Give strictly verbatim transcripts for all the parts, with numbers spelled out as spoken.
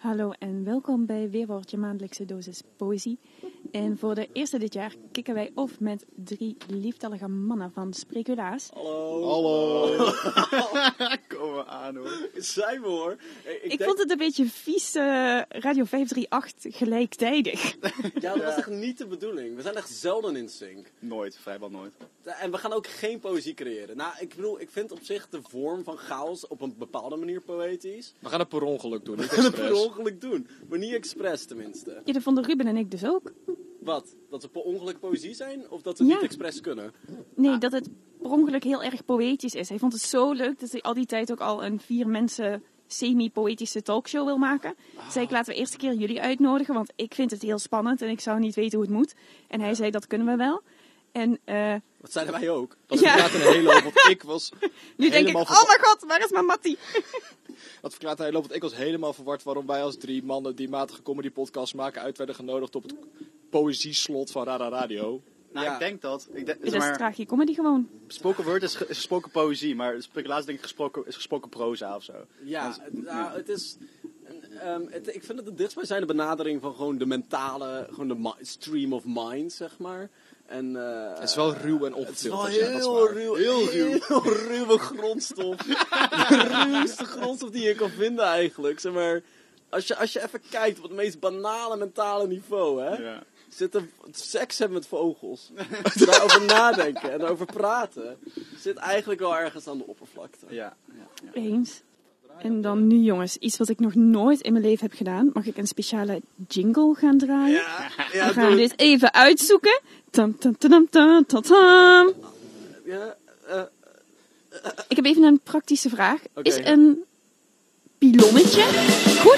Hallo en welkom bij Weerwoord, je maandelijkse dosis poëzie. En voor de eerste dit jaar kicken wij af met drie lieftallige mannen van Spreculaas. Hallo. Hallo. Kom maar aan hoor. Zijn we hoor. Hey, ik Ik denk... vond het een beetje vies uh, Radio vijf drie acht gelijktijdig. Ja, dat was echt niet de bedoeling. We zijn echt zelden in sync. Nooit, vrijwel nooit. En we gaan ook geen poëzie creëren. Nou, ik bedoel, ik vind op zich de vorm van chaos op een bepaalde manier poëtisch. We gaan het per ongeluk doen, niet We gaan het expres. per ongeluk doen. Maar niet expres tenminste. Ja, dat vonden Ruben en ik dus ook. Wat? Dat we per ongeluk poëzie zijn? Of dat we Ja. niet expres kunnen? Nee, dat het per ongeluk heel erg poëtisch is. Hij vond het zo leuk dat hij al die tijd ook al een vier mensen semi-poëtische talkshow wil maken. Ah. Zei ik, laten we eerst een keer jullie uitnodigen, want ik vind het heel spannend en ik zou niet weten hoe het moet. En hij zei, dat kunnen we wel. En uh, Dat zeiden wij ook. Dat Ja. verklaart een hele hoop, want ik was nu denk ik, helemaal oh mijn god, waar is mijn Mattie? Dat verklaart een hele hoop, want ik was helemaal verward waarom wij als drie mannen die matige comedy podcast maken uit werden genodigd op het poëzieslot van Rara Radio. Nou, Ja. ik denk dat. Ik denk, Dit zeg is maar, tragicomedy gewoon. spoken word is, ge- is gesproken poëzie, maar speculatie denk ik gesproken, is gesproken proza of zo. Ja, Dat is- het, nou, het is... Um, het, ik vind het de dichtstbijzijnde benadering van gewoon de mentale, gewoon de mi- stream of mind, zeg maar. En, uh, Het is wel ruw en Het is wel ongefilterd. ja, dat is heel waar. ruw, Heel ruw. heel ruwe grondstof. De ruwste grondstof die je kan vinden eigenlijk. Zeg maar, als je, als je even kijkt op het meest banale mentale niveau, hè. Ja. Zit er seks hebben met vogels. Daarover nadenken en over praten. Zit eigenlijk wel ergens aan de oppervlakte. Ja, ja, ja. Eens. En dan nu jongens, iets wat ik nog nooit in mijn leven heb gedaan. Mag ik een speciale jingle gaan draaien? Ja, ja, We gaan doe dit het. even uitzoeken. Tam, tam, tam, tam, tam, tam. Ja, eh, Ik heb even een praktische vraag. Oké. Is een pilonnetje goed?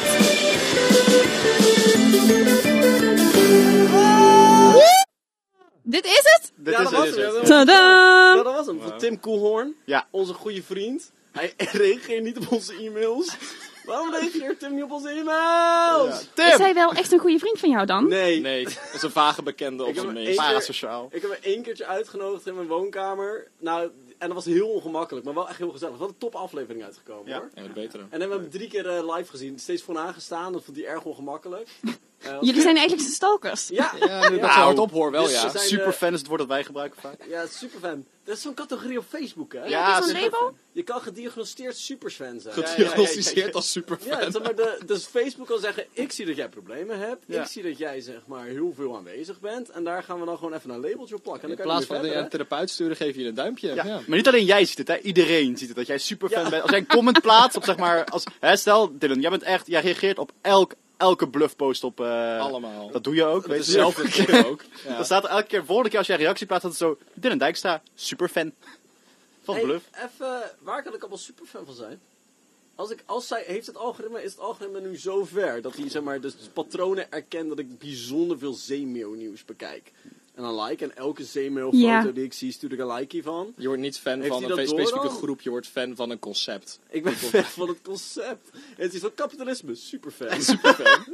Dit is het? Dit ja, is dat het, was dit is hem. het. Ja, Tadaa! dat was hem. Van Tim Koelhoorn. Ja. Onze goede vriend. Hij reageert niet op onze e-mails. Waarom reageert Tim niet op onze e-mails? Ja. Is Tim! hij wel echt een goede vriend van jou dan? Nee. Nee, dat is een vage bekende op Ik zijn heb meest. één keer- Parasociaal. Ik heb hem één keertje uitgenodigd in mijn woonkamer. Nou, en dat was heel ongemakkelijk, maar wel echt heel gezellig. Er was een top aflevering uitgekomen Ja. hoor. Ja, dat betere. En dan hebben we hem drie keer eh, live gezien. Steeds vooraan gestaan. Dat vond hij erg ongemakkelijk. Eh, was- Jullie zijn eigenlijk zijn stalkers. Ja, Ja, nu dat Ja. zo hard op hoor, wel Dus ja. we zijn- Superfan is het woord dat wij gebruiken vaak. ja, superfan. Dat is zo'n categorie op Facebook, hè? Ja, Zo'n super- label? Je kan gediagnosticeerd superfan zijn. Ja, Gediagnosticeerd als superfan. Ja, zeg maar de, dus Facebook kan zeggen, ik zie dat jij problemen hebt. Ja. Ik zie dat jij zeg maar heel veel aanwezig bent. En daar gaan we dan gewoon even een labeltje op plakken. En In dan kan plaats je van weer dat je verder, een therapeut sturen, geef je een duimpje. Ja. Ja. Maar niet alleen jij ziet het, hè? Iedereen ziet het. Dat jij superfan Ja. bent. Als jij een comment plaatst op zeg maar. Als, hè, stel, Dylan, jij bent echt. Jij reageert op elk, elke bluffpost op. eh, Allemaal. Dat doe je ook. Dat Weet is je zelf zelf. een keer ook. Ja. Dan staat er elke keer, volgende keer als jij een reactie plaatst, dat het zo. Dylan Dijkstra, superfan. Van Hey, Bluff. even, waar kan ik allemaal superfan van zijn? Als ik, als zij, heeft het algoritme, is het algoritme nu zo ver dat hij zeg maar, dus patronen erkent dat ik bijzonder veel zeemeeuwnieuws bekijk. En dan like, en elke zeemeeuwfoto Ja. die ik zie, stuur ik een likeje van. Je wordt niet fan Heeft van hij een dat door specifieke dan? groep, je wordt fan van een concept. Ik ben fan van het concept. En het is van kapitalisme, superfan. Superfan.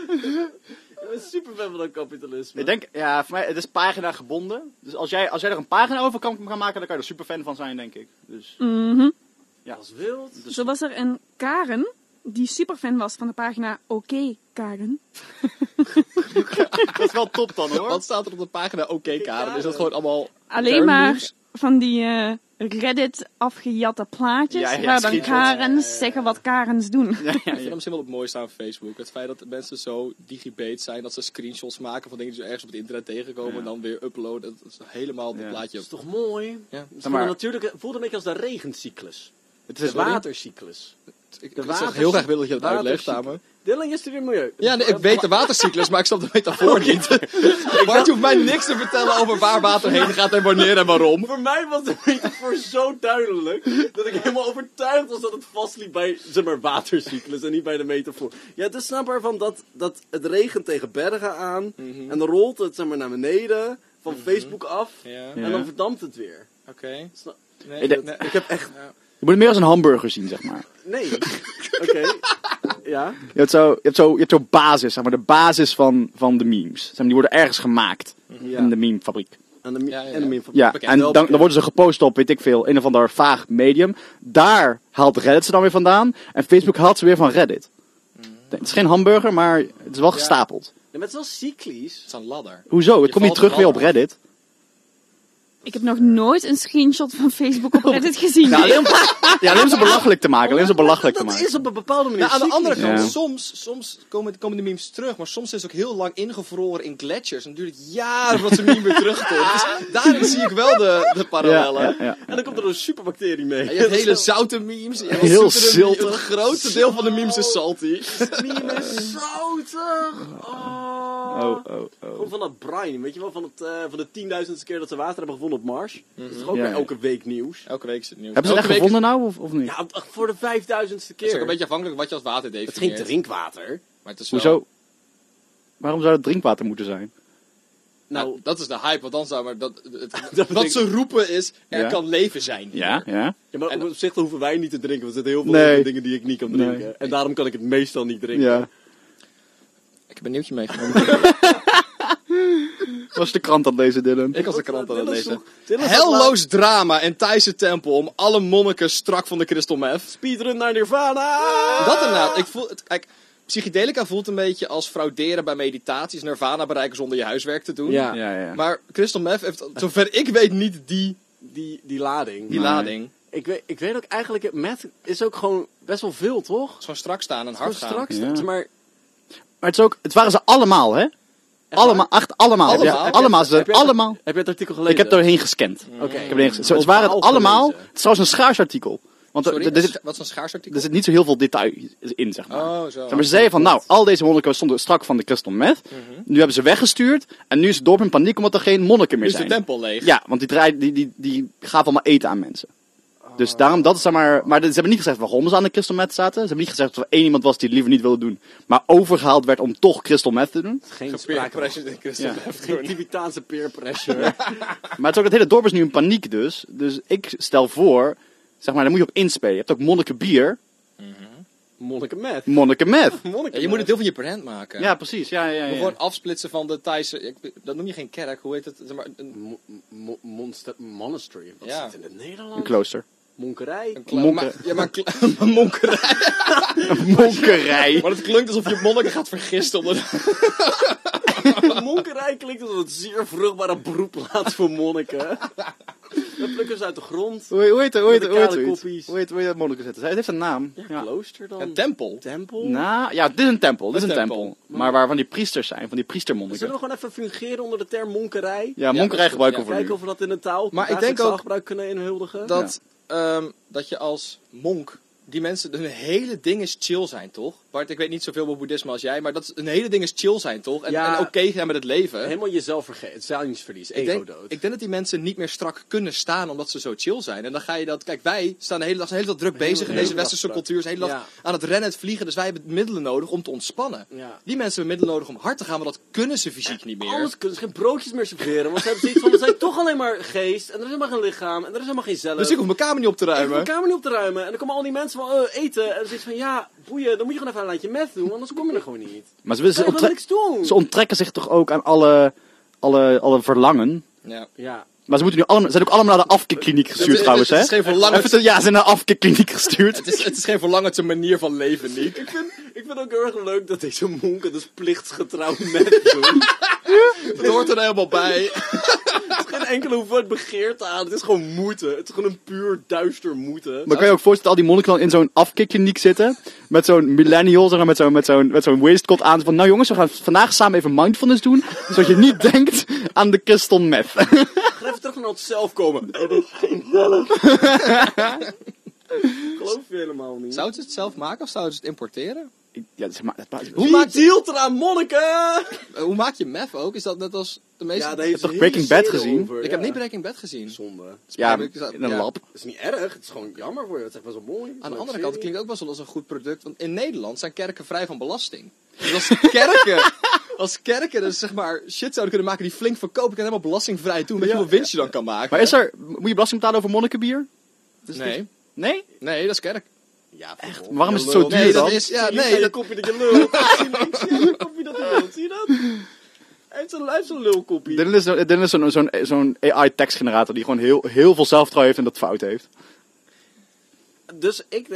Ik ben superfan van dat kapitalisme. Ik denk, ja, voor mij, het is pagina gebonden. Dus als jij, als jij er een pagina over kan gaan maken, dan kan je er superfan van zijn, denk ik. Dus, Mhm. Dat is wild. Zo was er een Karen die superfan was van de pagina Oké Karen. dat is wel top dan, hoor. Wat staat er op de pagina? Oké, Karen. Karen. Is dat gewoon allemaal Alleen maar kernnieuws? van die eh, Reddit afgejatte plaatjes Ja, ja, waar dan screenshots. Karens zeggen wat Karens doen. Ja, ja, Ik vind ja. hem misschien wel het mooiste aan Facebook. Het feit dat mensen zo digibate zijn, dat ze screenshots maken van dingen die ze ergens op het internet tegenkomen Ja. en dan weer uploaden. Dat is helemaal het Ja. plaatje. Dat is toch mooi? Ja. Het is Zeg maar- natuurlijk, het voelt een beetje als de regencyclus. Het De is wel watercyclus. Ik, De ik zou water- heel graag willen dat je dat uitlegt watercyclus. aan me. Dylan, je studeert milieu. Ja, nee, ik weet de watercyclus, maar ik snap de metafoor niet. Maar je hoeft mij niks te vertellen over waar water heen gaat en wanneer en waarom. Voor mij was de metafoor zo duidelijk dat ik helemaal overtuigd was dat het vastliep bij, zeg maar, watercyclus en niet bij de metafoor. Ja, het is snapbaar van dat, dat het regent tegen bergen aan Mhm. en dan rolt het, zeg maar, naar beneden van Facebook af Ja, Ja. en dan verdampt het weer. oké. Snap- Nee, Ik denk- nee. Ik heb echt... Je moet het meer als een hamburger zien, zeg maar. Nee. Oké. Ja. Je hebt zo, je hebt zo, je hebt zo basis, zeg maar, de basis van, van de memes. Zeg maar, die worden ergens gemaakt Ja. in de memefabriek. En de, Ja, ja, ja. en de min van... Ja, Bekend, en wel dan, dan bekend. worden ze gepost op, weet ik veel, een of ander vaag medium. Daar haalt Reddit ze dan weer vandaan. En Facebook haalt ze weer van Reddit. Het is geen hamburger, maar het is wel gestapeld. Ja, maar het is wel cyclisch. Het is een ladder. Hoezo? Het Je komt niet valt terug er weer al op Reddit. Ik heb nog nooit een screenshot van Facebook op Reddit gezien. Ja, alleen om, ja, alleen om ze belachelijk te maken. Alleen om ze belachelijk te Dat maken. is op een bepaalde manier Nou, aan de cyclisch. andere kant, Ja. soms, soms komen, komen de memes terug, maar soms is het ook heel lang ingevroren in gletsjers. En het duurt jaren voordat ze meme weer terugkomt. Dus daarin zie ik wel de, de Ja, parallellen. ja, ja. En dan komt er een superbacterie mee. En je hebt hele zoute memes. Je hebt Heel zoetere ziltig. memes. Het grootste deel van de memes is salty. Meme is zoutig. Oh. Oh, oh, oh. Gewoon van dat brine, weet je wel, van, het, eh, van de tienduizendste keer dat ze water hebben gevonden op Mars. Dat is toch ook Ja, weer ja. elke week nieuws. Elke week is het nieuws. Hebben ze het Elke echt week gevonden nou, of, of niet? Ja, voor de vijfduizendste is- Het is ook keer. een beetje afhankelijk wat je als water Het is definieert. geen drinkwater. Maar het is wel- Hoezo? Waarom zou het drinkwater moeten zijn? Nou, Nou, dat is de hype, want dan zou maar dat, het, Dat wat betekent- ze roepen is, er Ja. kan leven zijn. hier. Ja, ja. ja, maar en- op zich hoeven wij niet te drinken, want er zitten heel veel Nee. andere dingen die ik niet kan drinken. Nee. En daarom kan ik het meestal niet drinken. Ja. Ik heb een nieuwtje meegenomen. Was de krant aan deze Dylan? Ik was de krant aan het Dit is lezen. toch- dit is toch laat- Helloos drama in Thaise tempel om alle monniken strak van de crystal meth. Speedrun naar Nirvana! Dat inderdaad. Ik voel het, kijk, psychedelica voelt een beetje als frauderen bij meditaties. Nirvana bereiken zonder je huiswerk te doen. Ja, Ja, ja. Maar crystal meth heeft, zover ik weet, niet die, die, die lading. die Nee. lading. Ik weet, ik weet ook eigenlijk, het meth is ook gewoon best wel veel, toch? Gewoon strak staan en Gewoon hard gaan. straks, Ja. maar... Maar het is ook, het waren ze allemaal, hè? Allemaal, echt allemaal. Heb je- Allemaal? allemaal, ze Heb je het- allemaal. Heb je het artikel gelezen? Ik heb erheen gescand. Oké. Ik heb erheen gescand. Zo, het waren het allemaal. Het is trouwens een schaars artikel. Want er, Sorry, er, zit, wat is een schaars artikel? er zit niet zo heel veel detail in, zeg maar. Oh, zo. Zeg maar, ze zeiden van, nou, al deze monniken stonden strak van de crystal meth. Nu hebben ze weggestuurd. En nu is het dorp in paniek omdat er geen monniken Nu meer is de zijn. tempel leeg. Ja, want die, draai, die, die, die gaven allemaal eten aan mensen. Dus daarom, dat is zeg maar... Maar ze hebben niet gezegd waarom ze aan de crystal meth zaten. Ze hebben niet gezegd dat er één iemand was die het liever niet wilde doen. Maar overgehaald werd om toch crystal meth te doen. Geen Peer sprake van. pressure in crystal Ja. meth Geen doen. Tibetaanse peer pressure. Maar het is ook, het hele dorp is nu in paniek dus. Dus ik stel voor, zeg maar, daar moet je op inspelen. Je hebt ook monniken bier, Monniken meth. monniken meth. Monniken Ja, je moet het deel van je brand maken. Ja, precies. Ja, ja, Je moet ja. gewoon afsplitsen van de Thaise... ik- Dat noem je geen kerk, hoe heet het? Zeg maar, een, Mo- mo- monster, monastery. Wat Ja. is het in het Nederlands? Een klooster. Monkerij. een kla- Monken. maar- ja, maar een, kla- een monkerij. Een monkerij. Maar het klinkt alsof je monniken gaat vergisten. Onder Monkerij klinkt als een zeer vruchtbare broedplaats voor monniken. Dan plukken ze uit de grond. Hoe hoe heet het? Hoe heet het? Hoe heet Met de zoiets? kale koppies. Hoe heet hoe heet dat monniken zetten? Het heeft een naam. Ja, Ja. klooster dan. een tempel. tempel. Nou, ja, dit is een tempel. Dit is Een een tempel. tempel. Maar waarvan die priesters zijn, van die Zullen priestermonniken. we gewoon even fungeren onder de term monkerij? Ja, monkerij Ja, gebruiken ja, we voor Kijken nu. of we dat in een taal Maar ik denk dagelijks ook taalgebruik kunnen inhuldigen. Dat, ehm, dat je als monk... Die mensen, hun hele ding is chill zijn, toch? Bart, ik weet niet zoveel over boeddhisme als jij, maar dat is, hun hele ding is chill zijn, toch? En, Ja. en oké zijn met het leven. Helemaal jezelf vergeten. Het zelfverlies. Ik Ego denk, dood. ik denk dat die mensen niet meer strak kunnen staan omdat ze zo chill zijn. En dan ga je dat... Kijk, wij staan de hele dag, zijn de hele dag druk bezig in hele deze dag westerse strak. cultuur. Zijn de hele dag Ja. aan het rennen, het vliegen. Dus wij hebben middelen nodig om te ontspannen. Ja. Die mensen hebben middelen nodig om hard te gaan, maar dat kunnen ze fysiek niet meer. Alles kunnen ze geen broodjes meer serveren. Want ze hebben zoiets van, we zijn toch alleen maar geest. En er is helemaal geen lichaam. En er is helemaal geen zelf. Dus ik hoef mijn kamer niet op te Ik hoef ruimen. mijn kamer niet op te ruimen. En dan komen al die mensen van eh, eten. En dan zit van, ja, boeien, dan moet je gewoon even een lijntje meth doen. Want anders kom je er gewoon niet. Maar ze, Ze ze, kan onttre- niks doen. ze onttrekken zich toch ook aan alle, alle, alle verlangen. Ja. Ja. Maar ze moeten nu allemaal, ze zijn ook allemaal naar de afkikkliniek gestuurd Het- het- trouwens, het hè? is geen verlangen. Even te- ja, ze zijn naar de afkikkliniek gestuurd. Het is, het is geen verlangen, manier van leven, Nick. Ik vind, ik vind ook heel erg leuk dat deze monken dus plichtsgetrouw meth doen. Het hoort er helemaal bij. Er is geen enkele hoeveelheid begeerte aan. Het is gewoon moeten. Het is gewoon een puur duister moeten. Maar kan je ook voorstellen dat al die monniken dan in zo'n afkikkliniek zitten? Met zo'n millennial, zeg maar, met zo'n met zo'n met zo'n waistcoat aan. Van, nou jongens, we gaan vandaag samen even mindfulness doen. Zodat je niet denkt aan de crystal meth. Ga even terug naar het zelf komen. Er is geen zelf. Geloof je helemaal niet. Zouden ze het zelf maken of zouden ze het importeren? Ja, zeg maar, Hoe Wie maak, je, dealt er aan monniken? eh, hoe maak je meth ook? Is dat net als de meeste... Ja, daar heeft toch ze Breaking hele Bad serie gezien? over, Ik ja. heb niet Breaking Bad gezien. Zonde. ja, ik zou- in een ja. lab. Het is niet erg. Het is gewoon jammer voor je. Het is echt best wel mooi. Aan de andere kant, het klinkt ook wel zo als een goed product. Want in Nederland zijn kerken vrij van belasting. Dus als kerken, als kerken dus zeg maar shit zouden kunnen maken die flink verkopen, kan helemaal belastingvrij doen. Weet je hoeveel winst je dan kan maken? Maar is er, moet je belasting betalen over monnikenbier? Dus Nee, Nee? nee, dat is kerk. Ja, echt. Waarom is het zo duur Nee, dat dan? is... Ja, Ja, nee, je dat, kopje dat je lult. Ik zie je kopje dat je lult. Zie je dat? Hij heeft zo'n, hij heeft zo'n lulkopje. Dylan is, zo- Dylan is zo'n zo'n zo'n A I-tekstgenerator die gewoon heel, heel veel zelfvertrouwen heeft en dat fout heeft. Dus ik denk,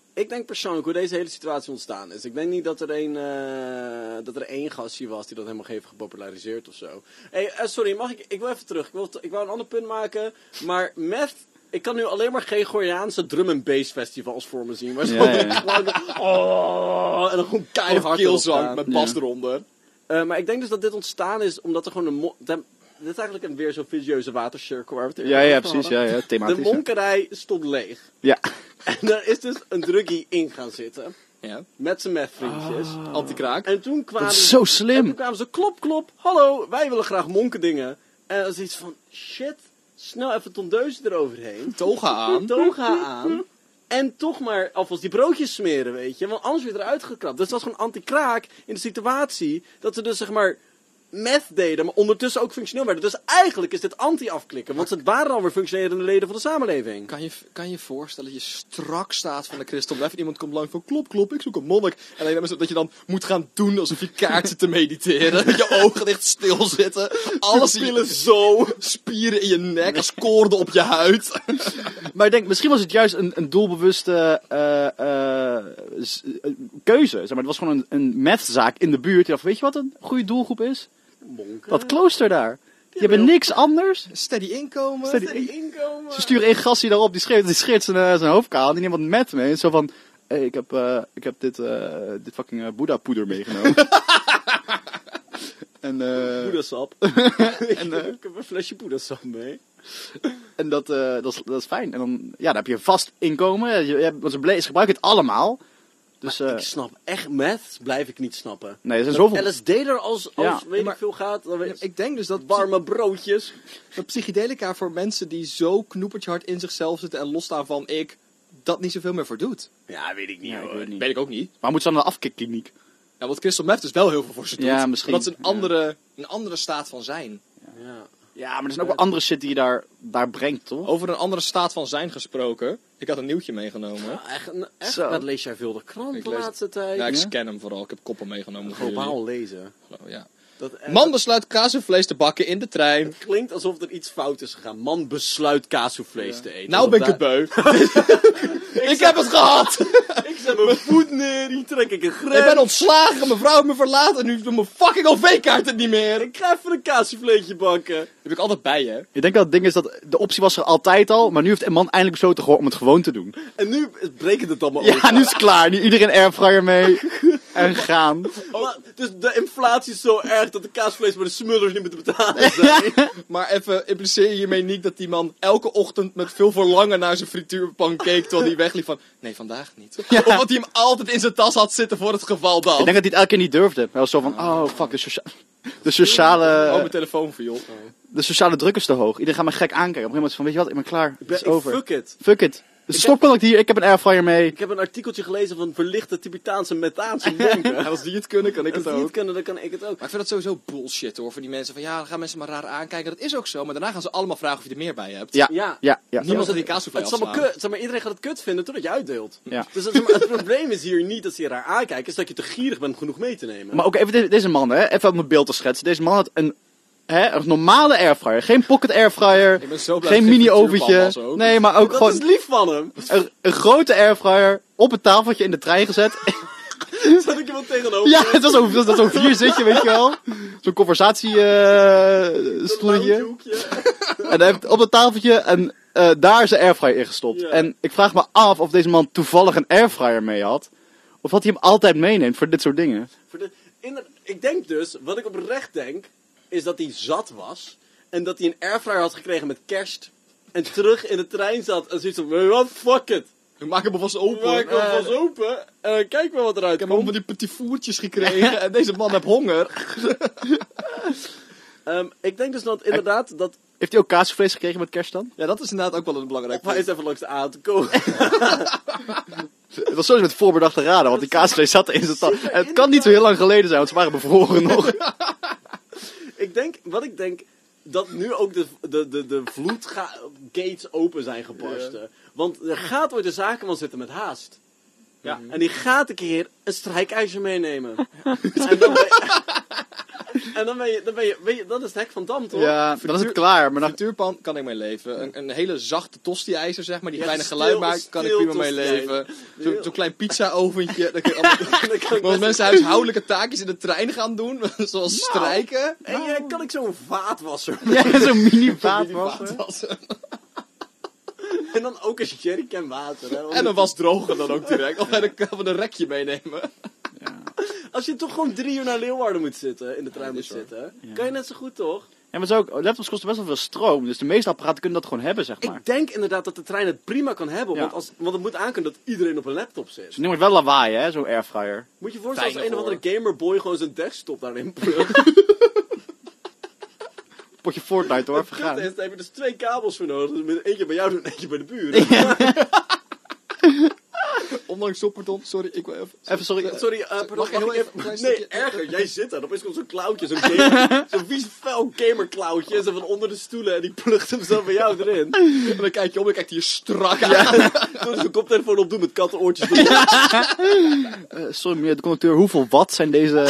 ik denk persoonlijk hoe deze hele situatie ontstaan is. Ik denk niet dat er één, uh, dat er één gastje was die dat helemaal heeft gepopulariseerd of zo. Hey, uh, sorry, mag ik, ik wil even terug. Ik, wil, ik wou een ander punt maken, maar meth... Ik kan nu alleen maar Gregoriaanse drum and bass festivals voor me zien. Waar ze Ja, ja. gewoon, oh, en dan gewoon keihard Of erop keelzang gaan. met bas Ja. eronder. Uh, maar ik denk dus dat dit ontstaan is omdat er gewoon een... Mo- de, dit is eigenlijk een weer zo'n visieuze watercirkel waar we het eerder Ja, ja, over precies. hadden. Ja, ja, thematisch. De ja. monkerij stond leeg. Ja. En daar is dus een druggie in gaan zitten. Ja. Met zijn methvriendjes. Anti-kraak. En toen kwamen Dat is ze- zo En slim. toen kwamen ze, klop, klop, hallo, wij willen graag monkendingen. En dan is iets van, shit, snel even tondeuzen eroverheen. Toga aan. Toga aan. En toch maar alvast die broodjes smeren, weet je. Want anders weer eruit gekrapt. Dus het was gewoon anti-kraak in de situatie dat ze dus zeg maar meth deden, maar ondertussen ook functioneel werden. Dus eigenlijk is dit anti-afklikken. Want het waren alweer functionerende leden van de samenleving. Kan je, kan je voorstellen dat je strak staat van de crystal meth en iemand komt lang van klop, klop, ik zoek een monnik. En dan dat je dan moet gaan doen alsof je kaart zit te mediteren. Dat je ogen dicht stilzitten. Alles in je zo. Spieren in je nek als koorden op je huid. Maar ik denk, misschien was het juist een, een doelbewuste eh, eh, z- eh, keuze. Zeg maar, het was gewoon een, een methzaak in de buurt. Die dacht, weet je wat een goede doelgroep is? Monken. Dat klooster daar. Die hebben hebben heel- niks anders. Steady inkomen. Steady- Die inkomen. Ze sturen één gast die daarop, die scheert, die scheert zijn, eh, zijn hoofd kaal. Die neemt wat met mee. Zo van, hey, ik heb, eh, ik heb dit, eh, dit fucking uh, Boeddha poeder meegenomen. en, eh, Poedersap. en, eh, Ik heb een flesje poedersap mee. en dat, eh, dat, is, dat is fijn. En dan, ja, dan heb je een vast inkomen. Je, je hebt, want ze, ble- ze gebruiken het allemaal. Dus, Maar eh, ik snap echt meth, blijf ik niet snappen. nee, er zijn Dat zoveel... L S D er als, als Ja. weet Maar- ik veel gaat, dan weet Ik denk dus dat warme broodjes. dat psychedelica voor mensen die zo knoepertje hard in zichzelf zitten en losstaan van ik, dat niet zoveel meer voor doet. Ja, weet ik niet Ja, ik hoor. weet niet. Weet ik ook niet. Maar moet ze dan naar de afkikkliniek? Ja, want crystal meth dus wel heel veel voor ze doet. Ja, misschien. Maar dat is een Ja. andere, een andere staat van zijn. Ja. Ja, maar er zijn ook wel andere shit die je daar, daar brengt, toch? Over een andere staat van zijn gesproken. Ik had een nieuwtje meegenomen. Ja, echt, echt Zo. wat lees jij veel de krant Ik de lees- laatste tijd? Ja, ik Ja? scan hem vooral. Ik heb koppen meegenomen voor Globaal lezen. jullie. Ja. Dat, eh, Man besluit kaasvlees te bakken in de trein. Het klinkt alsof er iets fout is gegaan. Man besluit kaassouflees te eten. Nou Alsof ben ik het daar- beu. ik heb het gehad. Ik zet mijn voet neer, hier trek ik een grens. Ik ben ontslagen, mijn vrouw heeft me verlaten en nu doet mijn fucking O V-kaart het niet meer. Ik ga even een kaassoufleetje bakken. heb ik altijd bij je. Ik denk dat het ding is dat de optie was er altijd al, maar nu heeft een man eindelijk besloten gewoon om het gewoon te doen. En nu breken het allemaal Ja, over. nu is het klaar. Nu iedereen airfryer mee en gaan. Maar, dus de inflatie is zo erg dat de kaasvlees bij de smullers niet meer te betalen zijn. Maar even, impliceer je hiermee niet dat die man elke ochtend met veel verlangen naar zijn frituurpan keek terwijl hij wegliep van, nee, vandaag niet. Ja. Of dat hij hem altijd in zijn tas had zitten voor het geval dat. Ik denk dat hij het elke keer niet durfde. Hij was zo van, oh fuck, de, socia de, Oh, sociale, mijn telefoon viel. de sociale druk is te hoog. Iedereen gaat me gek aankijken. Op een gegeven moment van, weet je wat, ik ben klaar. Het Ben- is ik- over. Fuck it. Fuck it. Dus Ik stopcontact hier, ik heb een airfryer mee. Ik heb een artikeltje gelezen van verlichte Tibetaanse methaanse monken. En als die het kunnen, kan ik Als het die het ook. kunnen, dan kan ik het ook. Maar ik vind dat sowieso bullshit hoor, voor die mensen van ja, dan gaan mensen maar raar aankijken. Dat is ook zo, maar daarna gaan ze allemaal vragen of je er meer bij hebt. Ja, Ja. ja, ja. Niemand gaat die Het kaasvlees is allemaal afslaan. kut. Zeg maar, iedereen gaat het kut vinden totdat je uitdeelt. Ja. Dus het, het probleem is hier niet dat ze je raar aankijken, is dat je te gierig bent om genoeg mee te nemen. Maar ook even deze, deze man, hè, even op mijn beeld te schetsen. Deze man had een, hè, een normale airfryer. Geen pocket airfryer. Ik ben zo blij Geen dat het geen mini-oventje. frituurpan was ook. Nee, maar ook dat gewoon is lief van hem. een, een grote airfryer op een tafeltje in de trein gezet. Zat ik iemand tegenover? Ja, het was zo'n dat zo'n vier zitje, weet je wel. Zo'n conversatie eh stoeltje. Loungehoekje. En hij heeft op het tafeltje en eh, daar zijn airfryer ingestopt. Ja. En ik vraag me af of deze man toevallig een airfryer mee had. Of dat hij hem altijd meeneemt voor dit soort dingen. Voor de, inder- ik denk dus, wat ik oprecht denk, is dat hij zat was. En dat hij een airfryer had gekregen met kerst. En terug in de trein zat en zoiets van, weet je wat, fuck it. Ik maak hem alvast open. Maak hem Eh, vast open en dan kijken we wat eruit Ik heb allemaal komt. die petit voertjes gekregen en deze man heeft honger. Ehm, ik denk dus dat inderdaad, dat... Heeft hij ook kaasvlees gekregen met kerst dan? Ja, dat is inderdaad ook wel een belangrijk Of hij punt. is even langs de A te komen. Het was sowieso met voorbedachte raden, want die kaasvlees zat in zijn tas. En het kan niet zo heel lang geleden zijn, want ze waren bevroren nog. Ik denk, wat ik denk, dat nu ook de, de, de, de vloedgates open zijn gebarsten. Want er gaat ooit een zakenman zitten met haast. Ja. En die gaat een keer een strijkijzer meenemen. En dan ben, En dan ben je, dan ben je, weet je, dat is het hek van Dam, toch? Ja, dan is het klaar. Maar dan... Frituurpan kan ik mee leven. Een, een hele zachte tosti-ijzer, zeg maar, die Ja, kleine stil- geluid maakt, kan ik stil prima mee tosti-ijzer. leven. Zo'n zo klein pizza-oventje. Dan kun je allemaal... Dan kan ik Want best- mensen huishoudelijke taakjes in de trein gaan doen, zoals Nou, strijken. En jij kan ik zo'n vaatwasser Ja, zo'n mini vaatwasser. vaatwasser. En dan ook een jerrycan water. Hè? En een was droger dan ook direct. Of een, of een rekje meenemen. Als je toch gewoon drie uur naar Leeuwarden moet zitten, in de trein Ja, moet dat is zitten, Ja. kan je net zo goed, toch? Ja, maar zo ook, laptops kosten best wel veel stroom. Dus de meeste apparaten kunnen dat gewoon hebben, zeg maar. Ik denk inderdaad dat de trein het prima kan hebben, Ja. want, als, want het moet aankunnen dat iedereen op een laptop zit. Dus nu wordt wel lawaai, hè, zo'n airfryer. Moet je je voorstellen als Weinig, een of andere gamerboy gewoon zijn desktop daarin plugt. Potje Fortnite, hoor, vergaan. Daar heb je dus twee kabels voor nodig. Dus met eentje bij jou en eentje bij de buren. Ondanks stopperdon, sorry, ik wil even... Even, sorry. Sorry, uh, pardon, Mag ik heel mag ik even een klein Nee, stukje- erger. Jij zit daar. Opeens komt zo'n klauwtje, zo'n gamer, zo'n vies vuil gamerklauwtje. Zo van onder de stoelen en die plugt hem zo bij jou erin. En dan kijk je om en kijkt hier strak aan. Doe zijn koptelefoon op doen met kattenoortjes erop. Uh, sorry, meneer de conducteur, hoeveel watt zijn deze...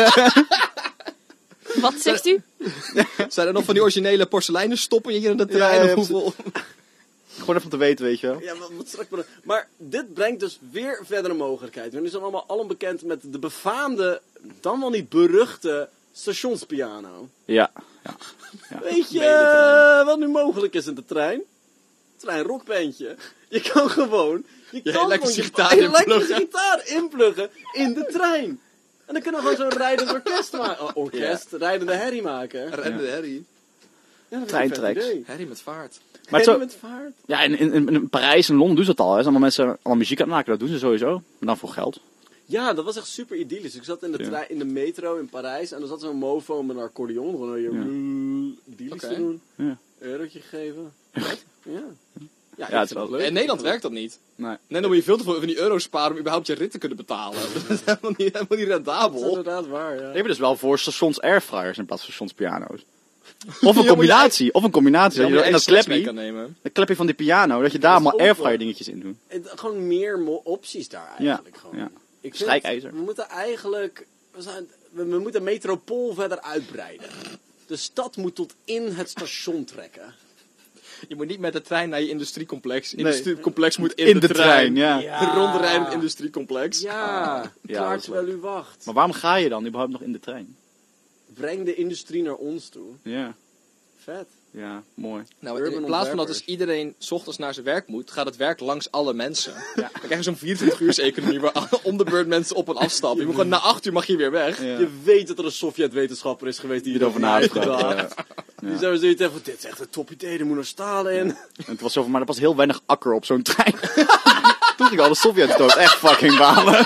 Wat zegt u? Zijn er nog van die originele porseleinen stoppen hier in de Ja, trein? ja, Of hoeveel... Gewoon even om te weten, weet je wel. Ja, wat, wat strak maar, maar dit brengt dus weer verdere mogelijkheden. We zijn allemaal allen bekend met de befaamde, dan wel niet beruchte, stationspiano. Ja. ja. Weet je Nee, de trein. eh, wat nu mogelijk is in de trein? Trein rockbandje. Je kan gewoon... Je, Je kan elektrische gewoon gitaar je elektrische inpluggen. gitaar inpluggen in de trein. En dan kunnen we gewoon zo'n rijdend orkest maken. Oh, orkest, rijdende herrie maken. Rende herrie. Ja, dat is een Treintracks. vet idee. Herrie met vaart. Maar het Herrie zo, met vaart. ja, in, in, in Parijs en Londen doen ze dat al. Hè. Zijn allemaal mensen allemaal muziek aan het maken, dat doen ze sowieso. Maar dan voor geld. Ja, dat was echt super idyllisch. Ik zat in de, Ja. trein, in de metro in Parijs en er zat zo'n mofo met een accordeon. Gewoon hier idyllisch Oké. te doen. Ja. Eurotje gegeven. Ja. Ja, Ja, het ik is vind wel- leuk. In Nederland werkt dat niet. Nee. Nee, dan moet je veel te veel van die euro's sparen om überhaupt je rit te kunnen betalen. Dat is helemaal niet, helemaal niet Dat is rendabel. inderdaad waar, ja. Ik ben dus wel voor stations airfryers in plaats van stationspiano's. Of een Ja, maar combinatie, of een combinatie. Dat Dat je in dat mee klepje, kan nemen. dat klepje van die piano, dat je daar is allemaal ook airfryer wel- dingetjes in doet. En gewoon meer mo- opties daar eigenlijk. gewoon. ja. Ik vind, Strijkijzer. we moeten eigenlijk... We, zijn, we, we moeten metropool verder uitbreiden. De stad moet tot in het station trekken. Je moet niet met de trein naar je industriecomplex. Nee. Industriecomplex moet in, In de, de trein, ja. Ja. Rondrijdend industriecomplex. Ja, Ja, klaar dat is terwijl u wacht. Maar waarom ga je dan überhaupt nog in de trein? Breng de industrie naar ons toe. Ja, Vet. ja, mooi. Nou, Urban in plaats van dat ontwerpers. dus iedereen 's ochtends naar zijn werk moet, gaat het werk langs alle mensen. Dan krijg je zo'n vierentwintig uurs economie waar om de beurt mensen op en afstappen. Je moet gewoon na acht uur mag je weer weg. Ja. Je weet dat er een Sovjet-wetenschapper is geweest die Hierover hierover na heeft nagedacht. gedacht. Ja. Die zou zoiets hebben van, dit is echt een top idee, er moet nog stalen in. En het was zo van, maar er was heel weinig akker op zo'n trein. Toen ging alle Sovjets dood. Echt fucking balen.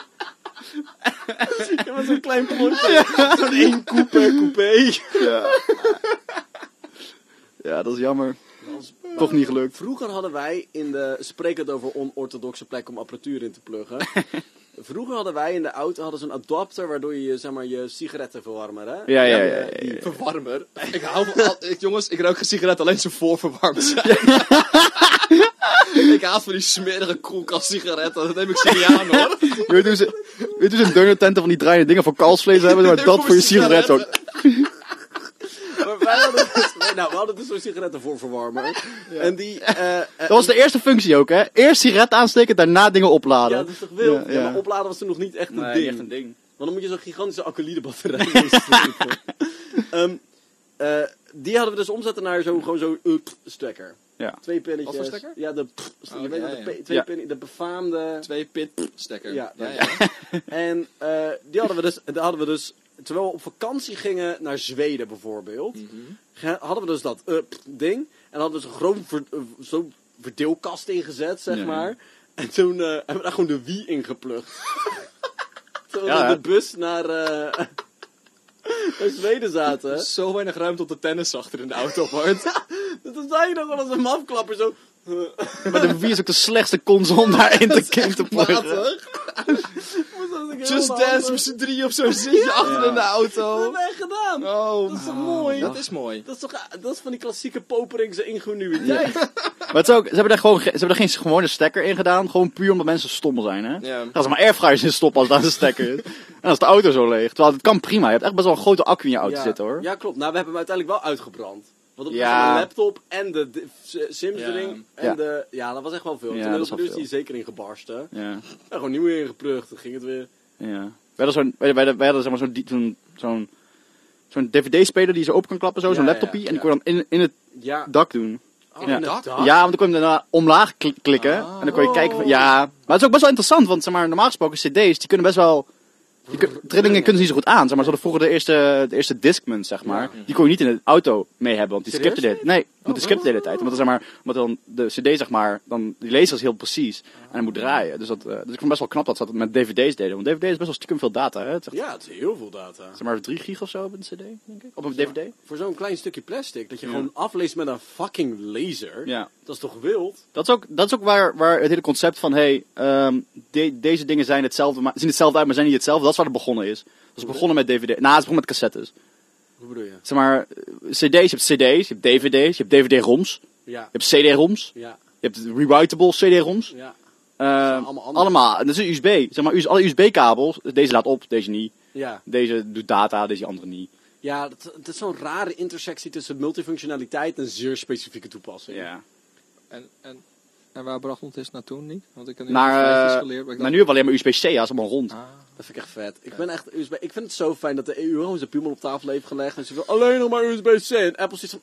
Ja, maar zo'n klein plotje. Zo'n één koe per coupé. Ja. Ja, dat is jammer. Toch niet gelukt. Vroeger hadden wij in de... Sprekend over onorthodoxe plek om apparatuur in te pluggen. Vroeger hadden wij in de auto hadden zo'n adapter waardoor je je, zeg maar, je sigaretten verwarmen, hè? Ja, ja, ja. ja, die- ja. Verwarmer. Ik hou van... al- ik, jongens, ik rook geen sigaret alleen ze voorverwarmd zijn. Ik haat van die smerige koelkast sigaretten. Dat neem ik serieus aan, hoor. Weet je ze, weet je, zo'n donuttenten van die draaiende dingen voor kalfsvlees hebben, maar dat voor je sigaret ook. Maar wij hadden dus, wij- nou, we hadden dus zo'n sigaretten voor verwarmer. En die... eh, eh, Dat was de eerste functie ook, hè? Eerst sigaret aansteken, daarna dingen opladen. Ja, dat is toch wild? Ja, Ja, ja. maar opladen was toen nog niet echt een Nee, ding. echt een ding. Want dan moet je zo'n gigantische acryliede batterij installeren. Ehm, eh, Die hadden we dus omzetten naar zo, gewoon zo'n uh, stekker. Ja. Twee pinnetjes. Wat voor stekker? Ja, de, Oh, je weet ja, wel, de, ja. pe- twee Ja. pinnen, de befaamde... Twee pit stekker. Ja, ja, dank ja. En eh, die hadden we dus, die hadden we dus, terwijl we op vakantie gingen naar Zweden bijvoorbeeld, ge- hadden we dus dat uh, ding. En hadden we zo'n groot ver, uh, zo'n verdeelkast ingezet, zeg Ja. maar. En toen uh, hebben we daar gewoon de Wii ingeplukt. Toen we Ja, met hè? de bus naar, uh, naar Zweden zaten. Zo weinig ruimte op de tennis achter in de auto, Bart. Toen zei je nog wel als een mafklapper zo... Maar de Wii is ook de slechtste console om daarin te, in te pluggen. Matig. Just Just Dance met z'n drie op zo'n zitje achter Ja. in de Dat auto. hebben wij gedaan. Oh, Dat is toch mooi? Dat is mooi. Dat is toch dat is van die klassieke Poperingse ingenuïteit. Maar het is ook, ze hebben daar gewoon, ge- ze hebben er geen gewone stekker in gedaan. Gewoon puur omdat mensen stom zijn, hè? Ja. Gaan ze maar airfryers in stoppen als daar een stekker is. dan is de auto zo leeg. Terwijl het kan prima. Je hebt echt best wel een grote accu in je auto ja. zitten hoor. Ja, klopt. Nou, we hebben hem uiteindelijk wel uitgebrand. Want op Ja. de laptop en de, de Sims Ja. erin en Ja. de... Ja, dat was echt wel veel. Ja, Toen dat de is wel productie veel. zeker ingebarsten. Ja. Ja, gewoon nieuw ingeplucht. Dan ging het weer. Ja. We hadden zo'n, wij, wij, wij hadden zeg maar zo'n, die- zo'n, zo'n, zo'n D V D-speler die je zo open kan klappen, zo, Ja, zo'n ja, laptopie. ja. En die kon je dan in, in het Ja. dak doen. Oh, Ja. in het dak? Ja, want dan kon je hem daarna omlaag kli- klikken. Ah. En dan kon je kijken van, ja. Maar het is ook best wel interessant, want zeg maar, normaal gesproken cd's, die kunnen best wel... Die kun- trillingen kunnen ze niet zo goed aan. Zeg maar, ze hadden vroeger de eerste, de eerste Discman, zeg maar. Ja. Die kon je niet in de auto mee hebben, want die Serieus? skipte de hele Nee, want die Oh, skipte de hele tijd. Omdat, zeg maar, omdat dan de cd, zeg maar, dan, die laser is heel precies. En hij moet draaien. Dus, dat, uh, dus ik vond best wel knap dat ze dat met dvd's deden. Want dvd is best wel stiekem veel data, hè. Het is echt, Ja, het is heel veel data. zeg maar, drie gig of zo op een cd, denk ik. Op een dvd. Voor zo'n klein stukje plastic, dat je Ja. gewoon afleest met een fucking laser. Ja. Dat is toch wild? Dat is ook, dat is ook waar, waar het hele concept van, hey, ehm, de- deze dingen zijn hetzelfde, maar, zien hetzelfde uit, maar zijn niet hetzelfde. Dat is waar het begonnen is. Dat is begonnen met dvd. Nou, het is begonnen met cassettes. Hoe bedoel je? Zeg maar, cd's, je hebt cd's, je hebt dvd's, je hebt dvd-roms, Ja. je hebt cd-roms, Ja. je hebt rewritable cd-roms. Ja. Ehm, allemaal anders. allemaal. En dat is U S B. Zeg maar, U S alle U S B-kabels, deze laat op, deze niet. Ja. Deze doet data, deze andere niet. Ja, dat, dat is zo'n rare intersectie tussen multifunctionaliteit en zeer specifieke toepassing. Ja. En, en, en waar bracht ons dit naartoe niet? Want ik heb nu Naar, feitjes eh, geleerd. maar ik Maar dacht- nu hebben we alleen maar U S B-C, ja, is allemaal rond. Ah. Dat vind ik echt vet. Ik ben echt U S B. Ik vind het zo fijn dat de E U gewoon zijn piemel op tafel heeft gelegd. En ze wil alleen nog maar U S B-C. En Apple zit van...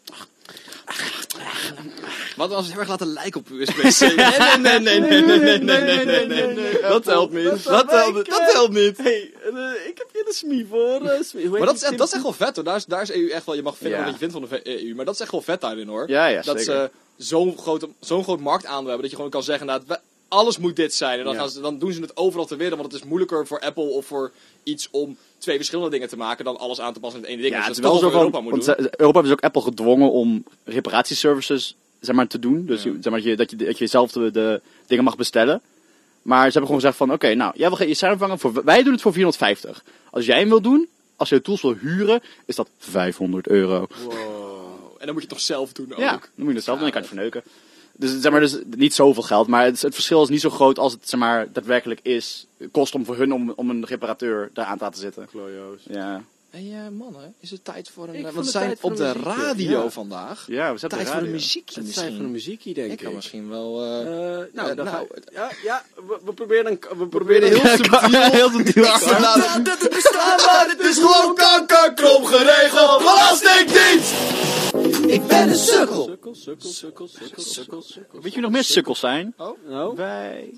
Wat we ons heel erg laten lijken op U S B-C. Nee, nee, nee, nee, nee, nee, nee, nee, nee, nee. Dat helpt niet. Dat helpt niet. Dat helpt niet. Hey, uh, ik heb hier de smie voor. Uh, smie. Hoe heet Maar dat is, die echt, dat is echt wel vet hoor. Daar is, daar is E U echt wel, je mag vinden Ja. wat je vindt van de E U, maar dat is echt wel vet daarin hoor. Ja, ja, dat zeker. ze zo'n grote, zo'n groot marktaandeel hebben dat je gewoon kan zeggen, nou, we- alles moet dit zijn. En dan, Ja. gaan ze, dan doen ze het overal ter wereld, want het is moeilijker voor Apple of voor iets om twee verschillende dingen te maken dan alles aan te passen in het ene ding. Ja, Dus het is dat wel toch zo over van, Europa moet want doen. ze- Europa hebben dus ook Apple gedwongen om reparatieservices, zeg maar, te doen. Dus Ja. je- zeg maar, dat, je, dat, je, dat je zelf de, de dingen mag bestellen. Maar ze hebben gewoon gezegd van, oké, nou, jij wil je samenvanger voor, wij doen het voor vierhonderdvijftig. Als jij hem wil doen, als je de tools wil huren, is dat vijfhonderd euro. Wow. En dan moet je het toch zelf doen ook. Ja, dan moet je het zelf doen, dan kan je het verneuken. Dus zeg maar, dus niet zoveel geld, maar het, het verschil is niet zo groot als het zeg maar, daadwerkelijk is. Kost om voor hun om, om een reparateur daar aan te laten zitten. Klojo's. Ja, Hey uh, mannen, is het tijd voor een... Ik eh, vond want we het zijn tijd voor op de een muziekje, radio ja. vandaag. ja we zetten Tijd de voor een radio. muziekje Het is tijd misschien. voor een muziekje, denk Ik ik. kan misschien wel... eh, Eh, nou, Ja, dan nou, ga ik- ja, ja we, we proberen een... We proberen proberen heel heel subtiel... heel subtiel. Ja, dat het bestaat, maar het is gewoon kankerkrom geregeld. Belastingdienst! Ik ben een sukkel. Sukkel, sukkel, sukkel, sukkel, sukkel, sukkel. Weet je wie nog meer sukkels zijn? Nou, Wij.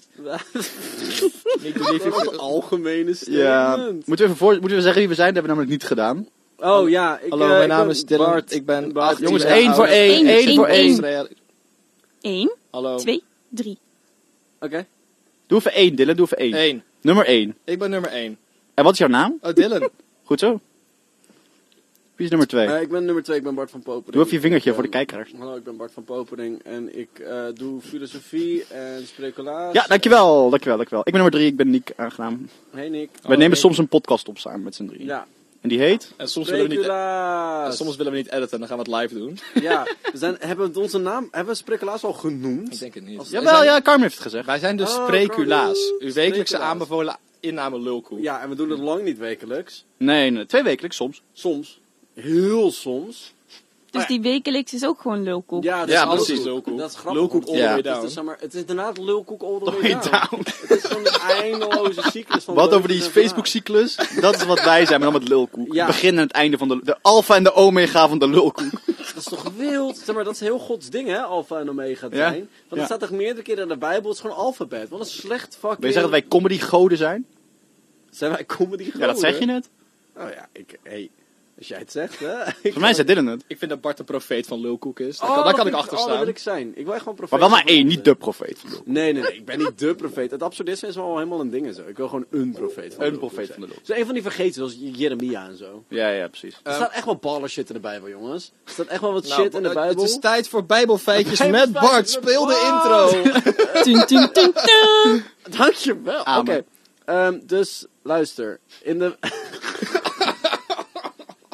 Niet de dat liefje. is een algemene Ja, statement. moeten we, even voor, moeten we zeggen wie we zijn? Dat hebben we namelijk niet gedaan. Oh ja, ik, Hallo, eh, mijn ik naam ben is Dylan. Bart. Ik ben Bart. achttien Jongens, jaar één voor oud. één. Eén, één één, voor één. Israël. Eén, Hallo. twee, drie. Oké. Doe even één, Dylan. Doe even één. Eén. Nummer één. Ik ben nummer één. En wat is jouw naam? Oh, Dylan. Goed zo. Wie is nummer twee? Eh, ik ben nummer twee, ik ben Bart van Popering. Doe even je vingertje Ik, voor de eh, kijkers. Hallo, ik ben Bart van Popering en ik eh, doe filosofie en speculaas. Ja, dankjewel. Dankjewel, dankjewel. Ik ben nummer drie. Ik ben Nick, aangenaam. Hey Nick. We nemen Nick. soms een podcast op samen met z'n drieën. Ja, En die heet? En soms willen, we niet, en speculaas. soms willen we niet editen, dan gaan we het live doen. Ja, we zijn, hebben we onze naam, hebben we speculaas al genoemd? Ik denk het niet. Als- Wij Jawel, zijn- ja, Carmen heeft het gezegd. Wij zijn dus Oh, Spreculaas. Carmen. Uw wekelijkse Spreculaas. aanbevolen inname lulkoek. Ja, en we doen het lang niet wekelijks. Nee, nee, twee wekelijks soms. Soms. Heel soms. Dus die wekelijks is ook gewoon lulkoek. Ja, dat Ja, is alles precies, goed. lulkoek. Dat is grappig. Lulkoek want- all the way het is down. dus, zeg maar, het is inderdaad lulkoek all the way Way down. down. Het is gewoon een eindeloze cyclus van Wat leugens over die en verhalen. Facebook-cyclus? Dat is wat wij zijn, maar dan met lulkoek. Ja. Het begin en het einde van de... De alfa en de omega van de lulkoek. Dat is toch wild? Zeg maar, dat is heel Gods ding, hè? Alpha en Omega te Ja. zijn. Want Ja. dat staat toch meerdere keren in de Bijbel. Het is gewoon alfabet. Wat een slecht fucking... Wil je zeggen dat wij comedy-goden zijn? Zijn wij comedy Ja, dat zeg je net. Oh ja, ik... Hey, als jij het zegt, hè? Voor mij zei Dylan het. Ik vind dat Bart een profeet van lulkoek is. Daar Oh, kan, daar kan dat ik vind achter Oh, dat staan. wil ik zijn. Ik wil echt gewoon profeet. Maar wel maar zijn. één, niet de profeet van de lulkoek. Nee, nee, nee. Ik ben niet de profeet. Het absurdisme is wel helemaal een ding en zo. Ik wil gewoon een profeet van de Een lulkoek profeet zijn. van de lulkoek. Dus een van die vergeten, zoals Jeremia en zo. Ja, ja, precies. Er staat echt wel baller shit in de Bijbel, jongens. Er staat echt wel wat Nou, shit in de het- Bijbel. Het is tijd voor Bijbelfeitjes met Bijbelfeitjes Bart. met Speel de Bart. intro. Tun, tun, tun, tun. Dankjewel. Oké. Amen. Ehm, dus, luister. In de...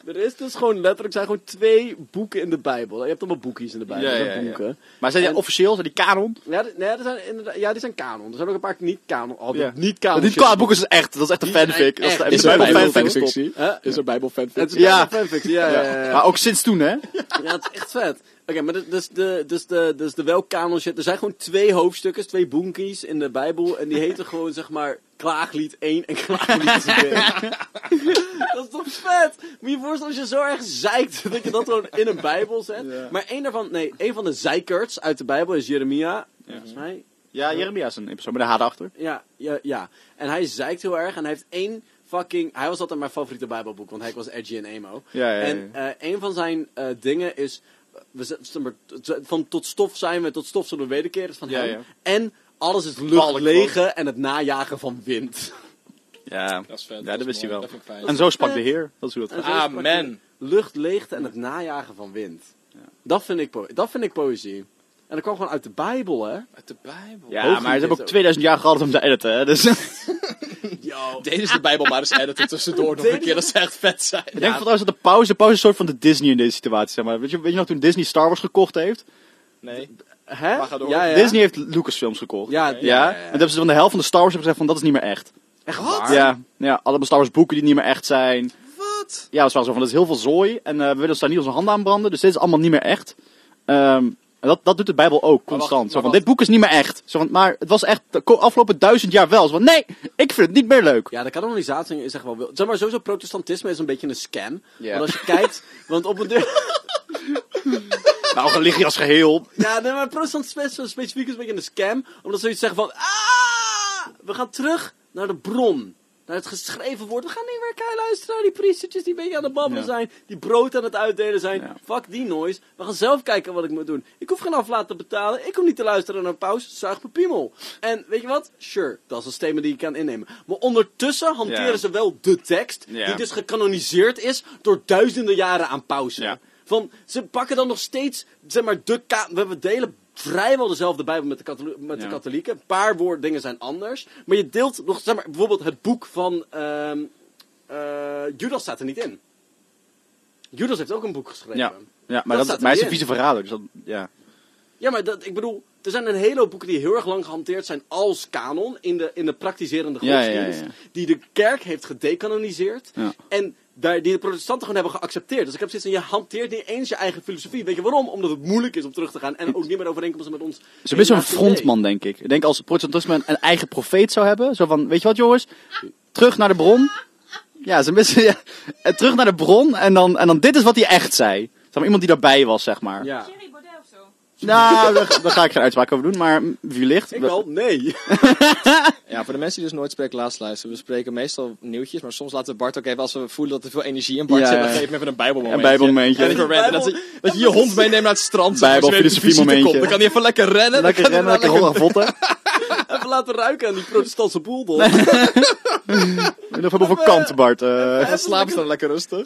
Er is dus gewoon letterlijk zijn gewoon twee boeken in de Bijbel. Je hebt allemaal boekjes in de Bijbel. Ja, dat ja, zijn ja. boeken. Maar zijn die En- officieel? Zijn die kanon? Ja, die, nee, er zijn inderdaad, ja, die zijn kanon. Er zijn ook een paar niet-kanon. Oh, Ja. niet-kanon. Die shit. boeken is echt, dat is echt een Die zijn fanfic. Dat is echt- de Is er Bijbel Bijbel fanfic stop. fanfictie? Huh? Is er Bijbel Het fanfictie? is Ja. ja. fanfic, ja, ja, ja. ja. Maar ook sinds toen, hè? Ja, het is echt vet. Oké, maar de- dus de, dus de, dus de wel kanon shit. Er zijn gewoon twee hoofdstukken, twee boekies in de Bijbel. En die heten gewoon, zeg maar, Klaaglied één en Klaaglied twee. Dat is toch vet? Moet je je voorstellen als je zo erg zeikt dat je dat gewoon in een Bijbel zet. Ja. Maar één daarvan, nee, één van de zeikerts uit de Bijbel is Jeremia. Volgens mij. Ja, Jeremia is een persoon met een H erachter. Ja, ja, ja. En hij zeikt heel erg en hij heeft één fucking... Hij was altijd mijn favoriete Bijbelboek, want hij was edgy en emo. Ja, ja, ja. En eh, een van zijn eh, dingen is... We, z- zeg maar, t- van tot stof zijn we, tot stof zullen we wederkeren. Dat is van Ja, hem. ja. En alles is Balk luchtlegen en het najagen van wind. Ja, Dat is vet. ja dat wist hij wel. Dat vind ik fijn. En zo sprak de Heer. Dat is hoe dat En gaat. zo sprak hij Amen. Luchtleegte en het najagen van wind. Dat, vind ik po- dat vind ik poëzie. En dat kwam gewoon uit de Bijbel, hè? Uit de Bijbel. Ja, Hoofdlied maar ze hebben is ook ook. tweeduizend jaar gehad om te editen, hè. Dus... Yo. Deden ze de Bijbel maar eens editen tussendoor nog een Deden keer. Dat ze echt vet zijn. Ik denk trouwens dat de pauze, de pauze is een soort van de Disney in deze situatie, zeg maar. Weet je, weet je nog toen Disney Star Wars gekocht heeft? Nee. Hè? Maar ga door. Ja, ja. Disney heeft Lucasfilms gekocht. Ja, Ja, ja, ja, ja. en toen hebben ze van de helft van de Star Wars gezegd van dat is niet meer echt. Echt waar? Ja, ja, allemaal Star Wars boeken die niet meer echt zijn. Wat? Ja, dat was wel zo van, dat is heel veel zooi en eh, we willen ons daar niet onze handen aan branden, dus dit is allemaal niet meer echt. Ehm, en dat, dat doet de Bijbel ook, wacht, constant. maar Zo van, wacht. dit boek is niet meer echt. Zo van, maar het was echt de ko- afgelopen duizend jaar wel. Zo van, nee, ik vind het niet meer leuk. Ja, de kanonisatie is echt wel... wil- Zeg maar, sowieso protestantisme is een beetje een scam. Ja. Want als je kijkt... Want op een deur... Nou, religie als geheel. Ja, nee, maar protestantisme is zo specifiek is een beetje een scam. Omdat ze iets zeggen van... Ah! We gaan terug naar de bron. Naar het geschreven woord. We gaan niet meer kijken luisteren naar die priestertjes die een beetje aan het babbelen Ja. zijn. Die brood aan het uitdelen zijn. Ja. Fuck die noise. We gaan zelf kijken wat ik moet doen. Ik hoef geen aflaat te betalen. Ik hoef niet te luisteren naar een paus. Zuig mijn piemel. En weet je wat? Sure, dat is een statement die je kan innemen. Maar ondertussen hanteren Ja. ze wel de tekst. Ja. Die dus gecanoniseerd is door duizenden jaren aan pausen. Ja. Van, ze pakken dan nog steeds, zeg maar, de ka- we we delen vrijwel dezelfde Bijbel met de, katholi- met de Ja. katholieken. Een paar woord dingen zijn anders. Maar je deelt nog, zeg maar, bijvoorbeeld het boek van ehm eh, Judas staat er niet in. Judas heeft ook een boek geschreven. Ja, ja maar, Dat dat, staat maar hij is er een niet vieze verrader. Dus dat, ja. Ja, maar dat, ik bedoel, er zijn een hele hoop boeken die heel erg lang gehanteerd zijn als kanon in de, in de praktiserende Ja, ja, godsdienst. ja, ja. Die de kerk heeft gedecanoniseerd. Ja. En daar, die de protestanten gewoon hebben geaccepteerd. Dus ik heb zoiets van, je hanteert niet eens je eigen filosofie. Weet je waarom? Omdat het moeilijk is om terug te gaan en ook niet meer overeenkomst met ons. Het is een beetje zo'n Helaas idee. frontman, denk ik. Ik denk als protestantisme een, een eigen profeet zou hebben. Zo van, weet je wat jongens? Terug naar de bron. Ja, het is een beetje, ja, eh, terug naar de bron. En dan, en dan dit is wat hij echt zei. Zeg maar, iemand die daarbij was, zeg maar. Ja. Thierry Baudet of zo. Nou, daar, daar ga ik geen uitspraak over doen. Maar mm, wie ligt? Ik wel, nee. Ja, voor de mensen die dus nooit Spreek Laatst luisteren. We spreken meestal nieuwtjes, maar soms laten we Bart ook even, als we voelen dat er veel energie in Bart Ja, zit, ja. dan geef ik hem even een bijbelmomentje. Een bijbelmomentje. En even Een random. Dat, bijbel- je- dat je je hond meeneemt naar het strand. Bijbel- als je weer op de visite filosofie-momentje. komt. Dan kan hij even lekker rennen. Lekker dan kan rennen, hij lekker wel rollen votten. Even laten ruiken aan die protestantse boeldog. We hebben over kant, Bart. eh Dan slapen ze dan lekker rustig.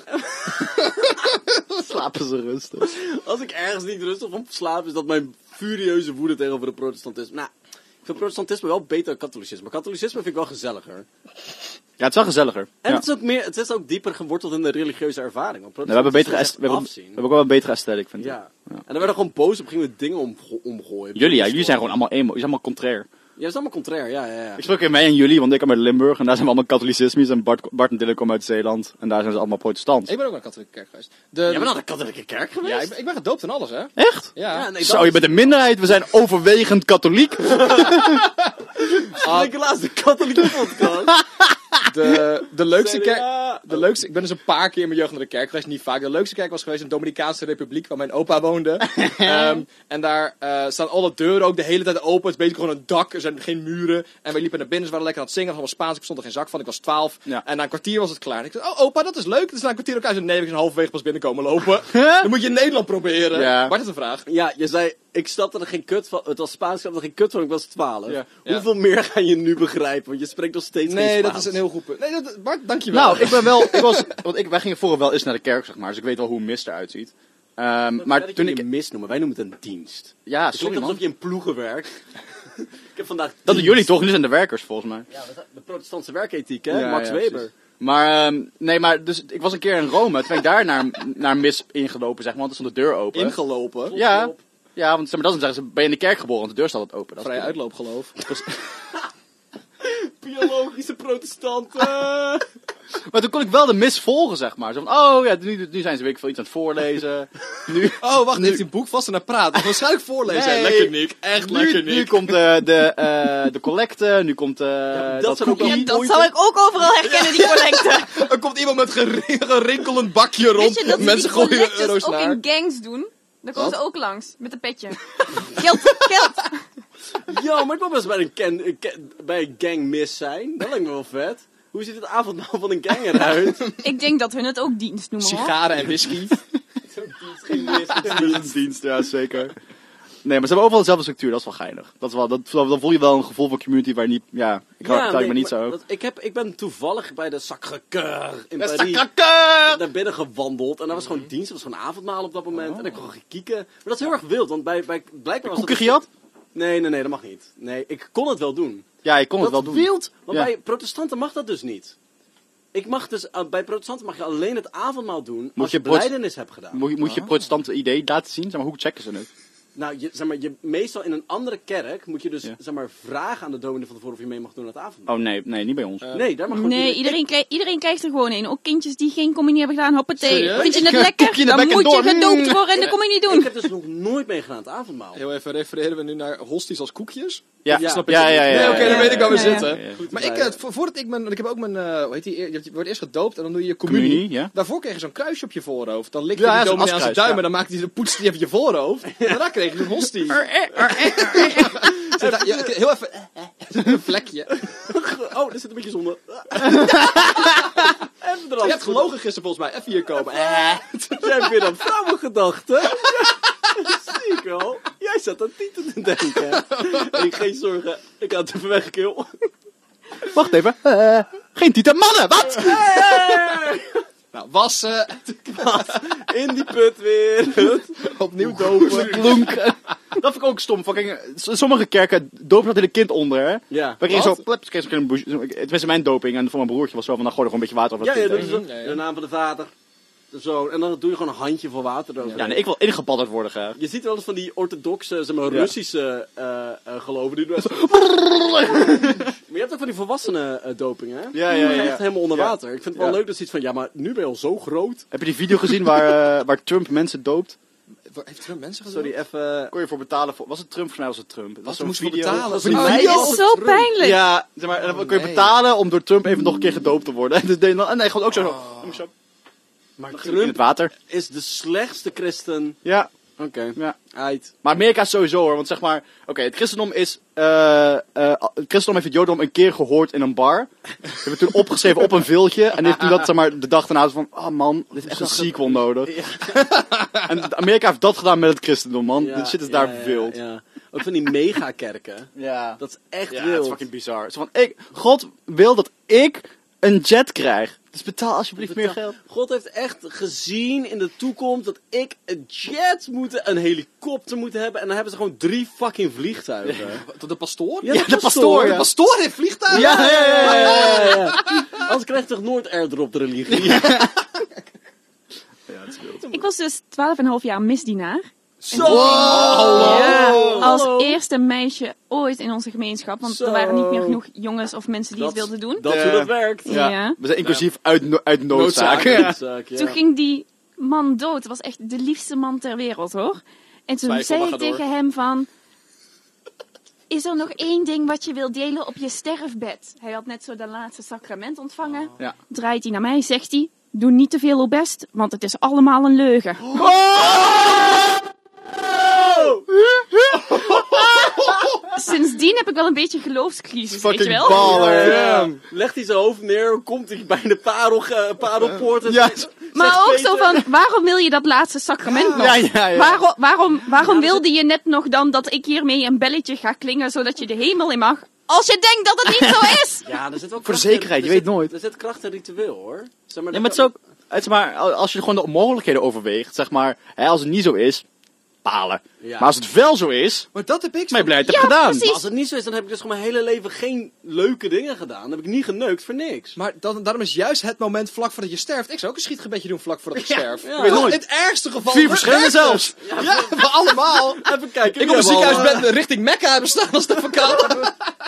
slapen ze rustig. Als ik ergens niet rustig van slaap, is dat mijn furieuze woede tegenover de protestantisme. Nou, ik vind protestantisme wel beter dan katholicisme. Maar katholicisme vind ik wel gezelliger. Ja, het is wel gezelliger. En Ja. het is ook meer, het is ook dieper geworteld in de religieuze ervaring. Want Nou, we hebben betere protestantisme est- we hebben, is we echt hebben ook wel een betere aesthetic, vind ik. Ja. En dan werden we gewoon boos op, gingen we dingen omgo- omgooien. Jullie, ja, jullie zijn gewoon allemaal emo. Jullie zijn allemaal contrair. Ja, dat is allemaal contrair, ja, ja, ja. Ik sprak in mij en jullie, want ik kom uit Limburg en daar zijn we allemaal katholicismes. En Bart, Bart en Dylan komen uit Zeeland en daar zijn ze allemaal protestant. Ik ben ook naar de katholieke kerk geweest. De, Jij bent naar de katholieke kerk geweest? ja, ik ben, ik ben gedoopt en alles, hè? Echt? Ja. Ja, nee, Zo, dat je is- bent een minderheid, we zijn overwegend katholiek. Ah, ik laatst de katholieke podcast. De, de leukste C D A. kerk... De leukste, ik ben dus een paar keer in mijn jeugd naar de kerk geweest, niet vaak. De leukste kerk was geweest in de Dominicaanse Republiek, waar mijn opa woonde. Ehm, en daar eh, staan alle deuren ook de hele tijd open. Het is basically gewoon een dak, er zijn geen muren. En wij liepen naar binnen, ze waren lekker aan het zingen, allemaal Spaans. Ik verstond er geen zak van, ik was twaalf. Ja. En na een kwartier was het klaar. En ik zei, oh opa, dat is leuk. Dus na een kwartier elkaar zei, nee, we zijn halverwege pas binnenkomen lopen. Dan moet je in Nederland proberen. Ja. Bart heeft een vraag. Ja, je zei, ik snapte er geen kut van. Het was Spaans, ik snapte er geen kut van, ik was twaalf. Ja. Hoeveel meer ga je nu begrijpen? Want je spreekt nog steeds geen Nee, dat Spaans. is een heel goed punt. Nee, dat, Bart, dankjewel. Nou, ik ben wel, ik was, want ik, wij gingen vroeger wel eens naar de kerk, zeg maar, dus ik weet wel hoe een mis eruit ziet. Ehm, maar dat toen je ik, het mis noemen, wij noemen het een dienst. ja, Het sorry klinkt alsof man. je in ploegen werkt. Ik heb vandaag Dat doen dienst. jullie toch, nu zijn de werkers volgens mij. Ja, dat- de protestantse werkethiek, hè? Ja, Max ja, Weber. precies. Maar, um, nee, maar, dus ik was een keer in Rome. Toen ben ik daar naar, naar mis ingelopen, zeg maar, want er stond de deur open. Ingelopen. Ja, ja, want zeg maar, dat is zeggen ze, ben je in de kerk geboren, want de deur staat altijd open. Dat is Vrij cool. uitloopgeloof. Biologische protestanten. Maar toen kon ik wel de mis volgen, zeg maar. Zo van, oh ja, nu, nu zijn ze weet ik veel iets aan het voorlezen. Nu, Oh, wacht, heeft hij een boek vast en hij praat. Waarschijnlijk voorlezen. Nee. Lekker Nick, echt lekker nu, nu Nick. komt de, de, uh, de collecte, nu komt uh, dat dat zijn ook cookie. wel- Dat zou ik ook overal herkennen, die collecten. Er komt iemand met een rinkelend bakje rond. Weet je dat ze Mensen die gooien collectors euro's ook naar. in gangs doen? Dan komen Wat? ze ook langs, met een petje. Geld, geld. Ja, maar ik wil best bij een, ken, een ken- bij een gang mis zijn. Dat lijkt me wel vet. Hoe ziet het avondmaal van een gang eruit? Ik denk dat hun het ook dienst noemen, hoor. Sigaren en whisky. Geen mis. Dienst, dienst, ja zeker. Nee, maar ze hebben overal dezelfde structuur, dat is wel geinig. Dat is wel, dat, dan voel je wel een gevoel van community waar je niet, ja, ik hou nee, me niet maar zo. dat- ik, heb, ik ben toevallig bij de Sacré-Cœur in Dat is Parijs kakkakker! naar binnen gewandeld. En dat was gewoon dienst, dat was gewoon avondmaal op dat moment. En ik kon gewoon kieken. Maar dat is heel erg wild, want bij, bij, blijkbaar was Koeken dat... gehad? Nee, nee, nee, dat mag niet. Nee, ik kon het wel doen. Ja, ik kon het dat wel doen. wild, want Ja. bij protestanten mag dat dus niet. Ik mag dus, uh, bij protestanten mag je alleen het avondmaal doen als je je protes- belijdenis hebt gedaan. Moet je, moet je protestante idee laten zien? Zeg maar, hoe checken ze het? Nou, je, zeg maar, je, meestal in een andere kerk moet je dus Ja. zeg maar, vragen aan de dominee van tevoren of je mee mag doen aan het avondmaal. Oh nee, nee, niet bij ons. Nee, daar mag gewoon Nee, iedereen, krijgt, iedereen krijgt er gewoon in. Ook kindjes die geen communie hebben gedaan. Hoppatee. Serieus? Vind je het Koekje lekker? in de Dan bek en moet je door. gedoopt worden en de communie Ik doen. heb dus nog nooit meegedaan aan het avondmaal. Heel even refereren we nu naar hosties als koekjes. Ja, Ja. snap ik. Ja, ja, ja. Nee, oké, ja, dan ja. weet ik waar we Ja, ja. zitten. Ja, ja. Goed Maar ik, erbij. eh, vo- voordat ik mijn, want ik heb ook mijn, eh, hoe heet die, je je wordt eerst gedoopt en dan doe je je communie. Communie, ja. Daarvoor kreeg je zo'n kruisje op je voorhoofd. Dan lik je Ja, die zo'n dominee aan zijn askruis, duim ja. en dan maakt hij, dan poetst hij even je voorhoofd. En daarna kreeg je een hostie. Zit daar- ja, heel even, een vlekje. Oh, er zit een beetje zonde. Even Je eraf. hebt gelogen gisteren volgens mij. Even hier komen. Eh. Jij hebt weer aan vrouwengedachten. Zie ik wel. Jij zat aan Tieten te denken. Ik geen zorgen. Ik had het even weggekil. Wacht even. Eh, geen titel mannen, wat? Nou, wassen. In die put weer. Opnieuw dopen. Klonken. Dat vind ik ook stom. Fucking, s- sommige kerken dopen dat hele kind onder, hè? Ja. We kregen zo, Wat? plep, kreeg zo een bouche- zo- tenminste mijn doping en voor mijn broertje was zo van, dan gooi er gewoon een beetje water over Ja, dat ja, kind dat heen. is Ja, zo. ja. De naam van de vader. Zo. En dan doe je gewoon een handje vol water erover. Ja, nee, ik wil ingebadderd worden graag. Je ziet wel eens van die orthodoxe, zeg maar, Ja. Russische eh eh geloven. Die doen echt zo- Maar je hebt ook van die volwassenen eh, dopingen, hè? Ja, ja, ja, ja. Echt helemaal onder Ja. water. Ik vind het wel Ja. leuk dat ze iets van, ja, maar nu ben je al zo groot. Heb je die video gezien waar, eh, waar Trump mensen doopt? Heeft Trump mensen gedaan? Sorry, even... Kon je voor betalen voor, was het Trump? Voor mij was het Trump. Het Wat, zo'n moest je voor video. betalen? Was Voor een die Oh, video. dit video? is zo pijnlijk. Ja, zeg maar, en dan kon je nee. betalen om door Trump even nog een keer gedoopt te worden. En, dus deed dan- en nee, gewoon ook zo, zo, dan zo Maar in het Trump water. is de slechtste christen. Ja, Oké. ja. Uit. Maar Amerika is sowieso hoor, want zeg maar, oké, het christendom is, eh, eh, het christendom heeft het jodendom een keer gehoord in een bar. Ze hebben het toen opgeschreven op een viltje en heeft toen dat, zeg maar, de dag daarna van, oh man, dit is echt een sequel nodig. En Amerika heeft dat gedaan met het christendom, man. Ja, Dit shit is ja, daar ja, wild. ja. Ook van die megakerken. Ja. Dat is echt Ja, het wild. is fucking bizar. Zo van, ik, God wil dat ik een jet krijg. Dus betaal alsjeblieft meer geld. God heeft echt gezien in de toekomst dat ik een jet moet, een helikopter moet hebben. En dan hebben ze gewoon drie fucking vliegtuigen. De pastoor? Ja, Ja, de pastoor, De ja. pastoor heeft vliegtuigen? Ja, ja, ja, ja. Ja, ja, ja. Anders krijg je toch nooit airdrop de religie. Ja, het is wild. Ik was dus twaalf en een half jaar misdienaar. Zo! Ja, als Hallo. eerste meisje ooit in onze gemeenschap. Want Zo. er waren niet meer genoeg jongens of mensen die Dat- het wilden doen. Dat is Ja. hoe dat werkt. Ja. Ja. We zijn inclusief uit, no- uit noodzaak. Noodzaak. Ja. Zaak, ja. Toen ging die man dood. Het was echt de liefste man ter wereld, hoor. En toen Twijfel, zei maar ik ga door. tegen hem van... Is er nog één ding wat je wilt delen op je sterfbed? Hij had net zo dat laatste sacrament ontvangen. Ja. Draait hij naar mij, zegt hij... Doe niet te veel op best, want het is allemaal een leugen. Sindsdien heb ik wel een beetje geloofscrisis, weet je Fucking wel? baller. Ja. Legt hij zijn hoofd neer, komt hij bij de parel, uh, parelpoort en Ja. zegt- Maar zegt ook zo Peter- van, waarom wil je dat laatste sacrament nog? Ja, ja, ja. Waarom, waarom, waarom Ja, dat wilde je net nog dan dat ik hiermee een belletje ga klingen, zodat je de hemel in mag? Als je denkt dat het niet zo is! Ja, er zit ook Voor de kracht in- zekerheid, je er weet zit- nooit. Er zit kracht in ritueel, hoor. Zeg maar, Ja, maar het is ook, het is maar, als je gewoon de mogelijkheden overweegt, zeg maar, hè, als het niet zo is, bepalen. Ja. Maar als het wel zo is, Maar dat heb ik zo... ben je blij dat je Ja, het gedaan. precies. Maar als het niet zo is, dan heb ik dus gewoon mijn hele leven geen leuke dingen gedaan. Dan heb ik niet geneukt voor niks. Maar dan, daarom is juist het moment vlak voordat je sterft. Ik zou ook een schietgebedje doen vlak voordat ik sterf. ja. Weet nooit. In het ergste geval... Vier verschillende zelfs. Ja, maar allemaal. Even kijken. Ik op een ziekenhuisbed richting Mekka hebben staan als het even kan.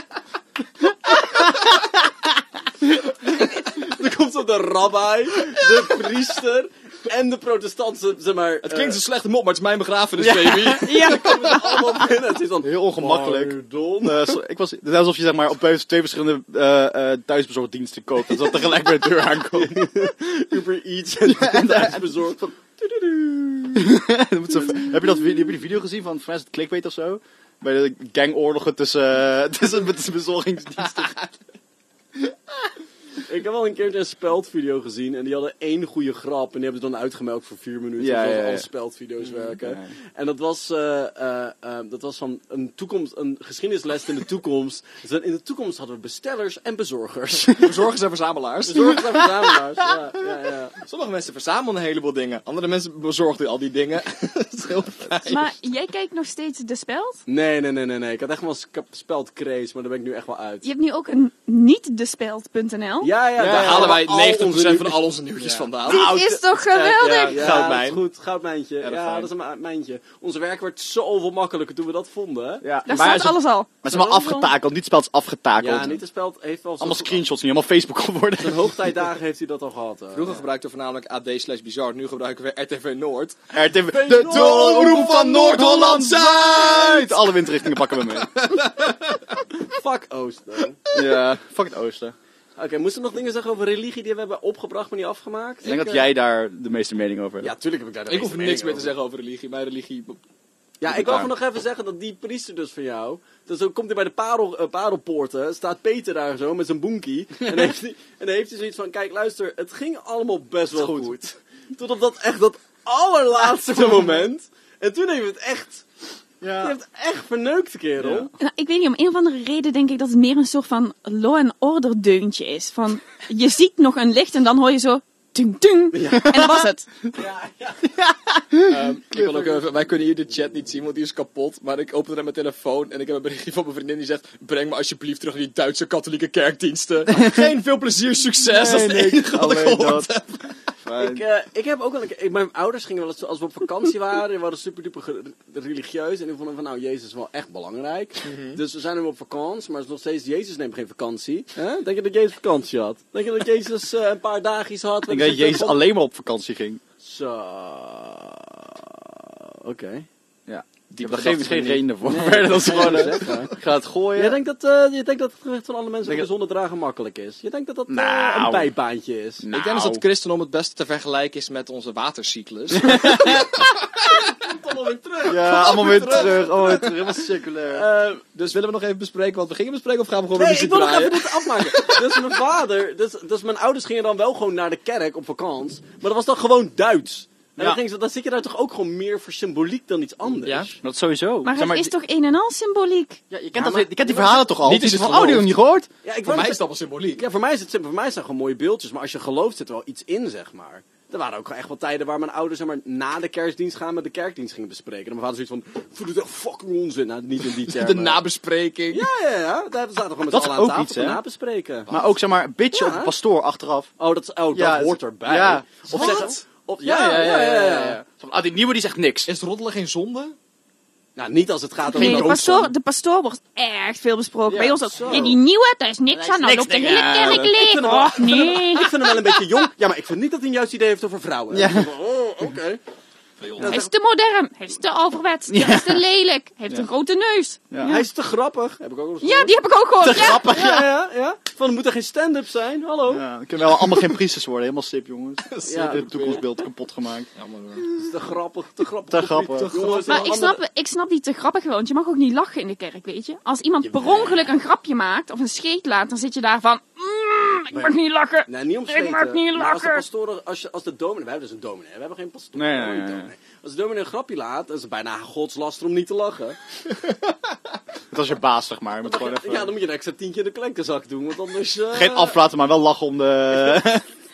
Er komt zo de rabbi, de priester en de protestantse, zeg maar... Het klinkt een slechte mop, maar het is mijn begrafenis, baby. Ja. komen ze allemaal binnen. Het is dan Heel ongemakkelijk. Pardon. Eh, zo- ik was, het is alsof je zeg maar, op twee twee verschillende uh, uh, thuisbezorgdiensten koopt. Dat dat tegelijk bij de deur aankomt. Uber Eats en thuis bezorgd van... Dan moet zo- heb, je dat, vi- heb je die video gezien van Friends het Clickbait of zo? Bij de gangoorlogen tussen, uh, tussen met de bezorgingsdiensten. Ik heb wel een keer een speldvideo gezien en die hadden één goede grap en die hebben ze dan uitgemelkt voor vier minuten. Ja, zoals ja, ja. alle speldvideo's werken. Ja. En dat was, uh, uh, uh, dat was van een, toekomst, een geschiedenisles in de toekomst. Dus in de toekomst hadden we bestellers en bezorgers. Bezorgers en verzamelaars. Bezorgers en verzamelaars. Ja, ja, ja. Sommige mensen verzamelen een heleboel dingen. Andere mensen bezorgden al die dingen. Dat is heel fijn. Maar jij kijkt nog steeds de speld? Nee, nee, nee, nee, nee. Ik had echt wel een speldcraze, maar daar ben ik nu echt wel uit. Je hebt nu ook een niet despeld punt n l. Ja, ja, Daar halen wij al negentig procent onze van al onze nieuwtjes Ja. vandaan. Dit is toch geweldig? Ja, Goudmijn. dat is goed, goudmijntje. Erg Ja, fijn. dat is een ma- mijntje. Onze werk werd zoveel makkelijker toen we dat vonden, hè? Ja, Daar maar staat ze, alles al. maar ze zijn allemaal afgetakeld. Niet speld is afgetakeld. Ja, niet de speld heeft wel Allemaal zo'n- screenshots, niet allemaal Facebook geworden. Zijn hoogtijdagen heeft hij dat al gehad. hè. Vroeger gebruikten we voornamelijk A D slash bizar. Nu gebruiken we R T V Noord. R T V, de doelgroep van Noord-Holland-Zuid! Alle windrichtingen pakken we mee. Fuck Oosten. Ja, fuck het oosten. Oké, moesten we nog dingen zeggen over religie die we hebben opgebracht, maar niet afgemaakt? Ik denk dat eh, jij daar de meeste mening over hebt. Ja, tuurlijk heb ik daar de Ik hoef meeste niks meer mening te over. zeggen over religie. Mijn religie... Ja, ik wil gewoon nog even zeggen dat die priester dus van jou... Dus dan komt hij bij de parel, uh, parelpoorten, staat Peter daar zo met zijn boenkie. En dan heeft hij, en dan heeft hij zoiets van, kijk luister, het ging allemaal best wel goed. goed. Tot op dat echt dat allerlaatste moment. En toen heeft het echt... Je Ja. hebt echt verneukt, kerel. Ja. Nou, ik weet niet, om een of andere reden denk ik dat het meer een soort van law and order deuntje is. Van, je ziet nog een licht en dan hoor je zo... Tung, tung. En dat was het. Ja, ja. Ehm, ik wil ook even, wij kunnen hier de chat niet zien, want die is kapot. Maar ik opende mijn telefoon en ik heb een berichtje van mijn vriendin die zegt... Breng me alsjeblieft terug naar die Duitse katholieke kerkdiensten. Geen veel plezier, succes. dat is het Nee, nee, enige wat ik alleen gehoord dat. heb. Ik, uh, ik heb ook wel een keer... ik- Mijn ouders gingen wel eens, als we op vakantie waren, die waren super duper ge- religieus. En die vonden van, nou, Jezus is wel echt belangrijk. Dus we zijn nu op vakantie, maar het is nog steeds, Jezus neemt geen vakantie. Hè? Denk je dat Jezus vakantie had? Denk je dat Jezus uh, een paar dagjes had? Ik denk dat Jezus alleen maar op vakantie ging. Zo... Oké. Ja. Die Ik heb er geen, geen niet. reden voor. Nee, Verder dan ze nee, gewoon, dat eh, is echt waar. ik ga het gooien. Jij denkt dat, uh, je denkt dat het gewicht van alle mensen Denk op de zonde dragen makkelijk is? Je denkt dat dat uh, Nou. een bijbaantje is? Nou. Ik denk dus dat het christendom het beste te vergelijken is met onze watercyclus. Allemaal weer terug. Ja, allemaal weer terug. Allemaal weer terug. Helemaal circulair. Uh, Dus willen we nog even bespreken wat we gingen bespreken of gaan we gewoon Nee, weer ik muziek wil nog even draaien? dit afmaken. Dus mijn vader, dus, dus mijn ouders gingen dan wel gewoon naar de kerk op vakantie. Maar dat was dan gewoon Duits. En Ja. dan, gingen ze, dan zit je daar toch ook gewoon meer voor symboliek dan iets anders. Ja. Dat sowieso. Maar Zeg het is toch een en al symboliek? Ja, je kent, Ja, dat, maar- je kent die verhalen toch al? Niet is Het het van, oh, die heb ik nog niet gehoord? Ja, ik Voor wou mij net- is dat wel symboliek. ja, voor mij is het simpel. Voor mij zijn het gewoon mooie beeldjes. Maar als je gelooft zit er wel iets in, zeg maar. Er waren ook echt wel tijden waar mijn ouders zeg maar, na de kerstdienst gaan met de kerkdienst gingen bespreken. En mijn vader zoiets van, voel het echt fucking onzin. Nou, niet in die termen. De nabespreking. Ja, ja, ja. Daar zaten we gewoon met Dat z'n is allen aan ook tafel iets, te hè? nabespreken. Maar ook zeg maar, een bitje Ja. op de pastoor achteraf. Oh, dat, oh, dat Ja, hoort erbij. ja. Of Wat? zeggen, of, ja, ja, ja, ja, ja. Van, ah, die nieuwe die zegt niks. Is roddelen geen zonde? Nou, niet als het gaat om Nee, de doodsom. pastoor, de pastoor wordt echt veel besproken. Ja, Bij ons ook. zo. Ja, die nieuwe, daar is niks Daar aan. is Nou niks loopt de tegen. hele Ja, kerk dat- leeg. vind hem wel- Och, nee. Ik vind hem wel een beetje jong. Ja, maar ik vind niet dat hij een juist idee heeft over vrouwen. Ja. Oh, oké. Hij is te modern. Hij is te overwetst. Hij is te lelijk. Hij heeft Ja. een grote neus. Ja. Hij is te grappig. Heb ik ook nog eens Ja, die heb ik ook gehoord. Te Ja. grappig, Ja, ja. ja, ja. Van, er moet er geen stand-up zijn. Hallo. Ja, dan kunnen we wel allemaal geen priesters worden. Helemaal sip, jongens. Ja, Het toekomstbeeld kapot gemaakt. Dat is te grappig. Te grappig. Te grappig. Te Jongens, Maar een ik andere- snap, ik snap die te grappig, want je mag ook niet lachen in de kerk, weet je. Als iemand per Jawel. ongeluk een grapje maakt of een scheet laat, dan zit je daar van... "Mm, ik mag niet lachen. Nee, niet om Ik scheten. mag niet Maar als de lachen. pastoor, als, je, als de dominee, we hebben dus een dominee, we hebben geen pastoor. Nee, we hebben nee, een nee, dominee. Als de dominee een grapje laat, dan is het bijna godslaster om niet te lachen. Dat is je baas, zeg maar. Je moet gewoon even... Ja, dan moet je een extra tientje in de klenkerzak doen, want anders... eh, Geen aflaten, maar wel lachen om de...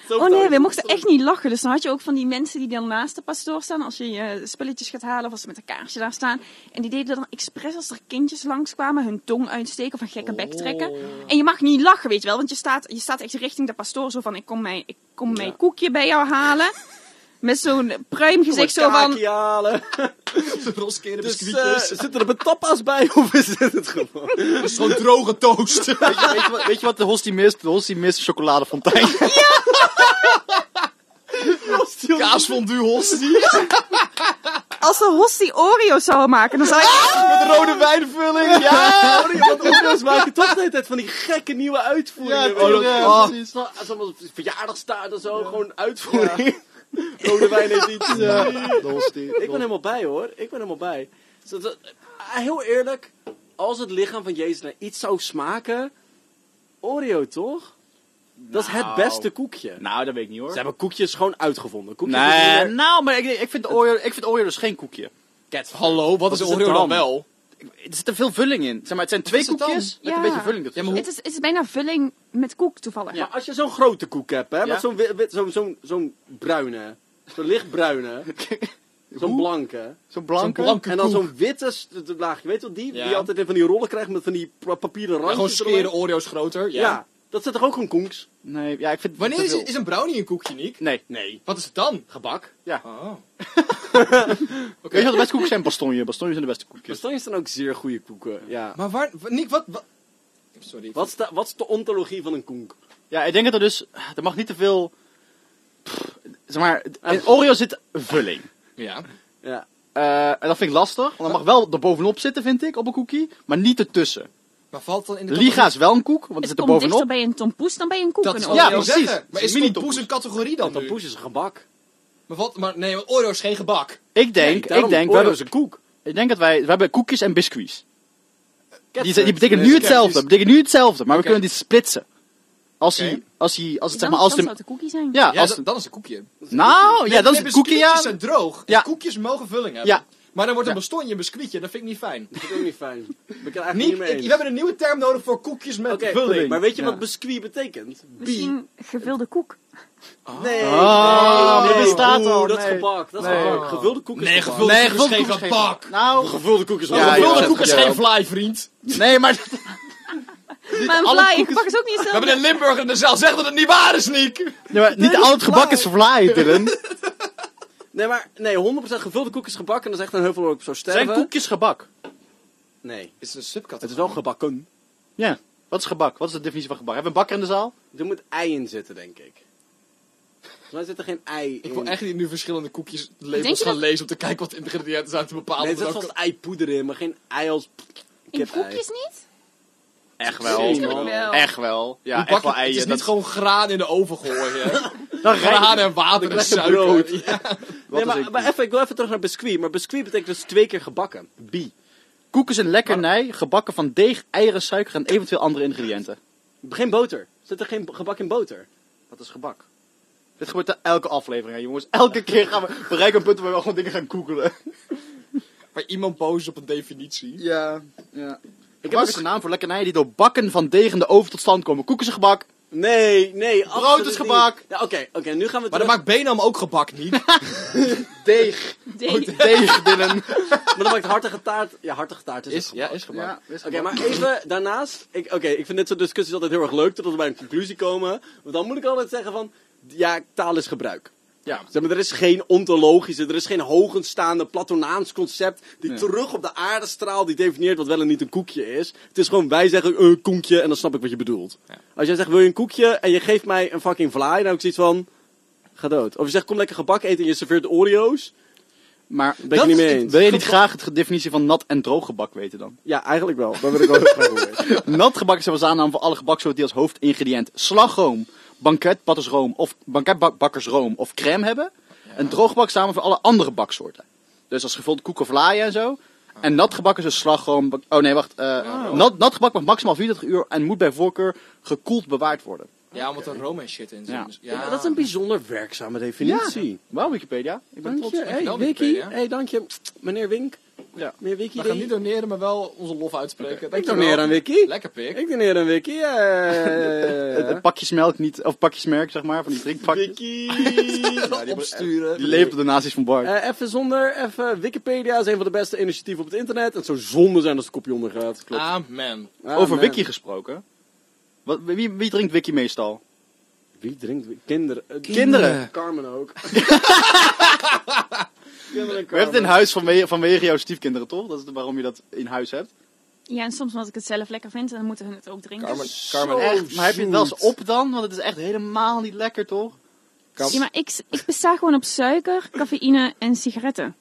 Zo Oh nee, thuis. we mochten echt niet lachen. Dus dan had je ook van die mensen die dan naast de pastoor staan. Als je je spulletjes gaat halen of als ze met een kaarsje daar staan. En die deden dan expres als er kindjes langskwamen hun tong uitsteken of een gekke bek trekken. En je mag niet lachen, weet je wel. Want je staat, je staat echt richting de pastoor zo van, ik kom mijn, ik kom mijn Ja. koekje bij jou halen. Met zo'n pruimgezicht zo van... Kaakje halen. Roskeren Dus, eh, biscuitjes. zitten er tapas bij of is dit het gewoon? Het is gewoon droge toast. Weet je, weet, je wat, weet je wat de hostie mist? De hostie mist chocoladefontein. Kaasfondue hostie. Als de hostie Oreo's zou maken, dan zou ik... Met rode wijnvulling. Ja. Want Oreo's maken toch de hele tijd van die gekke nieuwe uitvoeringen. Ja, weet je wel. ja, Oh, precies. zo- Zoals verjaardagstaart en zo, gewoon uitvoering. Rode wijn heeft iets. Ja, de hostie. Ik ben helemaal bij hoor, ik ben helemaal bij. Dus dat- ah, heel eerlijk, als het lichaam van Jezus naar iets zou smaken, Oreo toch? Dat is het Nou. beste koekje. Nou, dat weet ik niet hoor. Ze hebben koekjes gewoon uitgevonden. Koekjes Nee, die er- nou, maar ik, ik, vind Oreo, ik vind Oreo dus geen koekje. Hallo, wat is is het Oreo dan dan? wel? Er zit te veel vulling in. Zeg maar, het zijn twee is het dan? koekjes met Ja. een beetje vulling ertussen. Ja, maar Het is, het is bijna vulling met koek toevallig. Ja. Maar als je zo'n grote koek hebt, hè, Ja. met zo'n, wi- wit- zo'n, zo'n, zo'n bruine, zo'n lichtbruine, zo'n blanke, Zo'n blanke. Zo'n blanke en dan koek. zo'n witte st- t- laagje, weet je wel die? Ja. Die je altijd in van die rollen krijgt met van die pa- papieren Ja, gewoon randjes scheren eromheen. Oreo's groter. Ja. Ja. dat zit toch ook gewoon koeks? Nee, ja, ik vind het Wanneer te is, veel. is een brownie een koekje, Niek? Nee. Nee. Wat is het dan? Gebak? Ja. Oh. Weet je wat de beste koekjes zijn? Bastonje. Bastonje zijn de beste koekjes. Kastanjes zijn ook zeer goede koeken. Ja. Maar waar... wa- Niek, wat... wat... Sorry. Wat is, de, wat is de ontologie van een koek? Ja, ik denk dat er dus... Er mag niet te veel... Pff, zeg maar, in Oreo zit vulling. Ja. Ja. Eh, en dat vind ik lastig. Want dat mag wel er bovenop zitten, vind ik, op een koekie. Maar niet ertussen. Maar valt dan in de... Liga is wel een koek, want het Het zit er komt dichter bovenop. bij een tompoes dan bij een koek. Dat een is Oreo. Ja, ja, precies. zeggen. Maar Het is is een tompoes een categorie dan nu? Tompoes is een gebak. Maar, wat, maar nee, want Oreo is geen gebak. Ik denk, Nee, daarom, ik denk, we Oreo hebben, is een koek. ik denk dat wij, we hebben koekjes en biscuits. Die, Catfish. die betekenen Nee, nu hetzelfde, skeptisch. betekenen nu hetzelfde, maar we Oké. kunnen die splitsen. Als Oké. hij, als hij, als het zeg Dan, maar, als dan de, zou het een cookie zijn. ja, Ja, als, dan, dan is het een koekje. nou, ja, dat is nee, het koekje, ja. biscuitjes zijn droog. Ja. Dus koekjes mogen vulling hebben. Ja. Maar dan wordt een Ja. bastonje een biscuitje. Dat vind ik niet fijn. Dat vind ik ook niet fijn. Ben ik het eigenlijk Niek, niet mee ik, eens. we hebben een nieuwe term nodig voor koekjes met Oké, vulling. maar weet je Ja. wat biscuit betekent? Misschien gevulde koek. Nee, Oh, nee, dat nee. bestaat Oeh, al, dat is nee. gebak. Dat is Nee. gebak. Gevulde koek is Nee, gebak. gevulde Nee, koek is gevulde geen koek is geen gebak. Nou, Gevulde koek is Ja, gebak. ja, Gevulde ja, koek is ja. geen fly, vriend. nee, maar... Maar een alle fly en koekjes- gebak is ook niet We hetzelfde. hebben een Limburger in de zaal. Zeg dat het niet waar is, Niek. Nee, maar niet al het gebak is fly, Dylan. Nee, maar nee, honderd procent gevulde koek is gebak en dan zegt een heuvel op zo sterven. Zijn koekjes gebak? Nee, Is het een subcategorie? het is wel gebakken. Ja. Wat is gebak? Wat is de definitie van gebak? Hebben we een bakker in de zaal? Er moet ei in zitten, denk ik. Volgens mij zit er geen ei in. Ik wil echt niet nu verschillende koekjes Denk labels je gaan dat- lezen om te kijken wat de ingrediënten zijn te bepalen. Nee, er zit Welke- vast eipoeder in, maar geen ei als In kip-ei. koekjes niet? Echt Natuurlijk wel. wel. Echt wel. Ja, Hoe echt bak wel je- Het is eieren. niet Dat, gewoon graan in de oven gooien. hè? dan Graan rijdt- en water en Lekker suiker. brood. Ja. Nee, is maar, een maar koek? even, ik wil even terug naar biscuit. Maar biscuit betekent dus twee keer gebakken. Bi. Koek is een lekkernij, gebakken van deeg, eieren, suiker en eventueel andere ingrediënten. Geen boter. Zit er geen gebak in boter? Wat is gebak? Dit gebeurt in elke aflevering, hè, jongens. Elke keer gaan we bereiken een punt waar we gewoon dingen gaan googelen. Maar iemand boos is op een definitie. Ja, ja. Ik Gebak heb is een naam voor lekkernijen die door bakken van deeg in de oven tot stand komen. Koek is een gebak. Nee, nee. absoluut is gebak. niet. Ja, oké, oké. nu gaan we Maar dan terug. maakt Benam ook gebak niet. Deeg. Nee. Deeg, Dylan. Maar dan maakt hartige taart. Ja, hartige taart is, Is, ook gebak. ja, is gebak. Ja, is Oké, gebak. maar even daarnaast. Ik, Oké, ik vind dit soort discussies altijd heel erg leuk, totdat we bij een conclusie komen. Want dan moet ik altijd zeggen van, ja, taal is gebruik. Ja. Zeg maar, er is geen ontologische, er is geen hoogstaande Platonaans concept die Ja. terug op de aarde straalt, die definieert wat wel en niet een koekje is. Het is gewoon, wij zeggen een koekje en dan snap ik wat je bedoelt. Ja. Als jij zegt, wil je een koekje en je geeft mij een fucking fly, dan heb ik zoiets van, ga dood. Of je zegt, kom lekker gebak eten en je serveert Oreo's. Maar Ben ik niet mee eens. wil je niet graag het definitie van nat en droog gebak weten dan? Ja, eigenlijk wel. Dat wil ik wel heel graag horen. Nat gebak is als aannaam voor alle gebaksoorten die als hoofdingrediënt slagroom, banketbakkersroom of banketbakkersroom of crème hebben. En droog gebak samen voor alle andere baksoorten. Dus als gevulde koek of laaien en zo. En nat gebak is dus slagroom. bak- Oh nee, wacht. eh, nat, nat gebak mag maximaal vierentwintig uur en moet bij voorkeur gekoeld bewaard worden. Ja, omdat er room en shit in zit. Ja. Dus- Ja, dat is een bijzonder werkzame definitie. Wel Wikipedia. Ik ben Dank trots. je. op Hey, jou, Wiki. Wikipedia. Hey, dank je. Meneer Wink. Ja. Meer wiki. We gaan niet doneren, maar wel onze lof uitspreken. Ik Dankjewel. doneer aan wiki. Lekker pik. Ik doneer aan wiki. Ja, ja, ja, ja, ja. Het pakjesmelk niet, of pakjesmerk zeg maar, van die drinkpakjes. Wiki. Ja, die opsturen. Die leeft op donaties van Bart. Eh, even zonder, even Wikipedia is een van de beste initiatieven op het internet. Het zou zonde zijn als de kopje ondergaat. Klopt. Amen. Ah, Over man. wiki gesproken. Wat, wie, wie drinkt wiki meestal? Wie drinkt wiki? Kinderen. Eh, Kinderen. Carmen ook. Kinderen en We hebben het in huis vanwege, vanwege jouw stiefkinderen, toch? Dat is de- waarom je dat in huis hebt. Ja, en soms omdat ik het zelf lekker vind, dan moeten hun het ook drinken. Carmen, Zo Carmen, Echt? Maar heb je het wel eens zoet. op dan? Want het is echt helemaal niet lekker, toch? Ja, maar ik, ik besta gewoon op suiker, cafeïne en sigaretten.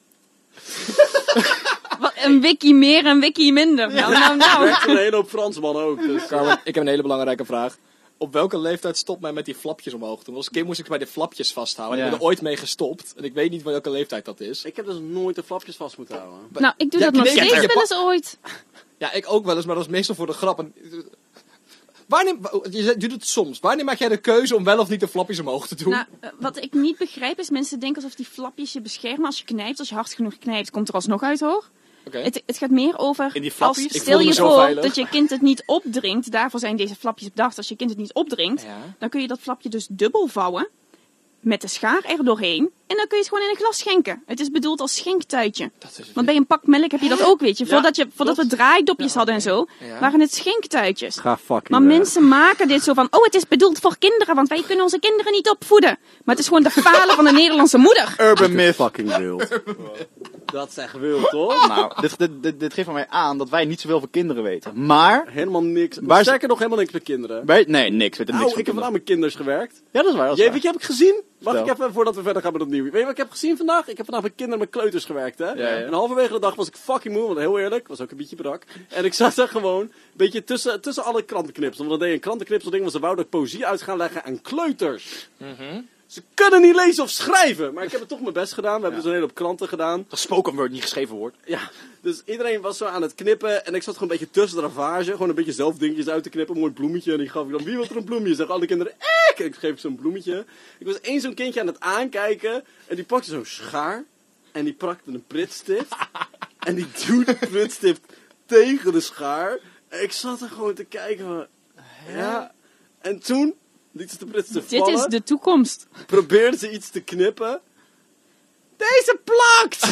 Wat, een wiki meer, een wiki minder. Nou, nou, nou. Werkt een hele hoop Fransman ook. Dus, Carmen, ik heb een hele belangrijke vraag. Op welke leeftijd stopt mij met die flapjes omhoog te doen? Als kind moest ik bij de flapjes vasthouden. Ja. Ik ben er ooit mee gestopt. En ik weet niet welke leeftijd dat is. ik heb dus nooit de flapjes vast moeten houden. Nou, ik doe Ja, dat nog nee, steeds je wel eens ooit. Ja, ik ook wel eens, maar dat is meestal voor de grap. En, wanneer, je, zegt- je doet het soms. Wanneer maak jij de keuze om wel of niet de flapjes omhoog te doen? Nou, eh, wat ik niet begrijp is, mensen denken alsof die flapjes je beschermen als je knijpt. Als je hard genoeg knijpt, komt er alsnog uit, hoor. Oké. Het, het gaat meer over, In die flappies? als, Ik stel voelde je me zo voor veilig. dat je kind het niet opdrinkt. Daarvoor zijn deze flapjes bedacht. Als je kind het niet opdrinkt, Ja. dan kun je dat flapje dus dubbel vouwen. Met de schaar er doorheen. En dan kun je het gewoon in een glas schenken. Het is bedoeld als schenktuitje. Dat is Want bij een pak melk heb je dat ook, weet je. Ja, Voordat, je, voordat we draaidopjes hadden en zo, Ja. waren het schenktuitjes. Ga fucking Maar mensen maken dit zo van, oh, het is bedoeld voor kinderen, want wij kunnen onze kinderen niet opvoeden. Maar het is gewoon de falen van de Nederlandse moeder. Urban myth. fucking wild. Dat is echt wild, toch? Nou, dit, dit, dit, dit geeft van mij aan dat wij niet zoveel van kinderen weten. Maar, Helemaal niks. Waar is- Sterker nog, helemaal niks met kinderen. wij, nee, niks. We weten niks Nou, van ik heb vandaag kinderen. met kinders gewerkt. Ja, dat is waar. Dat is Jee, waar. weet je, heb ik gezien? Wacht ik Vertel. even, voordat we verder gaan met opnieuw. Weet je wat ik heb gezien vandaag? Ik heb vandaag met kinderen met kleuters gewerkt, hè? Ja, ja. En halverwege de dag was ik fucking moe, want heel eerlijk, was ook een beetje brak. En ik zat daar gewoon, een beetje tussen, tussen alle krantenknipsels. Want dan deed je een krantenknipsel ding, want ze wouden poëzie uit gaan leggen aan kleuters. Ze kunnen niet lezen of schrijven, maar ik heb het toch mijn best gedaan. We hebben dus een hele hoop kranten gedaan. Gesproken wordt, niet geschreven wordt. Ja, dus iedereen was zo aan het knippen en ik zat gewoon een beetje tussen de ravage. Gewoon een beetje zelf dingetjes uit te knippen, een mooi bloemetje. En die gaf ik dan, wie wil er een bloemetje? Zeggen alle kinderen, ek! En ik geef zo'n bloemetje. Ik was één zo'n kindje aan het aankijken en die pakte zo'n schaar en die prakte een pritstift. En die duwde de pritstift tegen de schaar. En ik zat er gewoon te kijken van, ja. En toen liet ze de pritstift Dit vallen. is de toekomst. Probeerde ze iets te knippen. Deze plakt!